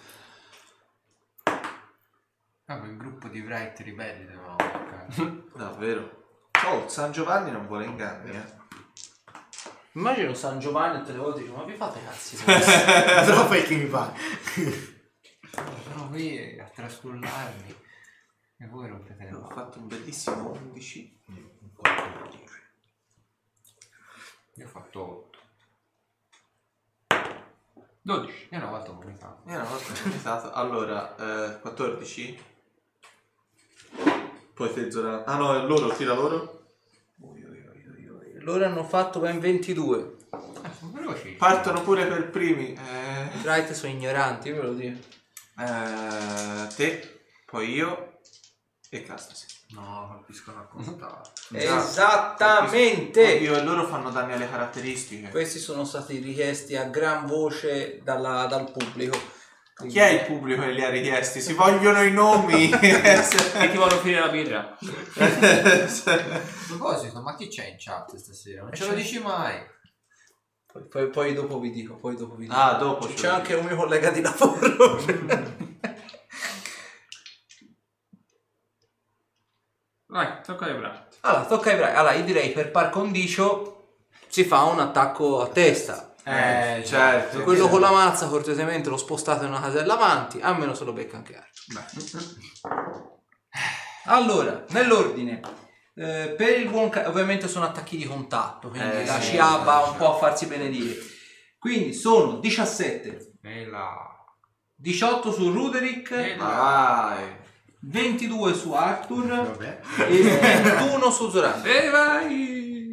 Ah, quel gruppo di Wright ribelli dovevamo beccare. Davvero? Oh, San Giovanni non vuole inganni, eh. Immagino San Giovanni tutte le volte dice, ma vi fate cazzi? Però fai che mi pare. Sono qui a trascullarmi e voi rompete le Ho palle. fatto un bellissimo undici. Io ho fatto otto. dodici. Io una volta ho vomitato. Io una volta ho iniziato. Allora, eh, quattordici. Poi te Zoran. Ah no, è loro, tira loro. Loro hanno fatto ben ventidue. Ah, sono veloci. Partono pure per primi. Eh, I Wright sono ignoranti, io ve lo dico. eh, te, poi io e Castasi. No, colpiscono a contatto. Esattamente. Io e loro fanno danni alle caratteristiche. Questi sono stati richiesti a gran voce dalla- dal pubblico. Quindi- Chi è il pubblico che li ha richiesti? Si vogliono i nomi. E ti voglio finire la birra. A proposito, ma chi c'è in chat stasera? Non ce lo c'è. dici mai. Poi, poi- poi dopo vi dico, poi dopo vi dico. Ah, dopo C'è ce lo anche un mio collega di lavoro. Vai, tocca ai bravi. Allora, tocca ai bravi. Allora, io direi per par condicio si fa un attacco a testa. Eh, certo. Quello con la mazza cortesemente lo spostate in una casella avanti, almeno se lo becca anche altro. Allora, nell'ordine, eh, per il buon ca- ovviamente sono attacchi di contatto, quindi Eh, la sì, C A va sì. un po' a farsi benedire. Quindi sono diciassette Nella... diciotto su Ruderick, Nella... Vai. ventidue su Arthur Vabbè. e ventuno su Zoran. E vai!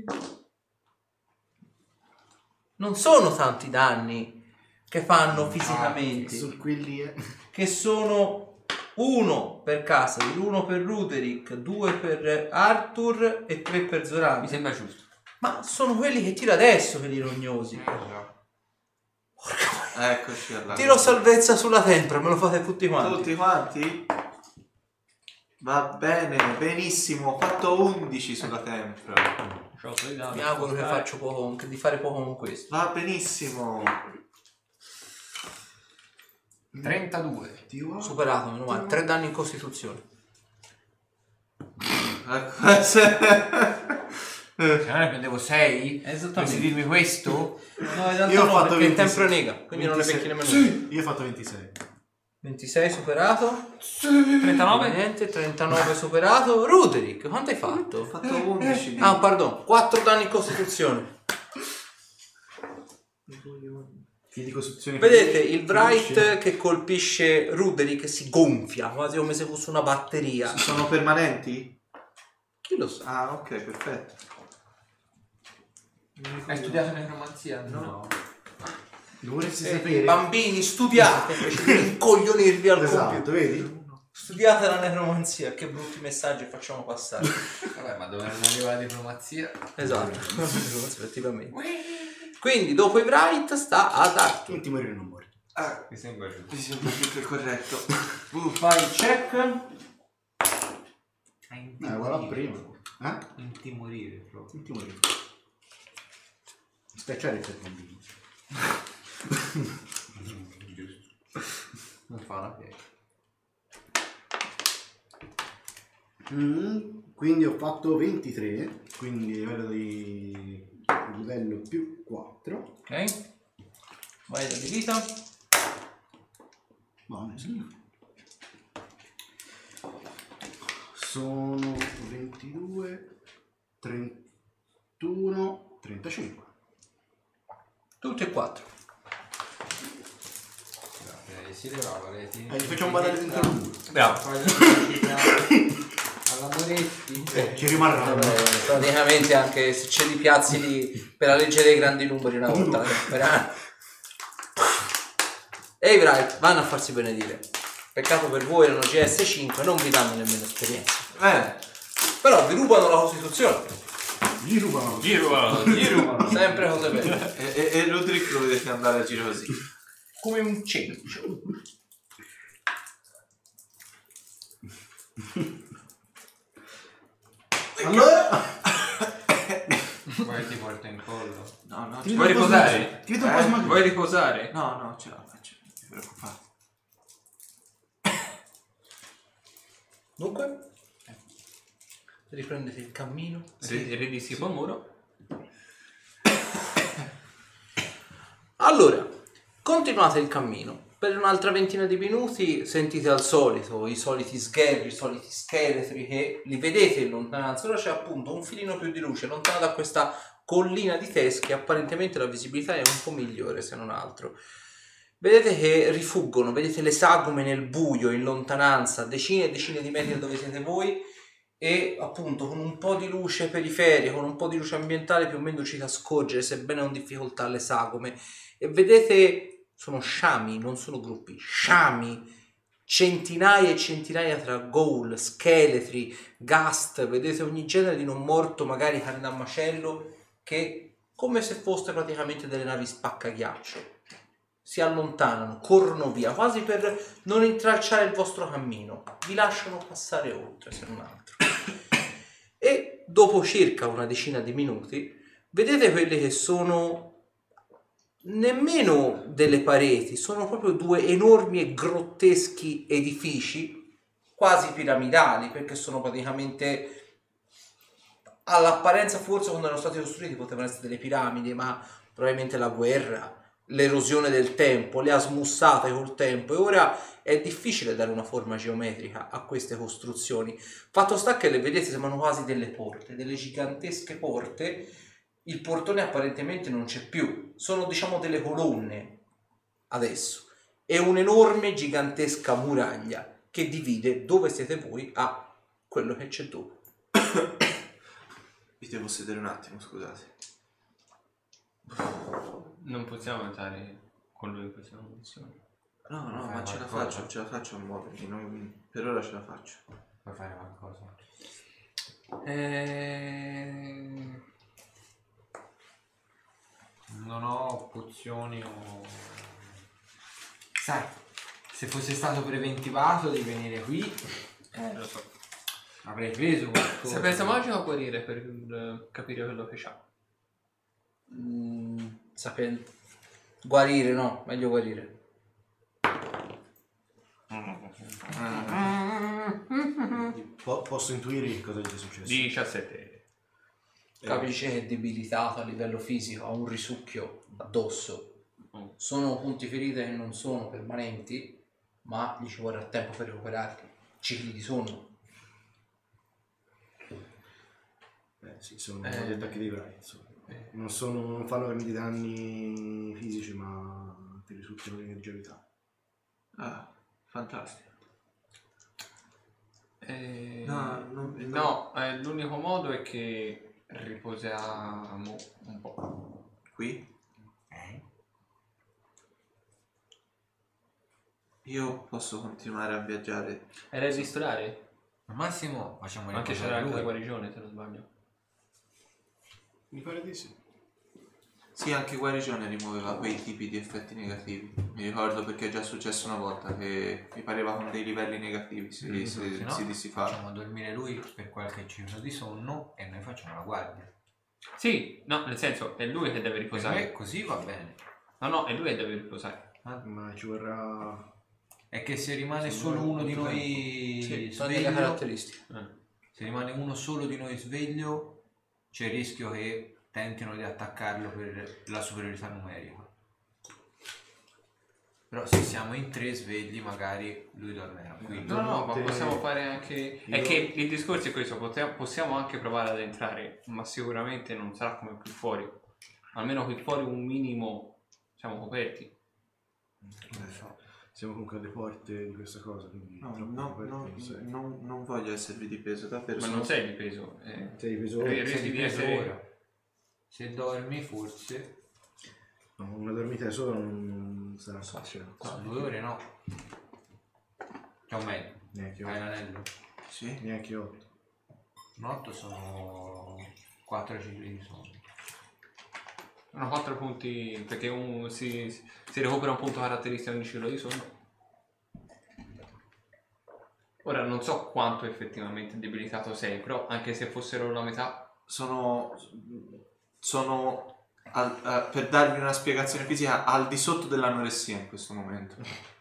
Non sono tanti danni che fanno fisicamente, Su quelli è... che sono uno per Casadin, uno per Ruderick, due per Arthur e tre per Zoran. Mi sembra giusto. Ma sono quelli che tiro adesso, quelli rognosi. Eccoci alla... Tiro salvezza sulla tempra, me lo fate tutti quanti. Tutti quanti? Va bene, benissimo. Ho fatto undici sulla tempra. Mi auguro che faccio poco, che di fare poco con questo. Va benissimo. trentadue. Superato, meno male. tre danni in costituzione. Ecco, se- Se non ne prendevo sei? Vuoi Esattamente. dirmi questo? No, in realtà Io ho no, fatto perché il ventisei. tempo nega, quindi non ne ventisei. becchi nemmeno uno. Io ho fatto ventisei. ventisei superato. trentanove? Niente, trentanove superato. Ruderick, quanto hai fatto? Ho fatto undici. Ah, pardon, quattro danni in costituzione. Chi di costruzione... Vedete il Bright che colpisce Ruderick si gonfia, quasi come se fosse una batteria. Sono permanenti? Chi lo sa? Ah, ok, perfetto. Hai studiato necromanzia? No. Dovresti Eh, sapere... bambini, studiate invece di incoglionirvi al Esatto, computer. vedi? Studiate la necromanzia, che brutti messaggi facciamo passare. Vabbè, ma dove non arriva la diplomazia? Esatto, effettivamente. Quindi dopo i Bright sta ad Arthur. Tutti morire non morti. Ah, Mi sembra giusto. mi sembra più che corretto. Fai il check. A Eh, guarda prima. Eh? Intimorire proprio. Tutti morire. Schiacciare per bambini. Giusto. Non fa una piega. Mm, quindi ho fatto ventitré, quindi livello di livello più quattro. Ok. Vai da di vita. Buono, sì. Sono ventidue, trentuno, trentacinque. Tutti e quattro. Eh, si levava le Eh, gli facciamo badare dentro il muro. Bravo. alla Moretti. Eh, ci rimarrà. Vabbè, praticamente anche se ce li piazzi lì per la legge dei grandi numeri una volta alla tempera. Ehi Bright, vanno a farsi benedire. Peccato per voi, erano G S cinque, non vi danno nemmeno esperienza. Eh, Però vi rubano la Costituzione. Gli rubano. Giro, giro. Sempre cose belle. e, e, e Roderick lo vedete andare a giro così. Come un cencio. Allora, Poi ti porta in collo. No, no, ti ce vedo Vuoi un po' riposare? smag- Ti vedo un po' Eh, smagato. Vuoi riposare? No, no, ce la faccio. Non ti preoccupare. Dunque, riprendete il cammino. Ri- Ridischipo il muro. Allora, continuate il cammino. Per un'altra ventina di minuti sentite al solito i soliti sgherri, i soliti scheletri che li vedete in lontananza. Ora c'è appunto un filino più di luce lontano da questa collina di teschi. Apparentemente la visibilità è un po' migliore se non altro. Vedete che rifuggono, vedete le sagome nel buio in lontananza, decine e decine di metri da dove siete voi, e appunto con un po' di luce periferia, con un po' di luce ambientale più o meno riuscite a scorgere, sebbene con difficoltà, le sagome. E vedete, sono sciami, non sono gruppi, sciami, centinaia e centinaia tra ghoul, scheletri, ghast, vedete ogni genere di non morto, magari carne da macello, che come se foste praticamente delle navi spaccaghiaccio. Si allontanano, corrono via, quasi per non intralciare il vostro cammino. Vi lasciano passare oltre, se non altro. E dopo circa una decina di minuti, vedete quelli che sono nemmeno delle pareti, sono proprio due enormi e grotteschi edifici, quasi piramidali, perché sono praticamente, all'apparenza forse quando erano stati costruiti potevano essere delle piramidi, ma probabilmente la guerra, l'erosione del tempo le ha smussate col tempo e ora è difficile dare una forma geometrica a queste costruzioni. Fatto sta che le vedete, sembrano quasi delle porte, delle gigantesche porte. Il portone apparentemente non c'è più, sono diciamo delle colonne adesso è un'enorme gigantesca muraglia che divide dove siete voi a quello che c'è dopo. Vi devo sedere un attimo, scusate. Non possiamo entrare con lui in questa condizione. No, no, ma ce la faccio, ce la faccio a muovermi, non- per ora ce la faccio. Puoi fare qualcosa? Eh... Non ho pozioni o... Sai, se fosse stato preventivato di venire qui, eh, lo so. avrei preso qualcosa. Sapienza magica o guarire per eh, capire quello che c'ha? Mm, sapendo. Guarire, no, meglio guarire. Po- posso intuire che cosa gli sia successo? diciassette. Capisce che è debilitato a livello fisico, ha un risucchio addosso. Sono punti ferite che non sono permanenti, ma gli ci vorrà tempo per recuperarli. Cicli di sonno. Eh sì, sono Eh. gli attacchi dei Bright, insomma. Non, sono, non fanno grandi danni fisici, ma ti risultano di energia vitale. Ah, fantastico. Eh, No, non- no, eh, l'unico modo è che riposiamo un po'. Qui? Io posso continuare a viaggiare. Era il ristorare? Al massimo facciamo Anche riposare c'era anche lui. la guarigione, se non sbaglio. Mi pare di sì. Sì, anche guarigione rimuoveva quei tipi di effetti negativi. Mi ricordo perché è già successo una volta che mi pareva con dei livelli negativi si, si, Se no, si dissipava. facciamo dormire lui per qualche ciclo di sonno e noi facciamo la guardia. Sì, no, nel senso, è lui che deve Per riposare. me così va bene. No, no, è lui che deve riposare. Ma ci vorrà... È che se rimane Se solo vuoi, uno di molto noi Sì, sono delle sveglio, caratteristiche. Eh. se rimane uno solo di noi sveglio, c'è il rischio che tentino di attaccarlo per la superiorità numerica. Però se siamo in tre svegli magari lui dormirà qui. No, no, ma Te- possiamo fare anche... È Io- che il discorso è questo, pote- possiamo anche provare ad entrare, ma sicuramente non sarà come qui fuori. Almeno qui fuori un minimo siamo coperti. Siamo comunque alle porte di questa cosa, quindi... No, troppo no, coperti no, non sei. non, non voglio esservi di peso, davvero. Ma sono- non sei di peso. eh. Sei di peso Ri- ora? rischi Sei di preso essere... ora. Se dormi forse No, una dormita sola non sarà facile. no, due ore no. C'è un meglio. Neanche Hai otto. l'anello. Sì? Neanche otto. Un otto sono quattro cicli di sonno. Sono quattro punti, perché un, si, si recupera un punto caratteristico ogni ciclo di sonno. Ora non so quanto effettivamente debilitato sei, però anche se fossero la metà... Sono... Sono... al- eh, per darvi una spiegazione fisica, al di sotto dell'anoressia in questo momento.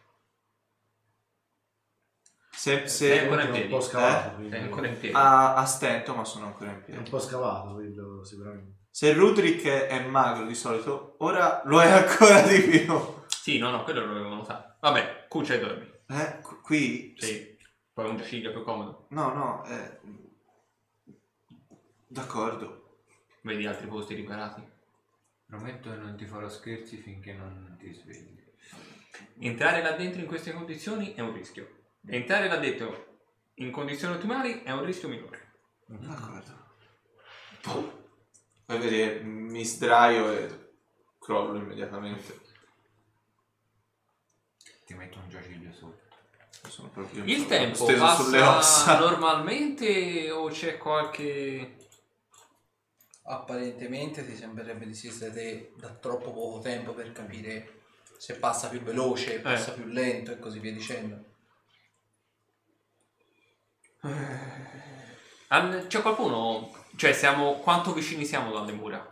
Se, Sei se ancora in È un piedi. po' scavato, Eh? quindi... Sei ancora in piedi. a, a stento, ma sono ancora in È un piedi. po' scavato quello, sicuramente. Se Rudrick è, è magro di solito, ora lo è ancora di più. Sì, no, no, quello lo avevo notato. Vabbè, cuccia e dormi. Eh, qu- qui? Sì, poi un ciglio più comodo. No, no, eh... d'accordo. Vedi altri posti liberati. Prometto che non ti farò scherzi finché non ti svegli. Entrare là dentro in queste condizioni è un rischio. Entrare là dentro in condizioni ottimali è un rischio minore. D'accordo. Poi vedi, mi sdraio e crollo immediatamente. Ti metto un giaciglio sotto. Sono proprio Il tempo steso sulle passa ossa. normalmente o c'è qualche... Apparentemente ti sembrerebbe di esistere da troppo poco tempo per capire se passa più veloce, passa più lento e così via dicendo. An- C'è qualcuno... Cioè, siamo... Quanto vicini siamo dalle mura?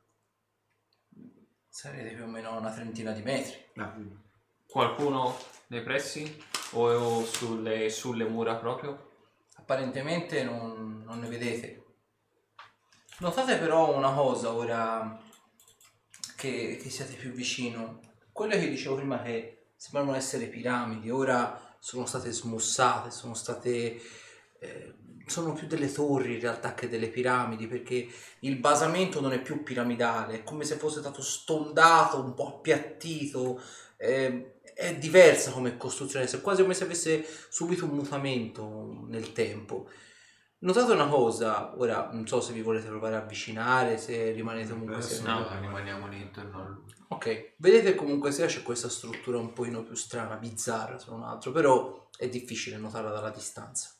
Sarete più o meno a una trentina di metri. Ah, quindi. Qualcuno nei pressi? O sulle, sulle mura proprio? Apparentemente non, non ne vedete. Notate però una cosa ora che, che siete più vicino. Quelle che dicevo prima che sembrano essere piramidi, ora sono state smussate, sono state eh, sono più delle torri in realtà che delle piramidi, perché il basamento non è più piramidale, è come se fosse stato stondato, un po' appiattito, eh, è diversa come costruzione, è quasi come se avesse subito un mutamento nel tempo. Notate una cosa, ora non so se vi volete provare a avvicinare, se rimanete comunque se sempre... no rimaniamo lì intorno a lui. Ok, vedete comunque sia c'è questa struttura un pochino più strana, bizzarra se non altro, però è difficile notarla dalla distanza.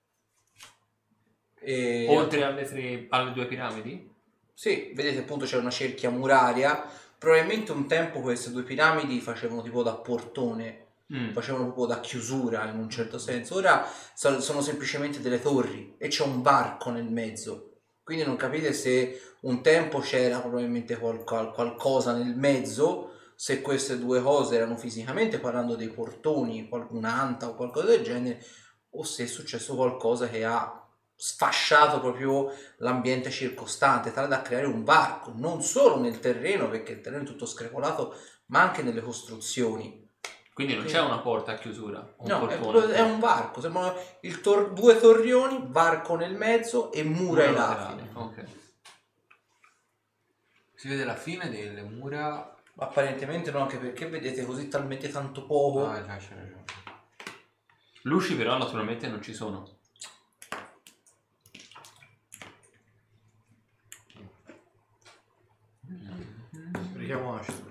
E... Oltre alle, tre, alle due piramidi? Sì, vedete appunto c'è una cerchia muraria, probabilmente un tempo queste due piramidi facevano tipo da portone, mm. facevano proprio da chiusura in un certo senso, ora sono semplicemente delle torri e c'è un varco nel mezzo. Quindi non capite se un tempo c'era probabilmente qual- qual- qualcosa nel mezzo, se queste due cose erano fisicamente parlando dei portoni, un'anta o qualcosa del genere, o se è successo qualcosa che ha sfasciato proprio l'ambiente circostante, tale da creare un varco, non solo nel terreno, perché il terreno è tutto screpolato, ma anche nelle costruzioni. Quindi non c'è una porta a chiusura? Un no, portone. È, è un varco, sembrano il tor- due torrioni, varco nel mezzo e mura ai lati. Ok. Si vede la fine delle mura? Apparentemente no, anche perché vedete così talmente tanto poco. Ah, già, c'è ragione. Luci però naturalmente non ci sono. Richiamo Ashton.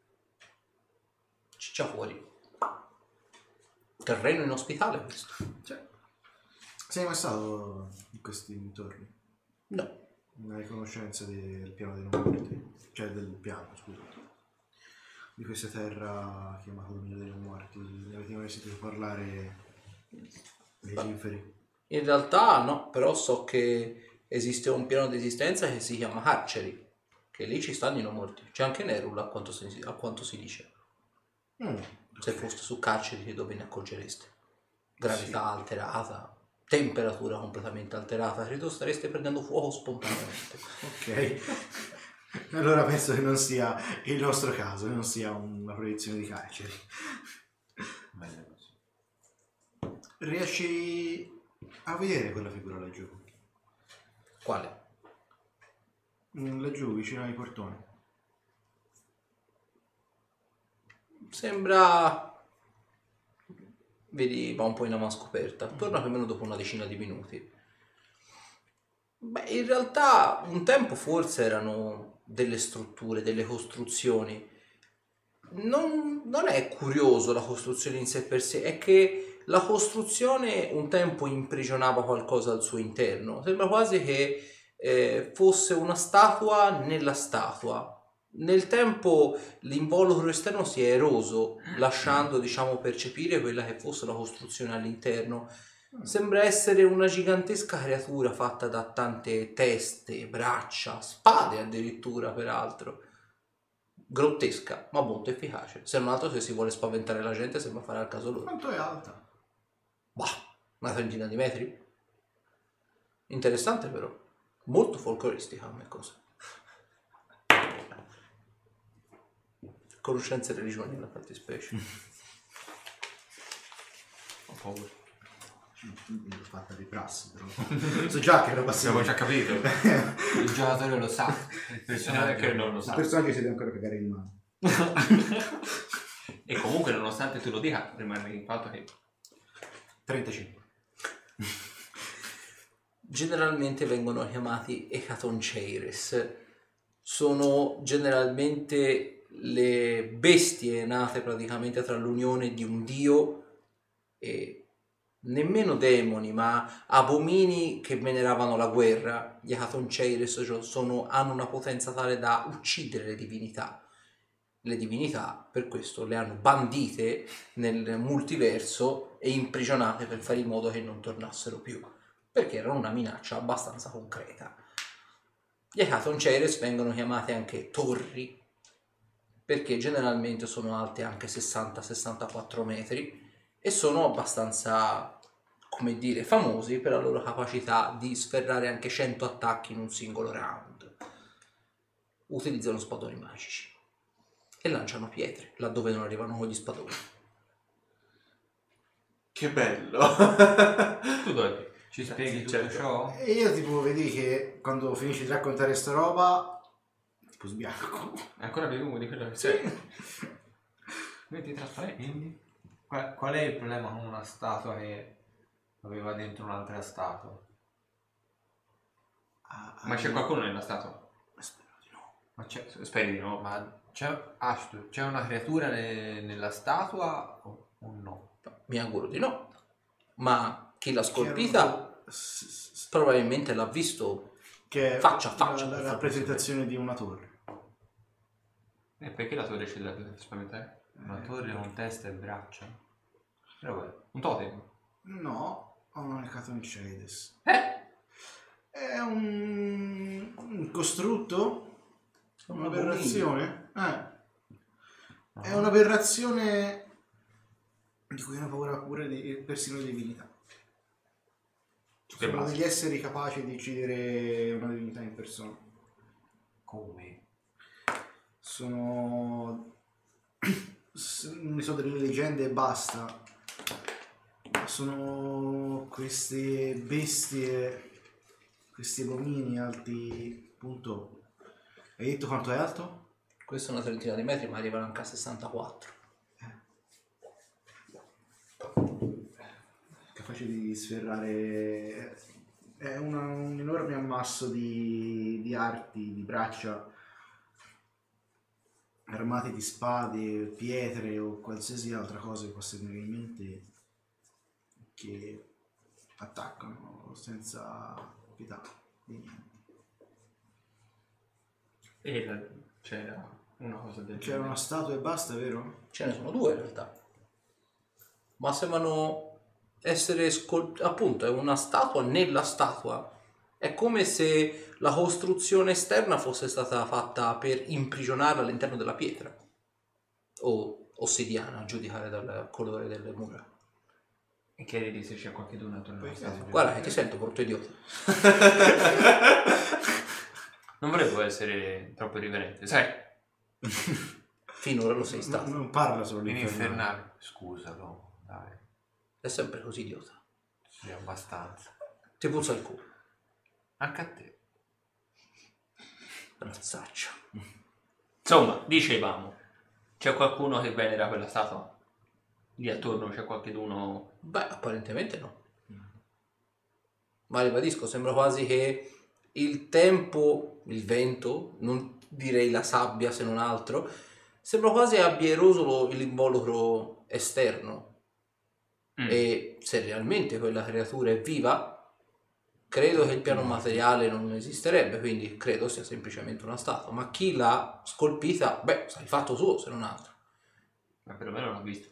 Ciccia fuori. Terreno inospitale questo. Cioè, sei mai stato in questi dintorni? No. Non hai conoscenza del piano dei non morti? Cioè del piano, scusa. Di questa terra chiamata Dominio dei non morti. Ne avete mai sentito parlare degli inferi? In realtà no, però so che esiste un piano di esistenza che si chiama Carceri, che lì ci stanno i non morti. C'è anche Nerul a quanto si, a quanto si dice. Mm. Se foste su Carceri dove ne accorgereste? Gravità sì. alterata, temperatura completamente alterata, credo stareste prendendo fuoco spontaneamente. Ok. Allora penso che non sia il nostro caso, che non sia una proiezione di Carceri. Bene così. Riesci a vedere quella figura laggiù? Quale? Laggiù, vicino ai portoni. Sembra... Vedi, va un po' in avanti scoperta. Torna più o meno dopo una decina di minuti. Beh, in realtà un tempo forse erano delle strutture, delle costruzioni. Non, non è curioso la costruzione in sé per sé, è che la costruzione un tempo imprigionava qualcosa al suo interno. Sembra quasi che eh, fosse una statua nella statua. Nel tempo l'involucro esterno si è eroso, lasciando, diciamo, percepire quella che fosse la costruzione all'interno. Sembra essere una gigantesca creatura fatta da tante teste, braccia, spade addirittura, peraltro. Grottesca, ma molto efficace. Se non altro, se si vuole spaventare la gente, sembra fare al caso loro. Quanto è alta? Bah, una trentina di metri. Interessante però. Molto folcloristica come cosa. Conoscenze e religioni nella fattispecie. Ho paura. L'ho fatta di prassi, però. So già che era passivo. Abbiamo già capito. Il giocatore lo sa. Il personaggio che non lo sa. Il personaggio si deve ancora cagare in mano. E comunque, nonostante tu lo dica, rimane il fatto che... trentacinque. Generalmente vengono chiamati Hecatoncheires. Sono generalmente le bestie nate praticamente tra l'unione di un dio e nemmeno demoni, ma abomini che veneravano la guerra. Gli Hecatoncheires sono, hanno una potenza tale da uccidere le divinità. Le divinità per questo le hanno bandite nel multiverso e imprigionate per fare in modo che non tornassero più, perché erano una minaccia abbastanza concreta. Gli Hecatoncheires vengono chiamati anche torri, perché generalmente sono alte anche sessanta sessantaquattro metri e sono abbastanza, come dire, famosi per la loro capacità di sferrare anche cento attacchi in un singolo round. Utilizzano spadoni magici e lanciano pietre laddove non arrivano con gli spadoni. Che bello! Tu dove? Ci spieghi tutto certo. ciò? E io tipo vedi che quando finisci di raccontare sta roba, tipo sbianco. È ancora più lungo di quello che sei. Vedi trasparente. Quindi? Qual, qual è il problema con una statua che aveva dentro un'altra statua? Ah, Ma c'è qualcuno nella statua? Spero di no. Ma c'è, Speri di no. ma c'è, Ashton, c'è una creatura ne- nella statua o, o no? Mi auguro di no. Ma chi l'ha Che scolpita erano- s- s- s- probabilmente l'ha visto. Che è Faccia a faccia, la, la per rappresentazione di una torre. E perché la torre ci dovrebbe spaventare? Una torre con testa e braccia? Però beh, Un totem? No, ho un Catonicedes. Eh? È un, un costrutto? Una Un'aberrazione? Eh. È un'aberrazione di cui hanno paura pure di, persino le divinità. Su che Sono base? degli esseri capaci di uccidere una divinità in persona. come? Sono... s- ne so delle leggende e basta. Sono queste bestie, questi abomini alti, appunto. Hai detto quanto è alto? Questa è una trentina di metri, ma arrivano anche a sessantaquattro. Capace di sferrare. È una- un enorme ammasso di, di arti, di braccia armati di spade, pietre o qualsiasi altra cosa che possa venire in mente, che attaccano senza pietà di niente. E la- c'era una cosa del C'era una statua e basta, vero? Ce ne sono due in realtà. Ma sembrano essere scol- appunto, è una statua nella statua. È come se la costruzione esterna fosse stata fatta per imprigionarla all'interno della pietra. O ossidiana, a giudicare dal colore delle mura. E chiedi se c'è qualcuno attorno alla statua. Guarda che ti sento, brutto idiota. Non volevo essere troppo irriverente, sai? Finora lo sei Non, stato. non parla solo In l'infernale. infernale. Scusalo, dai. È sempre così idiota. Sì, abbastanza. Ti puzza il culo. Anche a te. Razzaccia. Insomma, dicevamo, c'è qualcuno che venera quella statua? Lì attorno c'è qualcuno... Beh, apparentemente no. Ma ribadisco, sembra quasi che il tempo, il vento, non direi la sabbia se non altro, sembra quasi abbia eroso l'involucro esterno. Mm. E se realmente quella creatura è viva, credo che il piano materiale non esisterebbe, quindi credo sia semplicemente una statua. Ma chi l'ha scolpita, beh, sa il fatto suo se non altro. Ma perlomeno l'ho visto.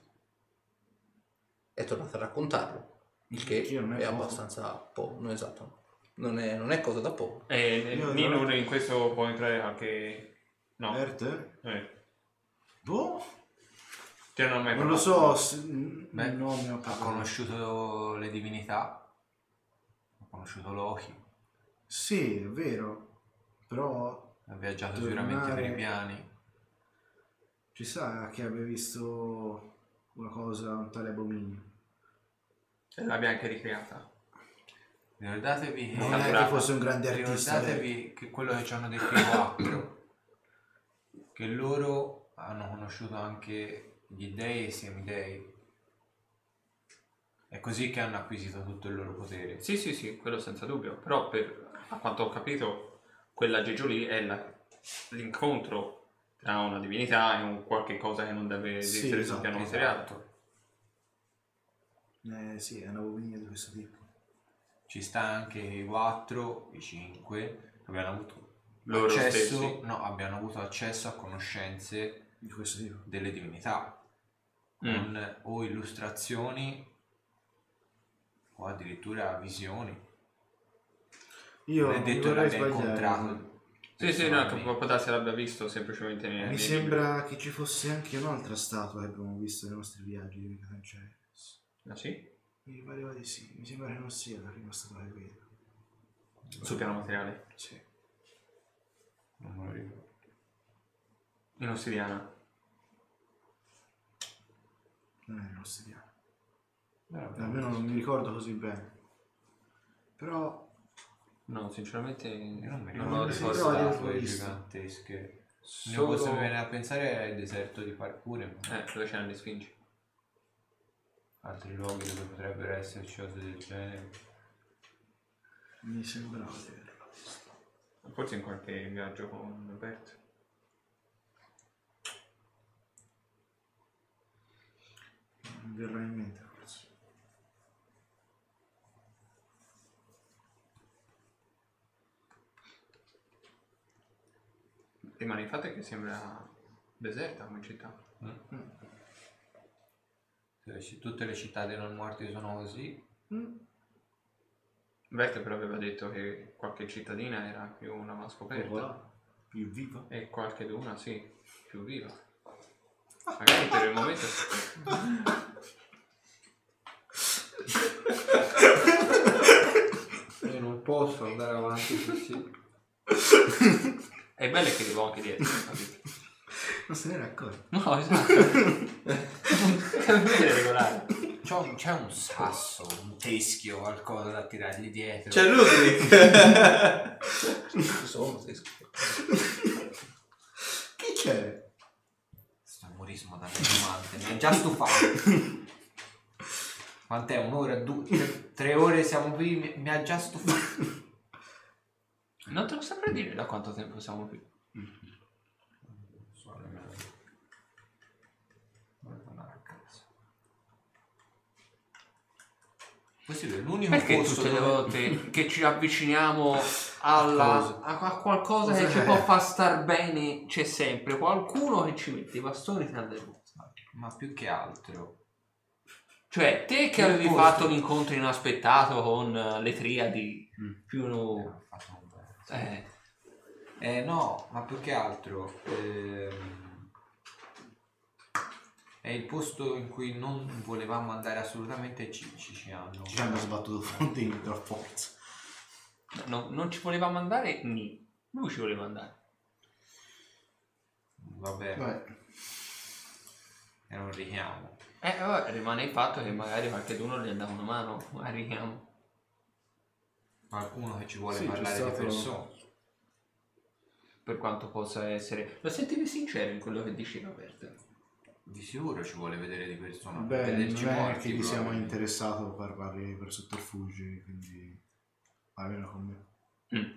È tornato a raccontarlo, il che Che non è è poco. abbastanza poco, no, esatto. Non è, non è cosa da poco. E Io Nino veramente- in questo può entrare anche... No. Erte? Eh. Boh, Cioè, non, non lo so. Se, Beh, no, mi ho Ha conosciuto le divinità. Ha conosciuto Loki. Sì, è vero. Però Ha viaggiato Tornare- sicuramente per i piani. ci sa che abbia visto una cosa, un tale abominio. L'abbia anche ricreata. Ricordatevi che, Non è che fosse un grande artista. ricordatevi che quello che ci hanno detto i quattro, che loro hanno conosciuto anche gli dei e i semidei. È così che hanno acquisito tutto il loro potere. Sì, sì, sì, quello senza dubbio. Però, per, a quanto ho capito, quell'aggeggio lì è la- l'incontro tra una divinità e un qualche cosa che non deve Sì, esistere sul esatto, piano esatto. materiale. Eh sì, è un abominio di questo tipo. Ci sta anche i quattro, i cinque, che abbiano avuto Loro accesso, stessi. no, abbiano avuto accesso a conoscenze Di questo tipo. delle divinità, Mm. con o illustrazioni o addirittura visioni. Io Non è detto che vorrei l'abbia sbagliare. incontrato. Sì, sì, no, che personalmente. può può darsi l'abbia visto semplicemente nei Mi nei sembra che ci fosse anche un'altra statua che abbiamo visto nei nostri viaggi di Catanceres. libri. Ah, sì? Mi pareva di sì, mi sembra che non sia la prima statua che vedo. Sul piano materiale. Sì. Non me lo ricordo. In ossidiana. Non è l'ossidiana. Eh, vabbè. Almeno non mi ricordo così bene. Però... No, sinceramente Io non mi non ricordo l'ho le ricordo. ricordato. Però statue l'ho visto. gigantesche. Solo- L'unica cosa che mi viene a pensare è il deserto di Parkour, ma Eh, dove c'erano le sfingi. altri luoghi dove potrebbero esserci cose del genere. Mi sembrava di averla vista. Forse in qualche viaggio con Alberto. Non verrà in mente forse. Rimane il fatto è che sembra deserta come città. Se tutte le città dei non morti sono così, Alberto però aveva detto che qualche cittadina era più una ma scoperta. Popolare. Più viva. E qualche d'una, sì, più viva. Magari per il momento... Io non posso andare avanti così. È bello che devo anche dietro, capito? Non se ne era accorto. No, esatto. Non è regolare. c'è un, c'è un sasso, un teschio, qualcosa da tirargli dietro. C'è Ludwig. Sono tedesco. Chi c'è? Questo umorismo da necromante, mi ha già stufato. Quant'è? Un'ora, due, tre, tre ore siamo qui, mi, mi ha già stufato. Non te lo saprei dire da quanto tempo siamo qui. Possibile, l'unico Perché posto tutte le dove- volte che ci avviciniamo alla, a, a qualcosa che Cos'è? ci può far star bene c'è sempre qualcuno che ci mette i bastoni tra le ruote. Ma più che altro Cioè, te che Il avevi posto. fatto un incontro inaspettato con eh, le triadi Mm. più eh, no... ho fatto un bel- Eh, Eh no, ma più che altro ehm, è il posto in cui non volevamo andare assolutamente e ci, ci, ci hanno. Ci hanno sbattuto fronte per forza. no, non ci volevamo andare, ni. Lui ci voleva andare. Vabbè, Vabbè. era un richiamo. Eh, vabbè, rimane il fatto che magari qualcuno gli dà una mano a richiamo. Qualcuno che ci vuole Sì, c'è parlare di stato- persone. Per quanto possa essere... Lo sentivi sincero in quello che diceva Bert? Di sicuro ci vuole vedere di persona. per Beh, vederci non è morti, che gli siamo probabilmente. interessato a parlare per sotterfugi, quindi almeno con me. Mm.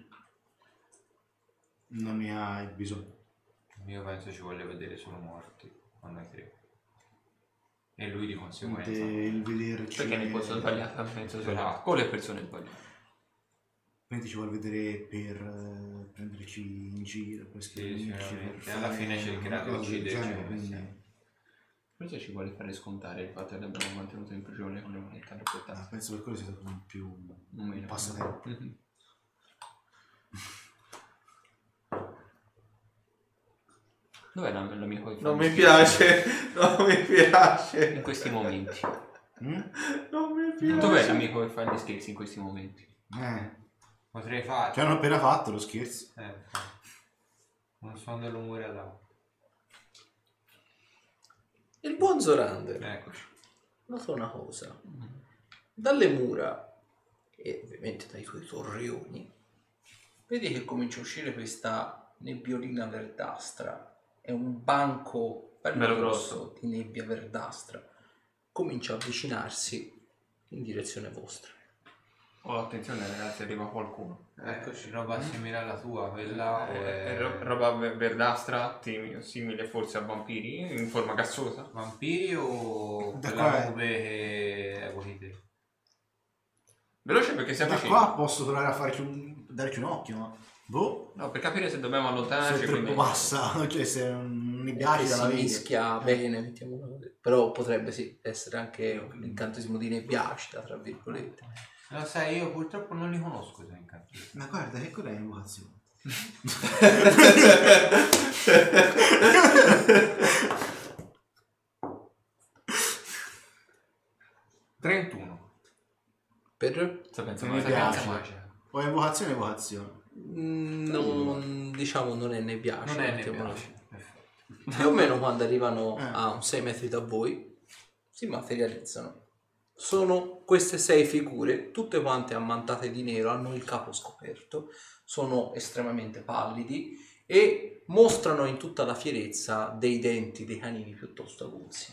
Non ne hai bisogno. Io penso ci voglia vedere solo morti, a noi tre. E lui di conseguenza. Quindi il vederci... Perché ne posso sbagliare penso solo Esatto. con le persone sbagliate. Quindi ci vuole vedere per eh, prenderci in giro, per scriverci, sicuramente. per Alla fare fine cercherà di una cosa del ucciderci, genere, come quindi... sempre. Forse ci vuole fare scontare il fatto che l'abbiamo mantenuto in prigione con le monete Ah, interpretate. penso per quello sia stato un più Un un meno. passatempo. Mhm. Dov'è la- l'amico che fa Non gli mi scherzi? piace, non mi piace. In questi momenti. Mm? Non mi piace. Dov'è l'amico che fa gli scherzi in questi momenti? Eh, Potrei fare. ci hanno appena fatto lo scherzo. Eh, un suono dell'umore là. Il buon Zorander Eccoci. nota una cosa. Dalle mura e ovviamente dai tuoi torrioni vedi che comincia a uscire questa nebbiolina verdastra. È un banco bello, Bello grosso di nebbia verdastra. Comincia a avvicinarsi in direzione vostra. Oh, attenzione ragazzi, arriva qualcuno. Eccoci, roba simile alla tua, quella Eh, è è ro- roba ver- verdastra, timi- simile forse a vampiri, in forma gassosa. vampiri o Da quella qua è- nube che evochi te? Veloce perché si Da avvicina. qua posso provare a farci un, darci un occhio, ma... Boh, No, per capire se dobbiamo se allontanarci. è troppo quindi- bassa, cioè se è un nebbiaci Che dalla si vedi. mischia bene, mettiamolo così. Però potrebbe sì essere anche un incantesimo di nebbiacida, tra virgolette. Lo sai, io purtroppo non li conosco i tuoi incantesimi. Ma guarda, che quella è invocazione. trentuno. Per Sto pensando Mi alla piace. sapienza magica. O è invocazione o evocazione? Mm, non, diciamo non è nebbiacida. Non è mettiamolo nebbiace. così. Perfetto. Più o meno quando arrivano Eh. a un sei metri da voi si materializzano sono queste sei figure, tutte quante ammantate di nero, hanno il capo scoperto, sono estremamente pallidi e mostrano in tutta la fierezza dei denti dei canini piuttosto aguzzi.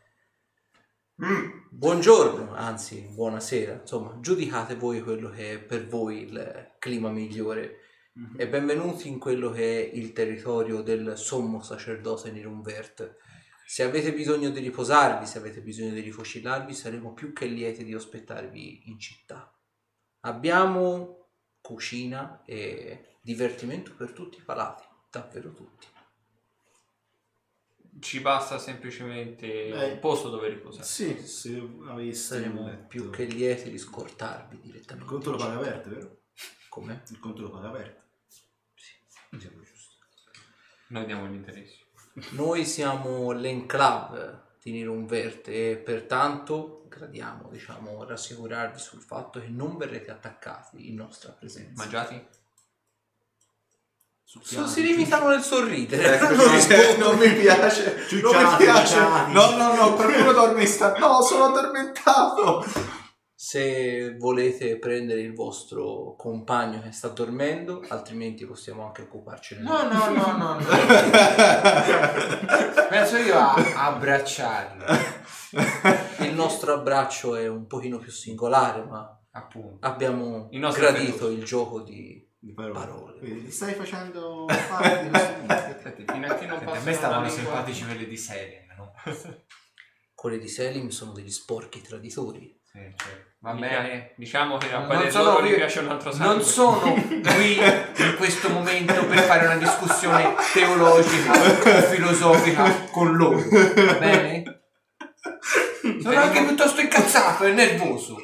Mm. Buongiorno, anzi buonasera, insomma giudicate voi quello che è per voi il clima migliore. Mm-hmm. E benvenuti in quello che è il territorio del sommo sacerdote Nirunvert. Se avete bisogno di riposarvi, se avete bisogno di rifocillarvi, saremo più che lieti di ospittarvi in città. Abbiamo cucina e divertimento per tutti i palati, davvero tutti. Ci basta semplicemente eh, un posto dove riposare. Sì, se aveste saremo più che lieti di scortarvi direttamente. Il conto lo paga aperto, vero? Come? Il conto lo paga aperto. Sì, mi sembra giusto. Noi diamo gli interessi. Noi siamo l'enclave di Nirunvert e pertanto gradiamo, diciamo, rassicurarvi sul fatto che non verrete attaccati in nostra presenza. Mangiati? So, si limitano nel sorridere. Ecco, non, rispondo, non mi piace. Non mi piace. No, no, no, qualcuno dorme in sta. No, sono addormentato. Se volete prendere il vostro compagno che sta dormendo, altrimenti possiamo anche occuparcene. No, no, no, no, no. Penso io a abbracciarlo. Il nostro abbraccio è un pochino più singolare, ma appunto abbiamo gradito il gioco di, di parole. parole. Vedi, ti stai facendo fare di questo. Fino a che non a me stavano simpatici quelli di Selim, no? Quelli di Selim sono degli sporchi traditori. Sì, certo. Va Mi bene, piace. Diciamo che a non quelli sono loro qui, gli piace un altro sangue. non sono qui in questo momento per fare una discussione teologica o filosofica con loro, va bene? Sono anche piuttosto incazzato e nervoso.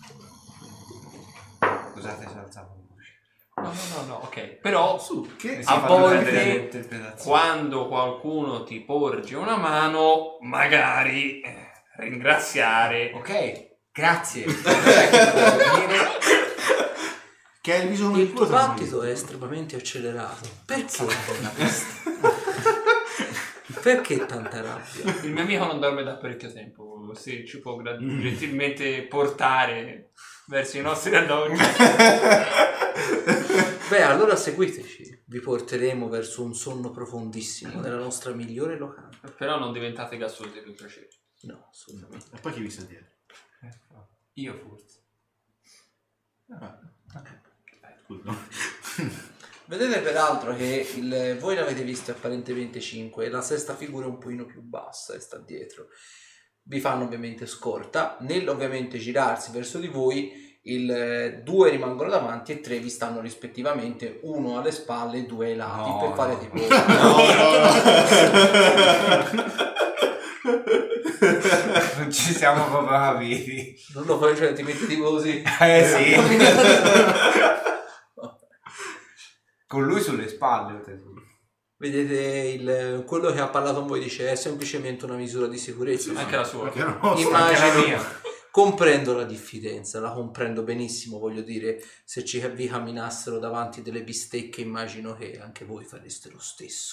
Scusate se alzavo la voce. No, no, no, no, ok. Però Su, che a volte quando qualcuno ti porge una mano, magari eh, ringraziare. Ok. Grazie. Che è il viso il tuo battito è estremamente accelerato. Perché? Perché tanta rabbia? Il mio amico non dorme da parecchio tempo. Se ci può gra- gentilmente portare verso i nostri alloggi. Beh, allora seguiteci. Vi porteremo verso un sonno profondissimo nella nostra migliore locanda. Però non diventate gassosi per piacere. No, assolutamente. E poi chi vi sta dietro? Io forse. Ah, Vedete peraltro che il, voi ne avete visto apparentemente cinque e la sesta figura è un pochino più bassa e sta dietro. Vi fanno ovviamente scorta. Nel ovviamente girarsi verso di voi, il due rimangono davanti e tre vi stanno rispettivamente uno alle spalle e due ai lati, no, per fare no. tipo No, no, no. Non ci siamo proprio capiti. non lo fai, cioè ti metti tipo così. Eh sì. Con lui sulle spalle. Vedete il, quello che ha parlato con voi dice è semplicemente una misura di sicurezza. Anche la sua. Anche la nostra. Immagino, anche la mia. comprendo la diffidenza, la comprendo benissimo, voglio dire, se ci vi camminassero davanti delle bistecche immagino che anche voi fareste lo stesso.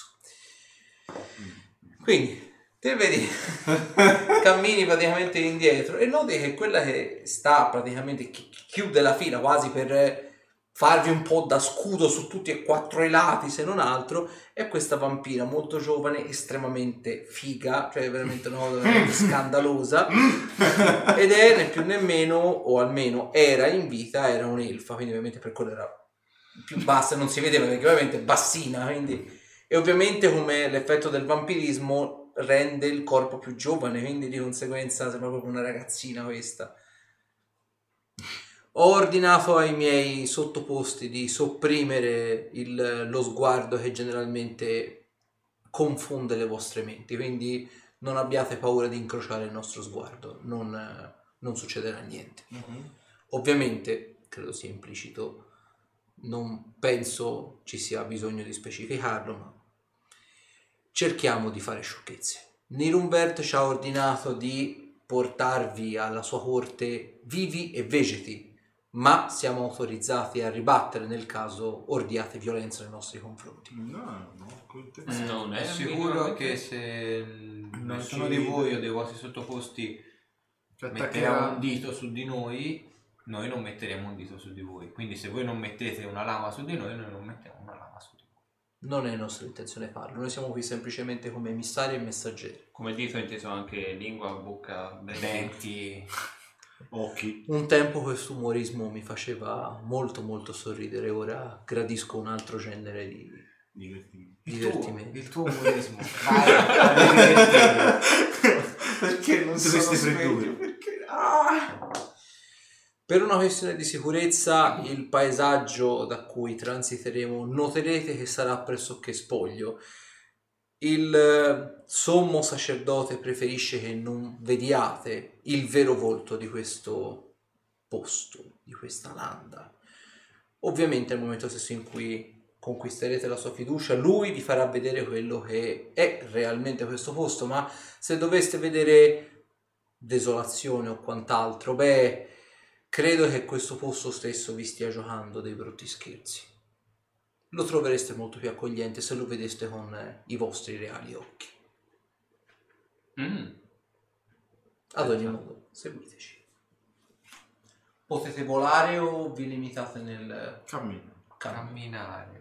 Quindi te vedi, cammini praticamente indietro e noti che quella che sta praticamente chi- chiude la fila quasi per farvi un po' da scudo su tutti e quattro i lati se non altro è questa vampira molto giovane, estremamente figa, cioè veramente una cosa veramente scandalosa, ed è né più né meno, o almeno era in vita, era un'elfa, quindi ovviamente per quello era più bassa, non si vedeva perché ovviamente bassina, quindi, e ovviamente come l'effetto del vampirismo rende il corpo più giovane, quindi di conseguenza sembra proprio una ragazzina questa. Ho ordinato ai miei sottoposti di sopprimere il, lo sguardo che generalmente confonde le vostre menti, quindi non abbiate paura di incrociare il nostro sguardo, non, non succederà niente. Mm-hmm. Ovviamente, credo sia implicito, non penso ci sia bisogno di specificarlo, ma cerchiamo di fare sciocchezze. Nirunvert ci ha ordinato di portarvi alla sua corte vivi e vegeti, ma siamo autorizzati a ribattere nel caso ordiate violenza nei nostri confronti. No, no, non è È sicuro che se nessuno di voi o dei vostri sottoposti Cioè, metterà attaccherà- un dito su di noi, noi non metteremo un dito su di voi. Quindi se voi non mettete una lama su di noi, noi non mettiamo una lama su di voi. Non è nostra intenzione farlo, noi siamo qui semplicemente come emissari e messaggeri. Come dito inteso anche lingua, bocca, denti. Denti. occhi. Un tempo questo umorismo mi faceva molto molto sorridere, ora gradisco un altro genere di Divertimento. Il divertimento. tuo, il tuo umorismo. Vai, vai, divertiti. Perché non Tutte sono queste sveglio? freddure. Perché... Ah! Per una questione di sicurezza, il paesaggio da cui transiteremo noterete che sarà pressoché spoglio. Il eh, sommo sacerdote preferisce che non vediate il vero volto di questo posto, di questa landa. Ovviamente nel momento stesso in cui conquisterete la sua fiducia, lui vi farà vedere quello che è realmente questo posto, ma se doveste vedere desolazione o quant'altro, beh, credo che questo posto stesso vi stia giocando dei brutti scherzi. Lo trovereste molto più accogliente se lo vedeste con eh, i vostri reali occhi. Mm. Ad ogni modo, seguiteci. Potete volare o vi limitate nel Cammino. cammino? Camminare.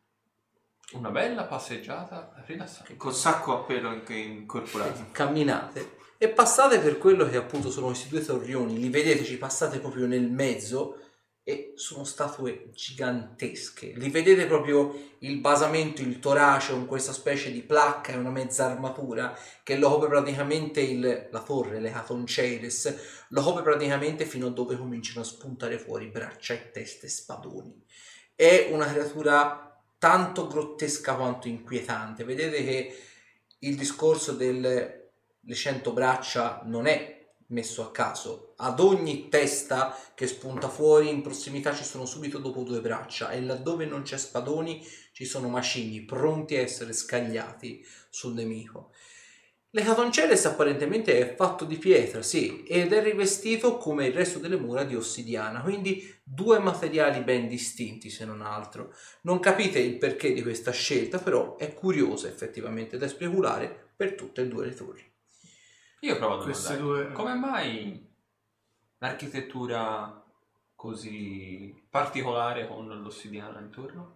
Una bella passeggiata rilassante. Col sacco a pelo anche incorporato. Camminate e passate per quello che appunto sono questi due torrioni, li vedete, ci passate proprio nel mezzo e sono statue gigantesche, li vedete proprio il basamento, il torace con questa specie di placca e una mezza armatura che lo copre praticamente il, la torre, le Catonceres, lo copre praticamente fino a dove cominciano a spuntare fuori braccia e teste e spadoni. È una creatura tanto grottesca quanto inquietante. Vedete che il discorso delle le cento braccia non è messo a caso. Ad ogni testa che spunta fuori in prossimità ci sono subito dopo due braccia e laddove non c'è spadoni ci sono macigni pronti a essere scagliati sul nemico. Le Catonceles apparentemente è fatto di pietra, sì, ed è rivestito come il resto delle mura di ossidiana, quindi due materiali ben distinti se non altro. Non capite il perché di questa scelta, però è curiosa effettivamente da speculare per tutte e due le torri. Io provo a Queste domandare, due- come mai l'architettura così particolare con l'ossidiana intorno?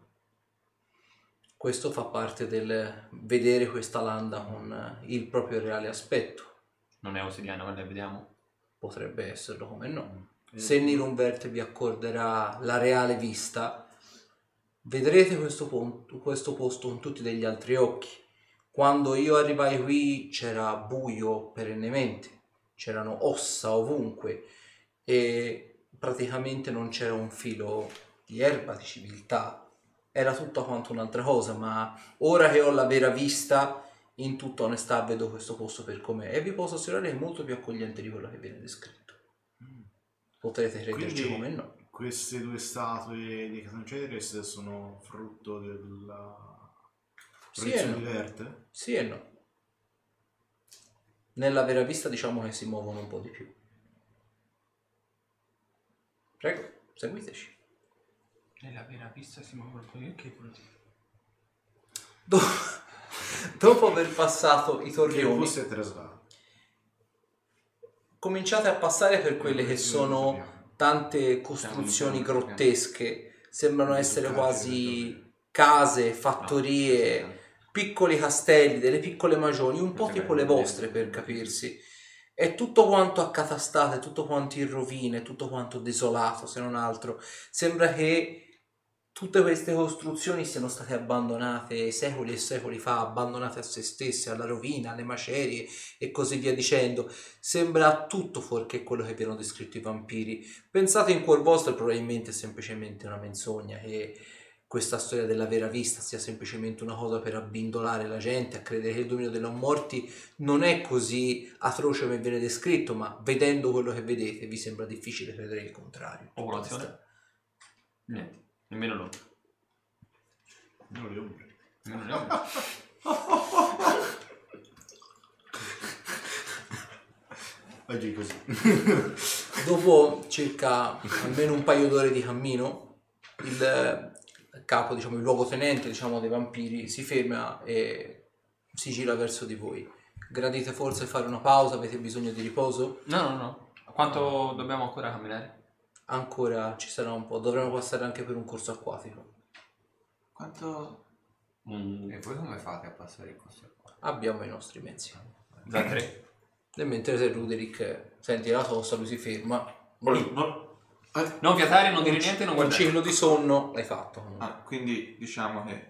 Questo fa parte del vedere questa landa con il proprio reale aspetto. Non è ossidiana, ma la vediamo. Potrebbe esserlo, come no. Se Nirunvert vi accorderà la reale vista, vedrete questo, ponto, questo posto con tutti degli altri occhi. Quando io arrivai qui c'era buio perennemente, c'erano ossa ovunque e praticamente non c'era un filo di erba, di civiltà. Era tutta quanto un'altra cosa, ma ora che ho la vera vista, in tutta onestà vedo questo posto per com'è e vi posso assicurare che è molto più accogliente di quello che viene descritto. Potrete crederci Quindi come no. queste due statue di Catonceres sono frutto della Sì e proiezione no. di Verte? Sì e no. Nella vera vista diciamo che si muovono un po' di più. Prego, seguiteci. Nella vera vista si muove un po' di che vuol dire? Dopo, dopo aver passato i Che torrioni, fosse traslato. cominciate a passare per quelle che sono tante costruzioni grottesche, sembrano essere quasi case, fattorie, piccoli castelli, delle piccole magioni, un po' tipo le vostre per capirsi. È tutto quanto accatastato, è tutto quanto in rovine, tutto quanto desolato se non altro. Sembra che tutte queste costruzioni siano state abbandonate secoli e secoli fa, abbandonate a se stesse, alla rovina, alle macerie e così via dicendo. Sembra tutto fuorché quello che vi hanno descritto i vampiri. Pensate in cuor vostro, probabilmente è semplicemente una menzogna, che questa storia della vera vista sia semplicemente una cosa per abbindolare la gente a credere che il dominio dei non morti non è così atroce come viene descritto, ma vedendo quello che vedete vi sembra difficile credere il contrario. Popolazione? Niente, nemmeno l'ombra. Non le ombre. Nemmeno le ombre. Oggi è così. Dopo circa almeno un paio d'ore di cammino, il capo, diciamo il luogotenente, diciamo, dei vampiri si ferma e si gira verso di voi. Gradite forse fare una pausa? Avete bisogno di riposo? No, no, no. Quanto dobbiamo ancora camminare? Ancora ci sarà un po', dovremmo passare anche per un corso acquatico. Quanto... Mm, E voi come fate a passare il corso qua? Abbiamo i nostri mezzi. da tre. E mentre se Ruderick senti la tosta, lui si ferma. No. Eh, Non fiatare, non dire niente, non Un guardare. ciclo di sonno l'hai fatto. ah, quindi diciamo che...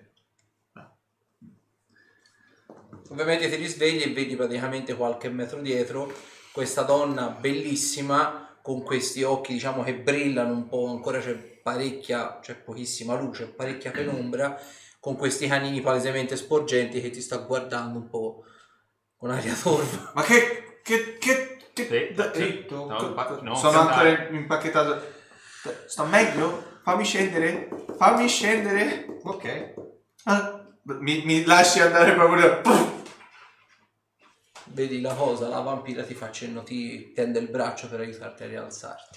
Ovviamente ti risvegli e vedi praticamente qualche metro dietro questa donna bellissima con questi occhi, diciamo, che brillano un po', ancora c'è parecchia, c'è pochissima luce, parecchia penombra, con questi canini palesemente sporgenti che ti sta guardando un po' con aria torva. Ma che... che... che... che Sì, da- sì. no, No, co- impa- no, sono fiatare. ancora impacchettato. Sto meglio? Fammi scendere. Fammi scendere. Ok. Ah, mi, mi lasci andare proprio... Vedi la cosa, la vampira ti fa cenno, ti tende il braccio per aiutarti a rialzarti.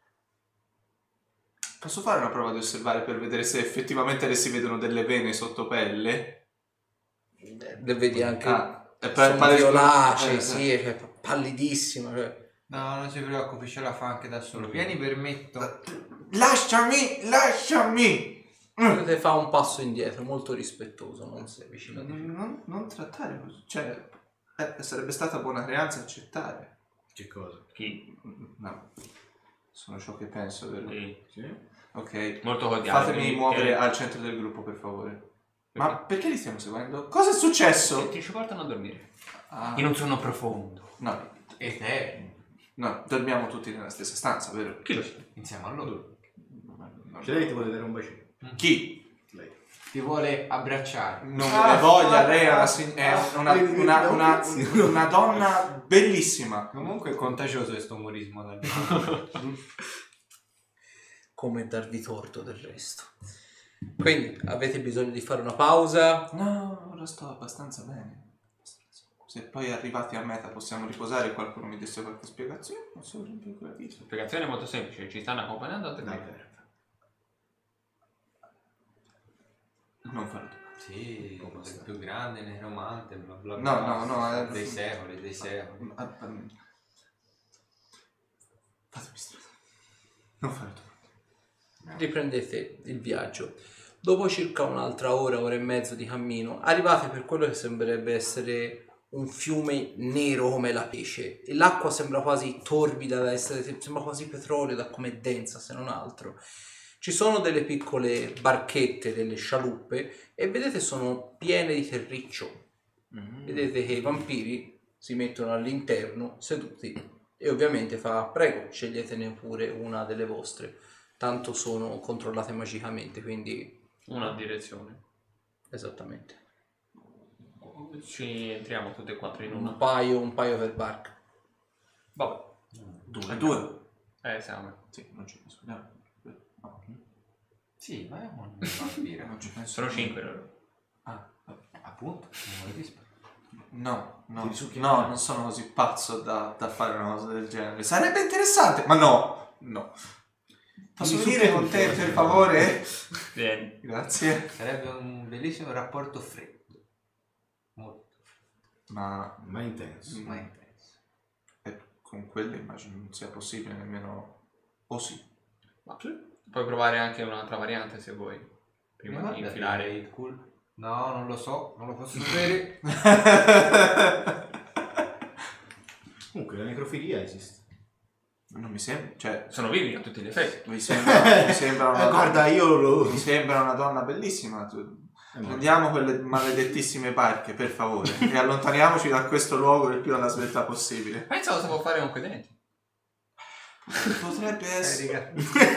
Posso fare una prova di osservare per vedere se effettivamente le si vedono delle vene sotto pelle? Le vedi anche Ah, è sono pare- violacee, eh, sì, cioè, pallidissima. Cioè. No, non si preoccupi, ce la fa anche da solo. Vieni, permetto. Lasciami, lasciami! Vedete, fa un passo indietro, molto rispettoso, non sei vicino di Non, non- non trattare così, cioè, eh, sarebbe stata buona creanza accettare. Che cosa? Chi? No, sono ciò che penso, vero? Sì. Sì? Ok, Molto cordiale. fatemi quindi- muovere che- al centro del gruppo, per favore. Ma perché li stiamo seguendo? Cosa è successo? Ti ci portano a dormire. Ah, In un sonno profondo. no, Eterno. no, dormiamo tutti nella stessa stanza, vero? Chi lo sa? Insieme a loro. C'è lei che ti vuole dare un bacino. Chi? Lei. Ti vuole abbracciare. Non Ah, me ne voglia, lei è ah, una, sig- è ah, una, vedi, vedi, una, da un una, pezzo. una donna bellissima. Comunque è contagioso questo umorismo da come darvi torto del resto. Quindi avete bisogno di fare una pausa. No, ora sto abbastanza bene. Se poi arrivati a meta possiamo riposare e qualcuno mi desse qualche spiegazione, non so, gratissimo. Spiegazione molto semplice, ci stanno accompagnando a te. Dai, Non farò. Sì, il più grande, neromante, bla bla No, bla. no, no, eh, Dei secoli, dei secoli. Ah, ah, Fatemi strada. Non fare tutto. Riprendete il viaggio. Dopo circa un'altra ora, ora e mezzo di cammino, arrivate per quello che sembrerebbe essere un fiume nero come la pece e l'acqua sembra quasi torbida da essere, sembra quasi petrolio da come è densa se non altro. Ci sono delle piccole barchette, delle scialuppe e vedete sono piene di terriccio. Mm. Vedete che i vampiri si mettono all'interno seduti e ovviamente fa prego sceglietene pure una delle vostre, tanto sono controllate magicamente, quindi Una direzione. esattamente Ci entriamo tutte e quattro in un una. paio, un paio per barca. Vabbè. Due. Due. Eh, siamo. Sì, non ci penso. No. No. Sì, ma è un vampiro. Non ci penso. Sono cinque loro. Ah, Appunto, non lo dispo. no, no, Ti risucchi il no, mare. non sono così pazzo da, da fare una cosa del genere. Sarebbe interessante, ma no, no. Posso Ti venire risucchi con il te, mare. per favore? Vieni. Grazie. Sarebbe un bellissimo rapporto freddo. Molto Ma Ma intenso. Mm. ma intenso. eh, con quelle immagino non sia possibile nemmeno... O sì. Ma puoi provare anche un'altra variante se vuoi. Prima Mi di guarda infilare il cool. No, non lo so, non lo posso sapere. Comunque la necrofilia esiste. Non mi sembra... Cioè, Sono vivi a tutti gli effetti. mi sembra, mi sembra una Eh, guarda, io lo... Mi sembra una donna bellissima. Tu- Eh, ma- Prendiamo quelle maledettissime barche, per favore, e allontaniamoci da questo luogo il più alla svelta possibile. Pensa cosa può fare con quei denti. Potrebbe essere...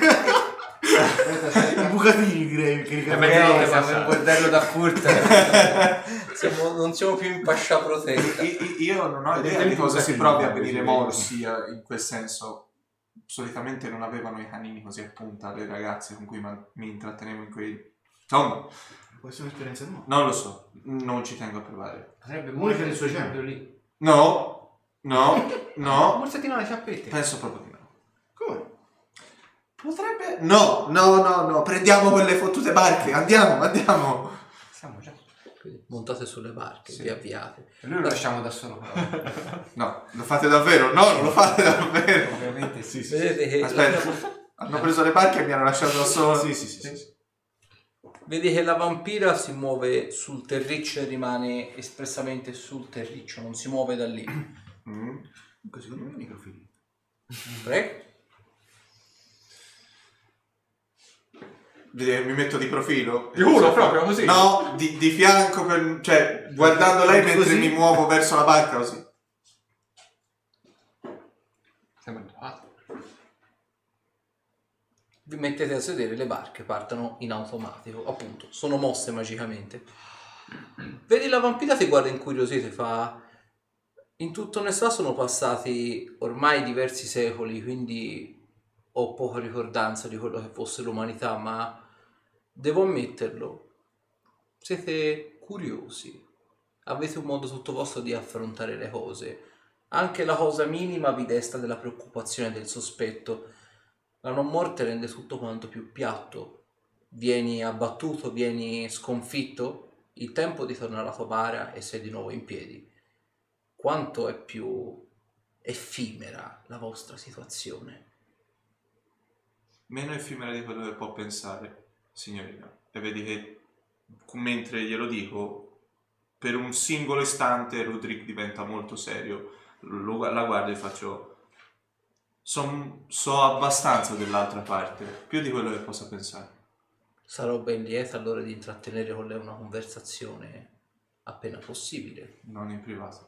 I bucatini direi che Eh, ricambiano. beh, Eh, siamo in bordello da curta. siamo, non siamo più in pascia protetta. I- i- Io non ho idea Vedete di cosa i si bucatini, provi a così venire vedi. morsi eh, in quel senso. Solitamente non avevano i canini così a punta le ragazze con cui ma- mi intrattenevo in quei... Insomma, Può essere un'esperienza nuova. non lo so, non ci tengo a provare. Potrebbe Unica muovere del suo subito genere. lì. No, no, no, Morsettina alle ciappette. penso proprio di no. Come? Potrebbe... No, no, no, no, prendiamo quelle fottute barche, andiamo, andiamo. Siamo già. montate sulle barche, Sì. vi avviate. E noi lo lasciamo da solo però. No, lo fate davvero? No, non lo fate davvero. Ovviamente sì. Sì, sì, sì. Vedete che Aspetta, hanno preso le barche e mi hanno lasciato da solo. Sì, sì, sì, sì, sì. Vedi che la vampira si muove sul terriccio e rimane espressamente sul terriccio, non si muove da lì. Mm. Comunque, secondo me è un microfilm. Prego. Vedi che mi metto di profilo? Di culo proprio così? No, di, di fianco, per, cioè guardando lei mentre Così? mi muovo verso la barca così. Sembra dovato. Vi mettete a sedere, le barche partono in automatico, appunto, sono mosse magicamente. Vedi la vampira ti guarda incuriosita e fa: in tutta onestà sono passati ormai diversi secoli, quindi ho poca ricordanza di quello che fosse l'umanità, ma devo ammetterlo, siete curiosi, avete un modo tutto vostro di affrontare le cose, anche la cosa minima vi desta della preoccupazione e del sospetto. La non morte rende tutto quanto più piatto, vieni abbattuto, vieni sconfitto, il tempo di tornare alla tua bara e sei di nuovo in piedi. Quanto è più effimera la vostra situazione? Meno effimera di quello che può pensare, signorina. E vedi che mentre glielo dico, per un singolo istante Rudrick diventa molto serio. Lo, la guardo e faccio: Son, so abbastanza dell'altra parte, più di quello che possa pensare. Sarò ben lieta allora di intrattenere con lei una conversazione appena possibile. Non in privato.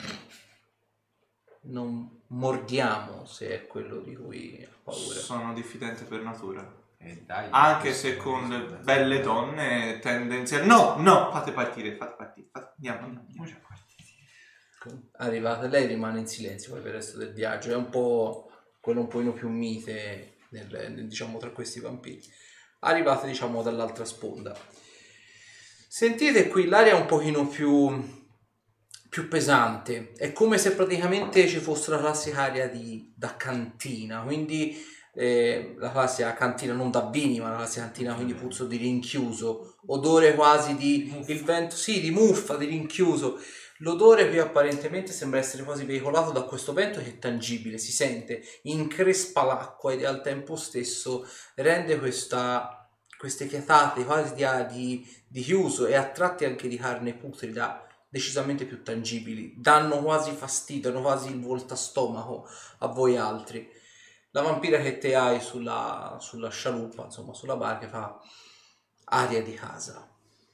Non mordiamo se è quello di cui ha paura. Sono diffidente per natura. E dai, Anche se con le belle donne tendenzialmente... No, no, fate partire, fate partire. Fate... Andiamo, andiamo, andiamo. Arrivata, lei rimane in silenzio poi per il resto del viaggio, è un po' quello un pochino più mite nel, nel, diciamo tra questi vampiri. Arrivate diciamo dall'altra sponda, sentite qui l'aria un pochino più più pesante, è come se praticamente ci fosse la classica aria di da cantina, quindi eh, la classica cantina non da vini, ma la classica cantina quindi puzzo di rinchiuso, odore quasi di il vento, sì, di muffa, di rinchiuso. L'odore qui apparentemente sembra essere quasi veicolato da questo vento che è tangibile, si sente, increspa l'acqua ed al tempo stesso rende questa, queste chiatate quasi di, di, di chiuso e a tratti anche di carne putrida decisamente più tangibili, danno quasi fastidio, danno quasi il voltastomaco a voi altri. La vampira che te hai sulla, sulla scialuppa, insomma sulla barca, fa aria di casa.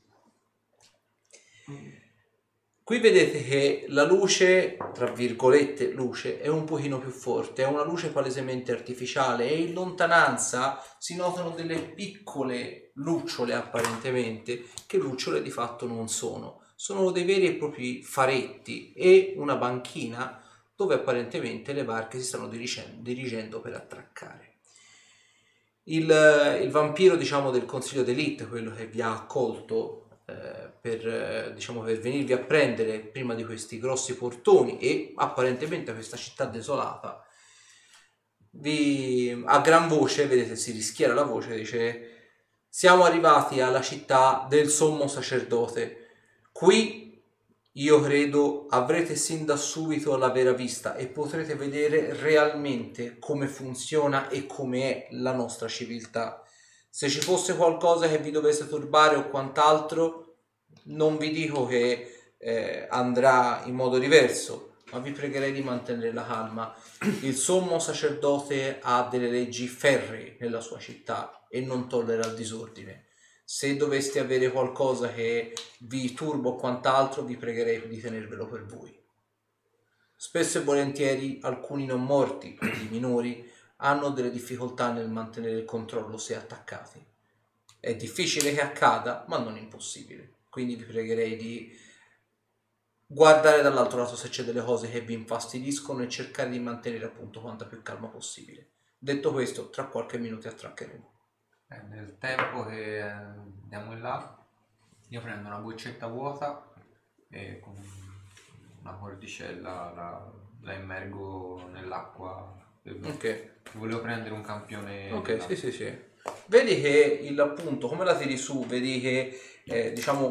Qui vedete che la luce, tra virgolette luce, è un pochino più forte, è una luce palesemente artificiale e in lontananza si notano delle piccole lucciole apparentemente, che lucciole di fatto non sono. Sono dei veri e propri faretti e una banchina dove apparentemente le barche si stanno dirigendo, dirigendo per attraccare. Il, il vampiro, diciamo, del Consiglio d'Elite, quello che vi ha accolto eh, per, eh, diciamo, per venirvi a prendere prima di questi grossi portoni e apparentemente questa città desolata, vi, a gran voce, vedete, si rischiara la voce, dice: siamo arrivati alla città del sommo sacerdote. Qui io credo avrete sin da subito la vera vista e potrete vedere realmente come funziona e come è la nostra civiltà. Se ci fosse qualcosa che vi dovesse turbare o quant'altro, non vi dico che eh, andrà in modo diverso, ma vi pregherei di mantenere la calma. Il sommo sacerdote ha delle leggi ferree nella sua città e non tollera il disordine. Se doveste avere qualcosa che vi turba o quant'altro, vi pregherei di tenervelo per voi. Spesso e volentieri alcuni non morti, quelli minori, hanno delle difficoltà nel mantenere il controllo se attaccati. È difficile che accada, ma non impossibile. Quindi vi pregherei di guardare dall'altro lato se c'è delle cose che vi infastidiscono e cercare di mantenere appunto quanta più calma possibile. Detto questo, tra qualche minuto attraccheremo. Eh, nel tempo che eh, andiamo in là, io prendo una boccetta vuota e con una cordicella la, la immergo nell'acqua. Ok. Volevo prendere un campione. Ok, sì, sì, sì. Vedi che il appunto, come la tiri su, vedi che eh, diciamo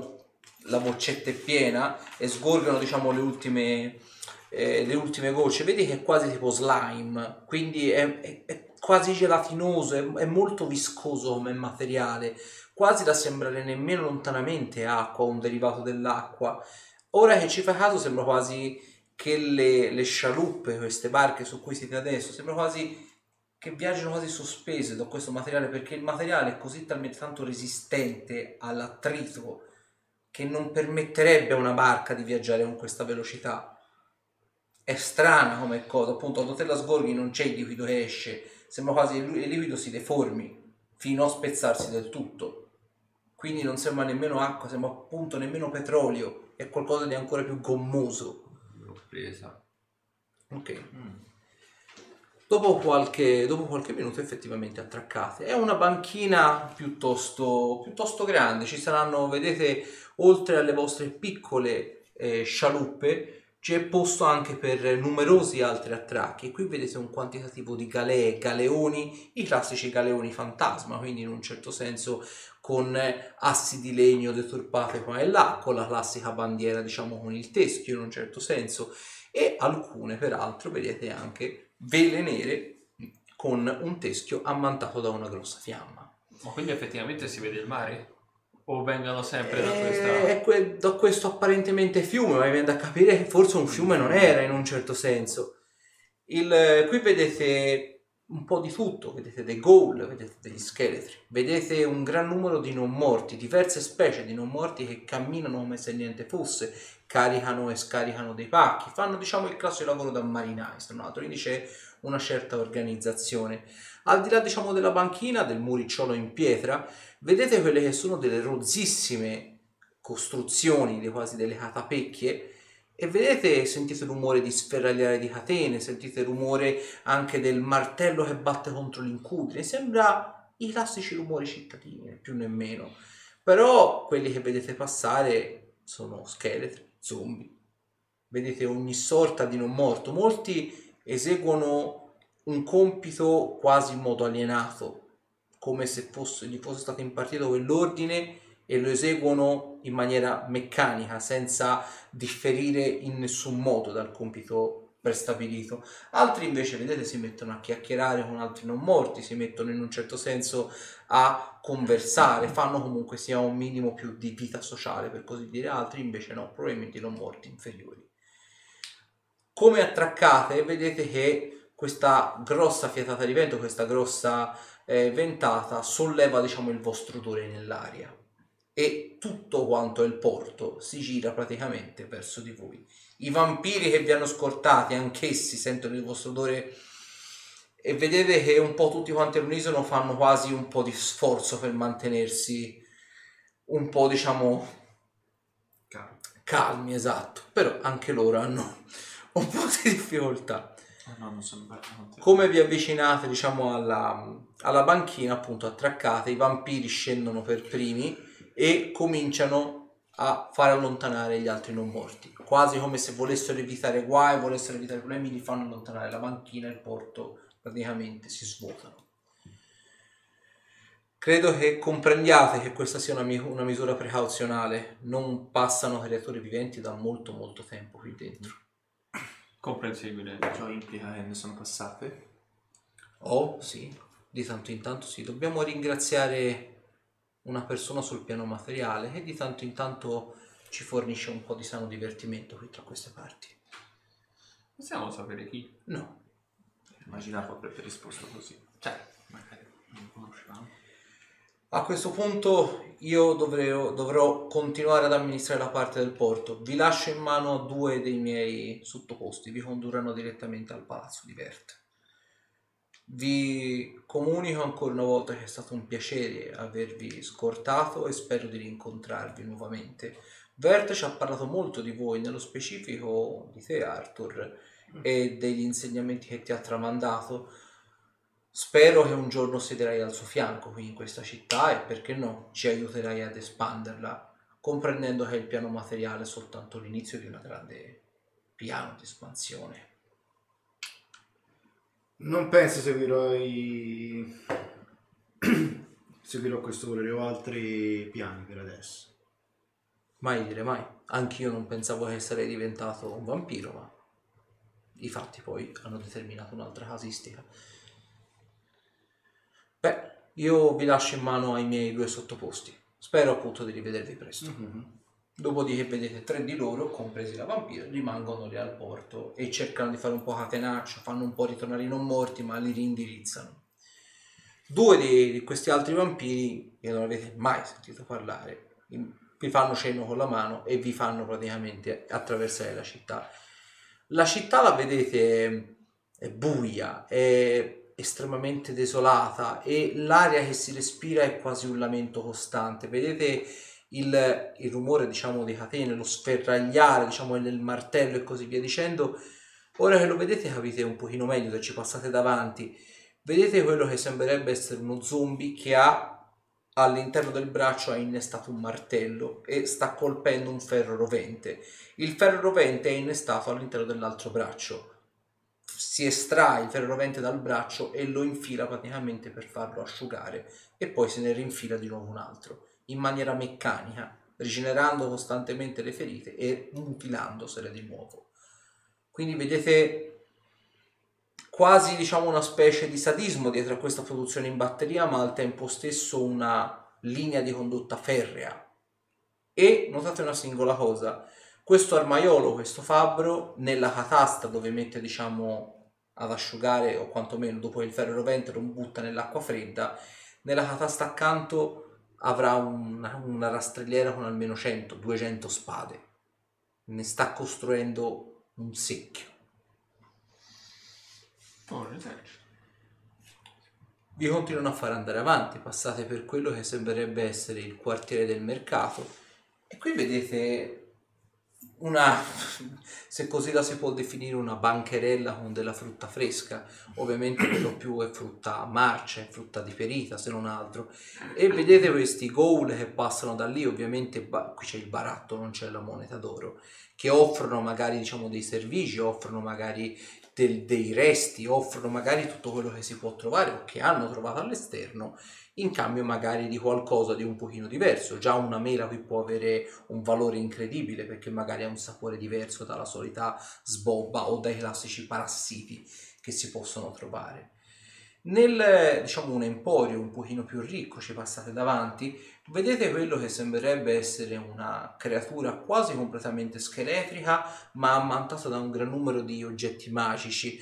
la boccetta è piena e sgorgano diciamo le ultime, eh, le ultime gocce. Vedi che è quasi tipo slime, quindi è, è, è quasi gelatinoso, è, è molto viscoso come materiale, quasi da sembrare nemmeno lontanamente acqua, un derivato dell'acqua. Ora che ci fai caso sembra quasi che le, le scialuppe, queste barche su cui siete adesso, sembra quasi che viaggiano quasi sospese da questo materiale, perché il materiale è così talmente tanto resistente all'attrito che non permetterebbe a una barca di viaggiare con questa velocità. È strana come cosa, appunto quando te la sgorghi non c'è il liquido che esce, sembra quasi che il liquido si deformi fino a spezzarsi del tutto, quindi non sembra nemmeno acqua, sembra appunto nemmeno petrolio, è qualcosa di ancora più gommoso. L'ho presa. Ok. Mm. Dopo qualche, dopo qualche minuto effettivamente attraccate. È una banchina piuttosto, piuttosto grande. Ci saranno, vedete, oltre alle vostre piccole eh, scialuppe, c'è posto anche per numerosi altri attracchi. Qui vedete un quantitativo di galee, galeoni, i classici galeoni fantasma, quindi in un certo senso con assi di legno deturpate qua e là, con la classica bandiera, diciamo, con il teschio in un certo senso, e alcune peraltro vedete anche vele nere con un teschio ammantato da una grossa fiamma. Ma quindi effettivamente si vede il mare? O vengono sempre da Eh, questa... È que- da questo apparentemente fiume, ma mi viene da capire che forse un fiume non era in un certo senso. Il, qui vedete un po' di tutto, vedete dei ghoul, vedete degli scheletri, vedete un gran numero di non morti, diverse specie di non morti che camminano come se niente fosse, caricano e scaricano dei pacchi, fanno diciamo il classico lavoro da marinai, quindi c'è una certa organizzazione. Al di là diciamo della banchina, del muricciolo in pietra, vedete quelle che sono delle rozzissime costruzioni, quasi delle catapecchie, e vedete, sentite il rumore di sferragliare di catene, sentite il rumore anche del martello che batte contro l'incudine, sembra i classici rumori cittadini, né più né meno, però quelli che vedete passare sono scheletri, zombie, vedete ogni sorta di non morto, molti eseguono un compito quasi in modo alienato, come se fosse, gli fosse stato impartito quell'ordine e lo eseguono in maniera meccanica, senza differire in nessun modo dal compito prestabilito. Altri invece, vedete, si mettono a chiacchierare con altri non morti, si mettono in un certo senso a conversare, fanno comunque sia un minimo più di vita sociale, per così dire. Altri invece no, probabilmente non morti inferiori. Come attraccate, vedete che questa grossa fiatata di vento, questa grossa eh, ventata solleva diciamo il vostro odore nell'aria e tutto quanto il porto si gira praticamente verso di voi. I vampiri che vi hanno scortati anch'essi sentono il vostro odore e vedete che un po' tutti quanti all'unisono fanno quasi un po' di sforzo per mantenersi un po' diciamo calmi, calmi esatto, però anche loro hanno un po' di difficoltà. No, non sono come vi avvicinate diciamo alla, alla banchina, appunto attraccate, i vampiri scendono per primi e cominciano a far allontanare gli altri non morti, quasi come se volessero evitare guai, volessero evitare problemi, li fanno allontanare la banchina e il porto praticamente si svuotano. Credo che comprendiate che questa sia una, una misura precauzionale, non passano creature viventi da molto molto tempo qui dentro. Comprensibile. Ciò implica che ne sono passate? Oh sì, di tanto in tanto sì. Dobbiamo ringraziare una persona sul piano materiale e di tanto in tanto ci fornisce un po' di sano divertimento qui tra queste parti. Possiamo sapere chi? No. Immaginavo avrebbe risposto così. Cioè, magari non conoscevamo. A questo punto io dovrò, dovrò continuare ad amministrare la parte del porto. Vi lascio in mano due dei miei sottoposti, vi condurranno direttamente al palazzo di Vert. Vi comunico ancora una volta che è stato un piacere avervi scortato e spero di rincontrarvi nuovamente. Vert ci ha parlato molto di voi, nello specifico di te Arthur, e degli insegnamenti che ti ha tramandato. Spero che un giorno siederai al suo fianco qui in questa città e perché no, ci aiuterai ad espanderla, comprendendo che il piano materiale è soltanto l'inizio di una grande piano di espansione. Non penso seguirò i... seguirò questo volere o altri piani per adesso. Mai dire mai. Anch'io non pensavo che sarei diventato un vampiro, ma i fatti poi hanno determinato un'altra casistica. Beh, io vi lascio in mano ai miei due sottoposti. Spero appunto di rivedervi presto. Mm-hmm. Dopodiché vedete tre di loro, compresi la vampira, rimangono lì al porto e cercano di fare un po' catenaccio, fanno un po' ritornare i non morti, ma li rindirizzano. Due di, di questi altri vampiri, che non avete mai sentito parlare, vi fanno cenno con la mano e vi fanno praticamente attraversare la città. La città la vedete è buia, è estremamente desolata e l'aria che si respira è quasi un lamento costante. Vedete il, il rumore, diciamo, di catene, lo sferragliare, diciamo, del martello e così via dicendo. Ora che lo vedete capite un pochino meglio, se ci passate davanti. Vedete quello che sembrerebbe essere uno zombie che ha all'interno del braccio ha innestato un martello e sta colpendo un ferro rovente. Il ferro rovente è innestato all'interno dell'altro braccio. Si estrae il ferro rovente dal braccio e lo infila praticamente per farlo asciugare e poi se ne rinfila di nuovo un altro in maniera meccanica, rigenerando costantemente le ferite e mutilandosele di nuovo. Quindi vedete quasi, diciamo, una specie di sadismo dietro a questa produzione in batteria, ma al tempo stesso una linea di condotta ferrea. E notate una singola cosa: questo armaiolo, questo fabbro, nella catasta dove mette, diciamo, ad asciugare, o quantomeno dopo il ferro rovente lo butta nell'acqua fredda, nella catasta accanto avrà una, una rastrelliera con almeno cento duecento spade. Ne sta costruendo un secchio. Oh, l'esercito. Vi continuano a far andare avanti, passate per quello che sembrerebbe essere il quartiere del mercato e qui vedete una, se così la si può definire, una bancherella con della frutta fresca. Ovviamente per lo più è frutta marcia, è frutta diperita se non altro, e vedete questi ghoul che passano da lì. Ovviamente qui c'è il baratto, non c'è la moneta d'oro, che offrono magari, diciamo, dei servigi, offrono magari del, dei resti, offrono magari tutto quello che si può trovare o che hanno trovato all'esterno in cambio magari di qualcosa di un pochino diverso. Già una mela qui può avere un valore incredibile perché magari ha un sapore diverso dalla solita sbobba o dai classici parassiti che si possono trovare. Nel, diciamo, un emporio un pochino più ricco ci passate davanti, vedete quello che sembrerebbe essere una creatura quasi completamente scheletrica ma ammantata da un gran numero di oggetti magici.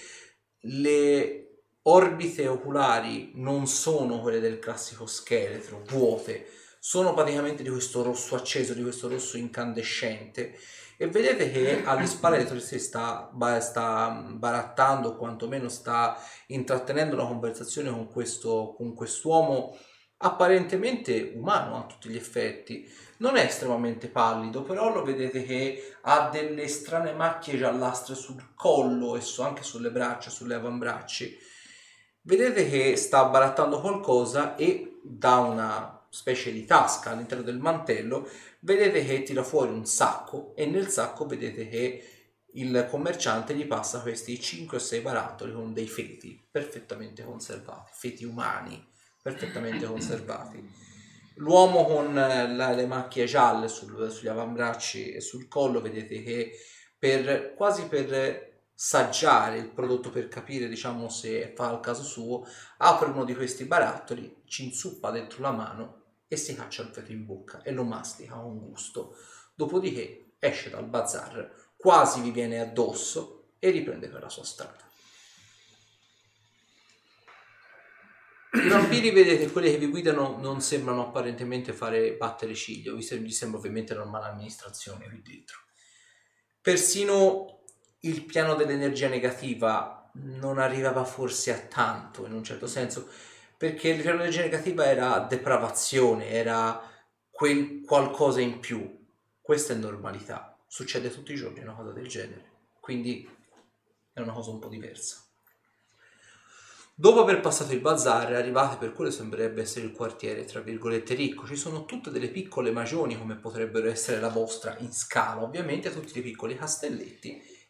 Le orbite oculari non sono quelle del classico scheletro, vuote, sono praticamente di questo rosso acceso, di questo rosso incandescente, e vedete che alle spalle dietro di sé sta, sta barattando, o quantomeno sta intrattenendo una conversazione con questo con quest'uomo apparentemente umano a tutti gli effetti. Non è estremamente pallido, però lo vedete che ha delle strane macchie giallastre sul collo e su, anche sulle braccia, sulle avambracci. Vedete che sta barattando qualcosa e da una specie di tasca all'interno del mantello vedete che tira fuori un sacco e nel sacco vedete che il commerciante gli passa questi cinque o sei barattoli con dei feti perfettamente conservati, feti umani perfettamente conservati. L'uomo con la, le macchie gialle sul, sugli avambracci e sul collo vedete che per quasi per saggiare il prodotto, per capire, diciamo, se fa il caso suo, apre uno di questi barattoli, ci inzuppa dentro la mano e si caccia il feto in bocca e lo mastica con gusto. Dopodiché esce dal bazar, quasi vi viene addosso e riprende per la sua strada. I vampiri, vedete, quelli che vi guidano non sembrano apparentemente fare battere ciglio, vi sembra, vi sembra ovviamente normale amministrazione qui dentro. Persino il piano dell'energia negativa non arrivava forse a tanto, in un certo senso, perché il piano dell'energia negativa era depravazione, era quel qualcosa in più. Questa è normalità, succede tutti i giorni una cosa del genere, quindi è una cosa un po' diversa. Dopo aver passato il bazar arrivate per quello che sembrerebbe essere il quartiere tra virgolette ricco. Ci sono tutte delle piccole magioni come potrebbero essere la vostra in scala, ovviamente tutti dei piccoli castelletti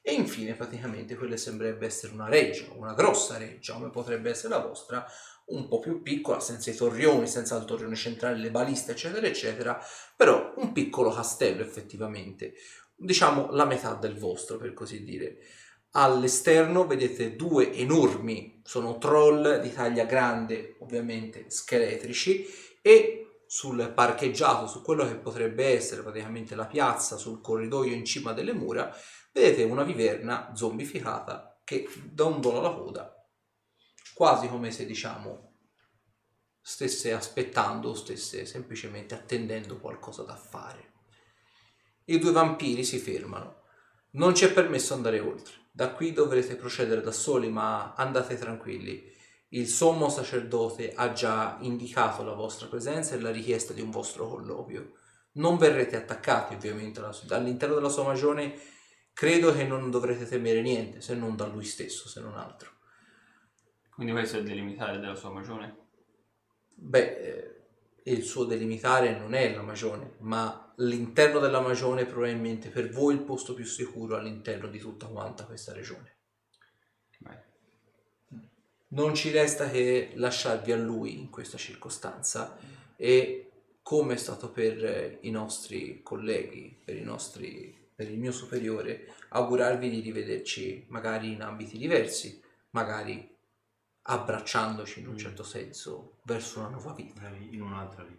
e infine praticamente quella sembrerebbe essere una reggia, una grossa reggia, come potrebbe essere la vostra, un po' più piccola, senza i torrioni, senza il torrione centrale, le baliste, eccetera, eccetera, però un piccolo castello effettivamente, diciamo la metà del vostro, per così dire. All'esterno vedete due enormi, sono troll di taglia grande, ovviamente scheletrici, e sul parcheggiato, su quello che potrebbe essere praticamente la piazza, sul corridoio in cima delle mura, vedete una viverna zombificata che dondola la coda, quasi come se, diciamo, stesse aspettando o stesse semplicemente attendendo qualcosa da fare. I due vampiri si fermano. Non ci è permesso andare oltre. Da qui dovrete procedere da soli, ma andate tranquilli. Il sommo sacerdote ha già indicato la vostra presenza e la richiesta di un vostro colloquio. Non verrete attaccati, ovviamente, all'interno della sua magione. Credo che non dovrete temere niente, se non da lui stesso, se non altro. Quindi questo è il delimitare della sua magione? Beh, eh, il suo delimitare non è la magione, ma l'interno della magione probabilmente per voi il posto più sicuro all'interno di tutta quanta questa regione. Beh. Non ci resta che lasciarvi a lui in questa circostanza e, come è stato per i nostri colleghi, per i nostri, per il mio superiore, augurarvi di rivederci magari in ambiti diversi, magari abbracciandoci in un certo senso verso una nuova vita. In un'altra vita.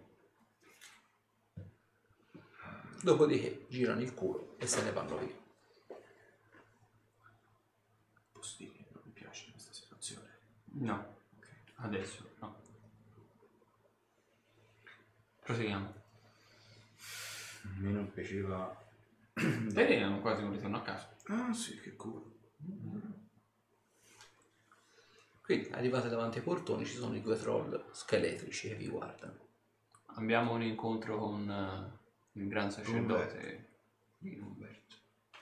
Dopodiché girano il culo e se ne vanno via. Posso dire che non mi piace questa situazione? No, adesso no. Proseguiamo. A me non piaceva... Vedi, hanno quasi un ritorno a casa. Ah sì, che culo. Quindi arrivate davanti ai portoni, ci sono i due troll scheletrici che vi guardano. Abbiamo un incontro con uh, il gran sacerdote di Umberto.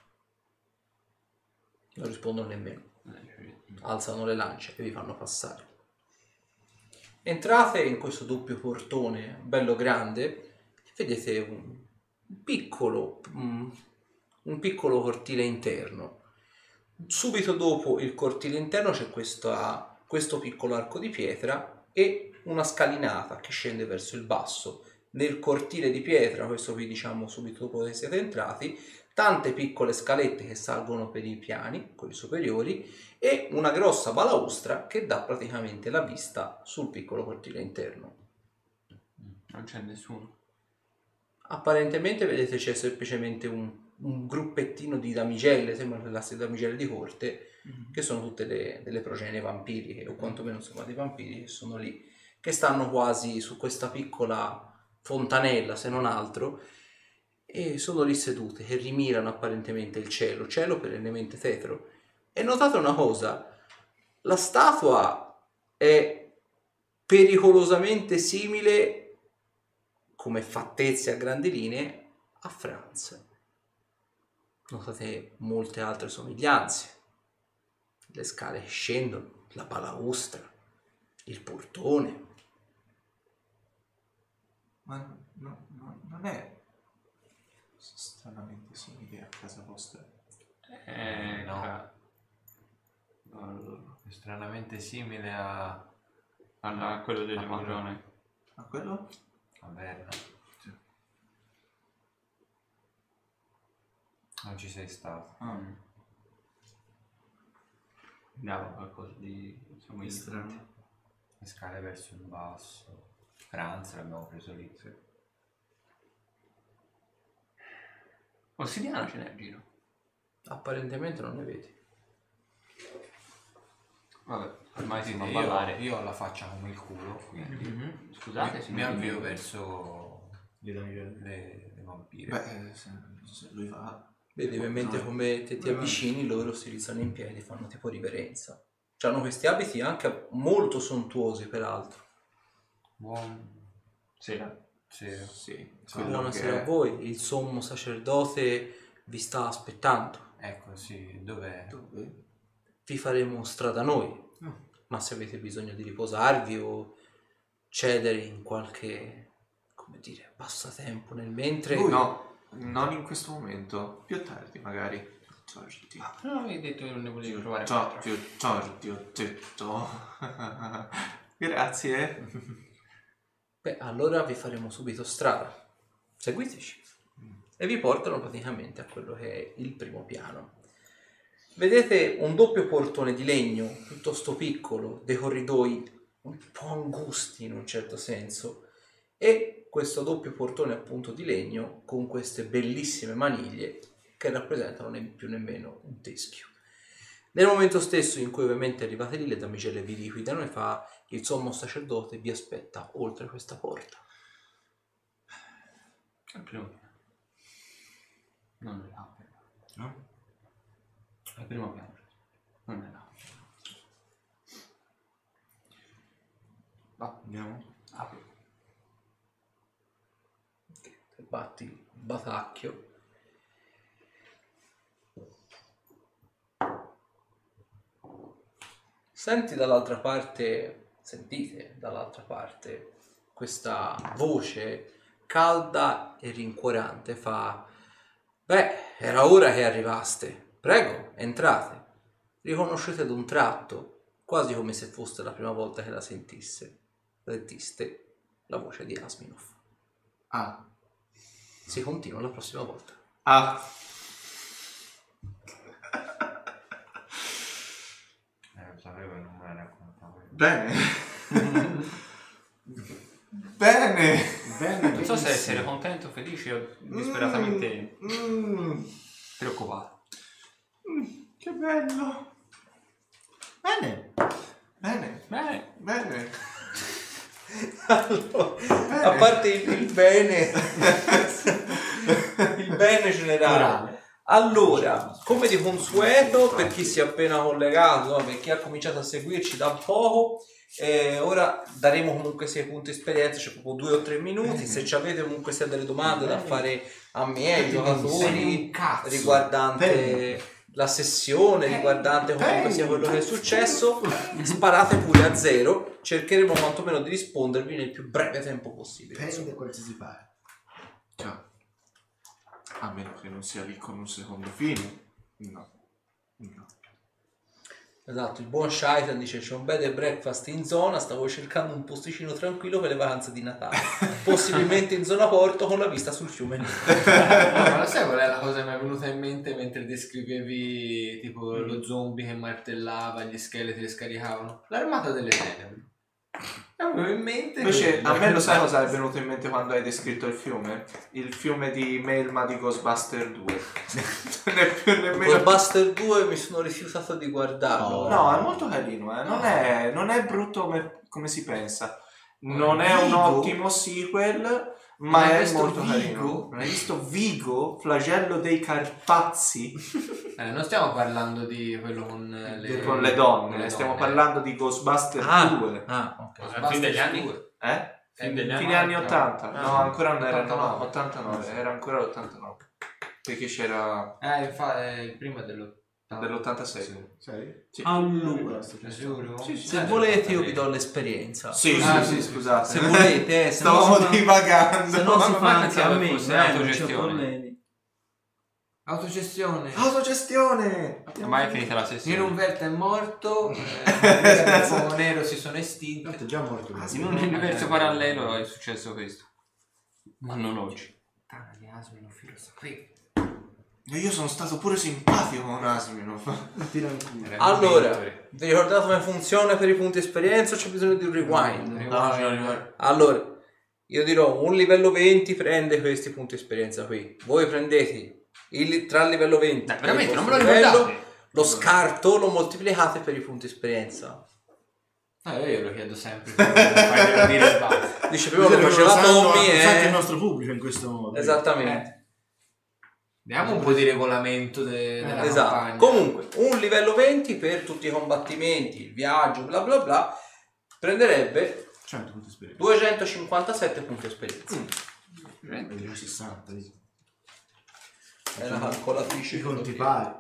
Non rispondono nemmeno. Alzano le lance e vi fanno passare. Entrate in questo doppio portone bello grande e vedete un piccolo, um, un piccolo cortile interno. Subito dopo il cortile interno c'è questa... questo piccolo arco di pietra e una scalinata che scende verso il basso. Nel cortile di pietra, questo qui diciamo subito dopo che siete entrati, tante piccole scalette che salgono per i piani, quelli superiori, e una grossa balaustra che dà praticamente la vista sul piccolo cortile interno. Non c'è nessuno. Apparentemente vedete c'è semplicemente un, un gruppettino di damigelle, sembrano le classiche damigelle di corte, mm-hmm. che sono tutte le, delle progenie vampiriche, o quantomeno sono dei vampiri che sono lì, che stanno quasi su questa piccola fontanella, se non altro, e sono lì sedute, che rimirano apparentemente il cielo, cielo perennemente tetro. E notate una cosa, la statua è pericolosamente simile, come fattezze a grandi linee, a Franz. Notate molte altre somiglianze, le scale che scendono, la balaustra, il portone. Ma no, no, non è stranamente simile a casa vostra? Eh, no. ca- allora, È stranamente simile a... a quello delle a quello- magione. A quello? a Verna. Non ci sei stato. Ah, Andiamo qualcosa di insomma Che di strano. Le scale verso il basso. Franz l'abbiamo preso lì. Ossidiana ce n'è in giro. Apparentemente non ne vedi. Vabbè, ormai si fa Io, ballare. io ho la faccia come il culo, quindi mm-hmm. Scusate, mi, mi signori avvio miei. verso Gli danni che- le, le vampire. Beh, se, se lui fa... Vedi, ovviamente No. come te ti avvicini, loro si rizzano in piedi, fanno tipo riverenza. Hanno questi abiti anche molto sontuosi, peraltro. Buon Sera. sera. Sì, Buonasera a voi, il sommo sacerdote vi sta aspettando. Ecco, sì, dov'è? Dove? Vi faremo strada noi, No. ma se avete bisogno di riposarvi o cedere in qualche, come dire, passatempo nel mentre... Lui no, non in questo momento, più tardi magari. torti. Ah, non avevi detto che non ne volevi provare To- quattro. più torti ho detto. Grazie. Beh, allora vi faremo subito strada. Seguiteci. E vi portano praticamente a quello che è il primo piano. Vedete un doppio portone di legno, piuttosto piccolo, dei corridoi un po' angusti in un certo senso, e questo doppio portone appunto di legno con queste bellissime maniglie che rappresentano né più nemmeno un teschio. Nel momento stesso in cui ovviamente arrivate lì, le damigelle vi liquidano e fa il sommo sacerdote vi aspetta oltre questa porta. È il primo piano. Non è là. No? È il primo piano. Non è là. Va, Andiamo. apri. Okay. Batti il batacchio. Senti dall'altra parte, sentite dall'altra parte questa voce calda e rincuorante fa: beh, era ora che arrivaste, prego, entrate. Riconoscete d'un tratto, quasi come se fosse la prima volta che la sentisse, sentiste la voce di Asminov. Ah. Si continua la prossima volta. Ah. Eh, lo sapevo che non me la raccontavo. Bene. Bene. Bene, Non so se benissimo. essere contento, felice o disperatamente Mm. preoccupato. Mm. Che bello. Bene. Bene. Bene. Bene. Allora, a parte il, il bene, il bene generale. Allora, come di consueto, per chi si è appena collegato, no, per chi ha cominciato a seguirci da poco, eh, ora daremo comunque sei punti esperienza, cioè proprio due o tre minuti. Se ci avete comunque sia delle domande da fare a me, ai giocatori, riguardante la sessione, riguardante comunque sia quello che è successo, sparate pure a zero. Cercheremo quantomeno di rispondervi nel più breve tempo possibile. Prende qualsiasi fare. Ciao. A meno che non sia lì con un secondo fine. No. No. Esatto, il buon Shaitan dice: c'è un bed and breakfast in zona, stavo cercando un posticino tranquillo per le vacanze di Natale, possibilmente in zona porto con la vista sul fiume. No, ma lo sai qual è la cosa che mi è venuta in mente mentre descrivevi tipo lo zombie che martellava, gli scheletri che scaricavano? L'armata delle tenebre. Mi avevo in mente Invece quello. a me lo sai cosa è venuto in mente quando hai descritto il fiume? Il fiume di Melma di Ghostbuster due. Non è più nemmeno... Ghostbuster due mi sono rifiutato di guardarlo. No, è molto carino, eh. non, è, non è brutto come, come si pensa. Non Ma è un Vigo? ottimo sequel, ma Non hai è visto molto Vigo? carino. Non hai visto Vigo, flagello dei Carpazi? Eh, non stiamo parlando di quello con eh, le, Con le donne, con le stiamo donne. parlando di Ghostbuster Ah, due. ah, ok. Alla fine degli anni? due. Eh? Fin degli Fine anni anni ottanta. Ah, No, ancora non era ottantanove. ottantanove, era ancora l'ottantanove. Perché c'era Eh, infatti, eh, il primo è dello... dell'ottantasei. Sai? Sì. Allora, Giuro? Sì, sì. se volete io vi do l'esperienza. Sì, Ah, sì, sì, sì, scusate. Se volete, eh, se no Stavamo si fa- divagando. se no si Ma fa anche a pensavo me, fosse eh, non c'è autogestione. problemi. Autogestione. Autogestione. Ormai è finita la Io sessione. non Verta è morto, eh, il fuoco nero si sono estinti. Tanto è già morto. lui. In un universo parallelo è successo questo. Ma non oggi. Puttana di asino, non lo sapevo. Io sono stato pure simpatico con Asminov. Tira in culo. Allora, vi ricordate come funziona per i punti esperienza o c'è bisogno di un rewind? No, no, no. Allora, io dirò un livello venti prende questi punti esperienza qui. Voi prendete il, tra il livello venti Dai, e veramente, il non me lo vostro livello, ricordate? lo scarto lo moltiplicate per i punti esperienza. Ah, io glielo chiedo sempre. Faglielo dire e basta. Dice prima lo Lo faceva sanno Tommy anche il e... nostro pubblico in questo modo. Esattamente. Diamo un po' di regolamento de- della Esatto. campagna. Comunque, un livello venti per tutti i combattimenti, il viaggio, bla bla bla, prenderebbe cento punti esperienza. duecentocinquantasette punti esperienza. Vediamo sessanta. dici. È la calcolatrice. I conti che- pari.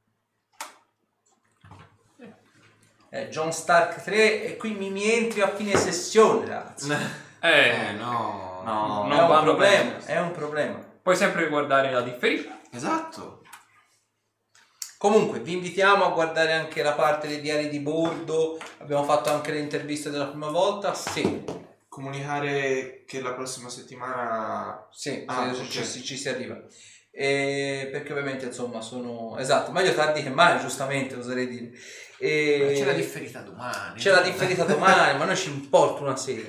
Eh, John Stark tre e qui mi, mi entri a fine sessione, ragazzi. Eh, no. No, non è un vanno problema, bene. è un problema. Puoi sempre guardare la differenza. Esatto. Comunque vi invitiamo a guardare anche la parte dei diari di bordo, abbiamo fatto anche le interviste della prima volta, sì. Comunicare che la prossima settimana... Sì, ah, ci, okay. ci, ci si arriva. E perché ovviamente insomma sono... Esatto, meglio tardi che mai, giustamente oserei dire. E... C'è la differita domani. C'è la differita domani, ma noi ci importa una sera.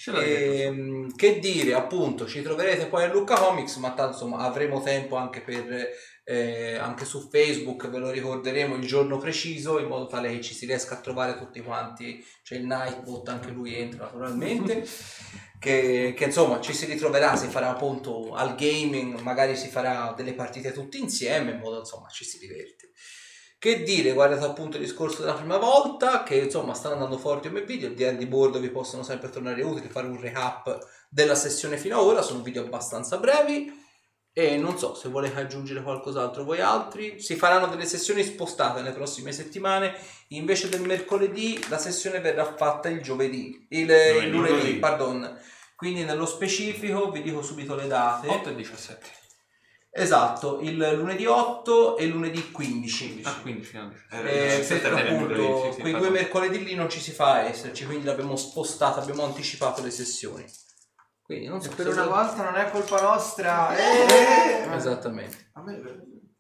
E, che dire, appunto, ci troverete poi a Lucca Comics, ma tanto insomma avremo tempo anche per eh, anche su Facebook, ve lo ricorderemo il giorno preciso in modo tale che ci si riesca a trovare tutti quanti. C'è il Nightbot, anche lui entra naturalmente. Che, che insomma ci si ritroverà, si farà appunto al gaming, magari si farà delle partite tutti insieme in modo insomma ci si diverte. Che dire, guardate appunto il discorso della prima volta, che insomma stanno andando forti come video, i diari di bordo vi possono sempre tornare utili, fare un recap della sessione fino ad ora, sono video abbastanza brevi e non so se volete aggiungere qualcos'altro voi altri. Si faranno delle sessioni spostate nelle prossime settimane, invece del mercoledì la sessione verrà fatta il giovedì, il lunedì, il lunedì pardon. Quindi nello specifico vi dico subito le date. otto e diciassette. Esatto, il lunedì otto e il lunedì quindici. Ah, quindici, no, eh, perché appunto sì, sì, quei due mercoledì lì non ci si fa esserci, quindi l'abbiamo spostata, abbiamo anticipato le sessioni. Quindi non so per se una lo... volta non è colpa nostra. Eh! Esattamente. A me...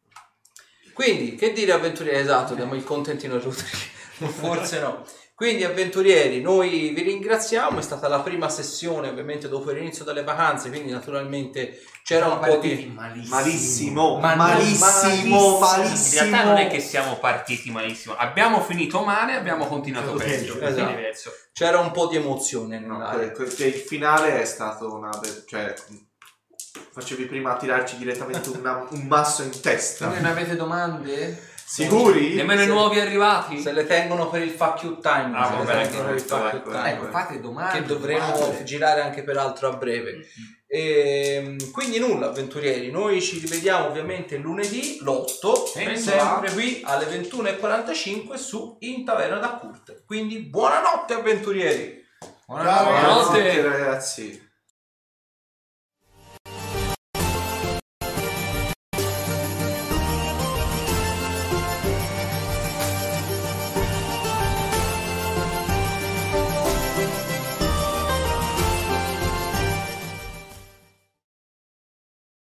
Quindi, che dire avventurieri? Esatto, diamo il contentino a tutti. Forse no. Quindi avventurieri, noi vi ringraziamo, è stata la prima sessione ovviamente dopo l'inizio delle vacanze, quindi naturalmente c'era un po' di... Malissimo, Ma malissimo, malissimo. In realtà non è che siamo partiti malissimo, abbiamo finito male, abbiamo continuato peggio, esatto. È diverso. C'era un po' di emozione No, nell'aria. que- que- il finale è stato una... cioè... facevi prima tirarci direttamente una- un masso in testa. Non avete domande? Sicuri? Nemmeno i nuovi arrivati? Se le tengono per il fuck you time, Ah, se le vabbè, tengono per il ecco, fuck you ecco, time, ecco. Fate domande. che dovremo domande. girare anche per altro a breve. E, quindi nulla avventurieri, noi ci rivediamo ovviamente lunedì l'otto, sempre qui alle ventuno e quarantacinque su In Taverna da Kurt. Quindi buonanotte avventurieri. Buonanotte. Buonanotte ragazzi.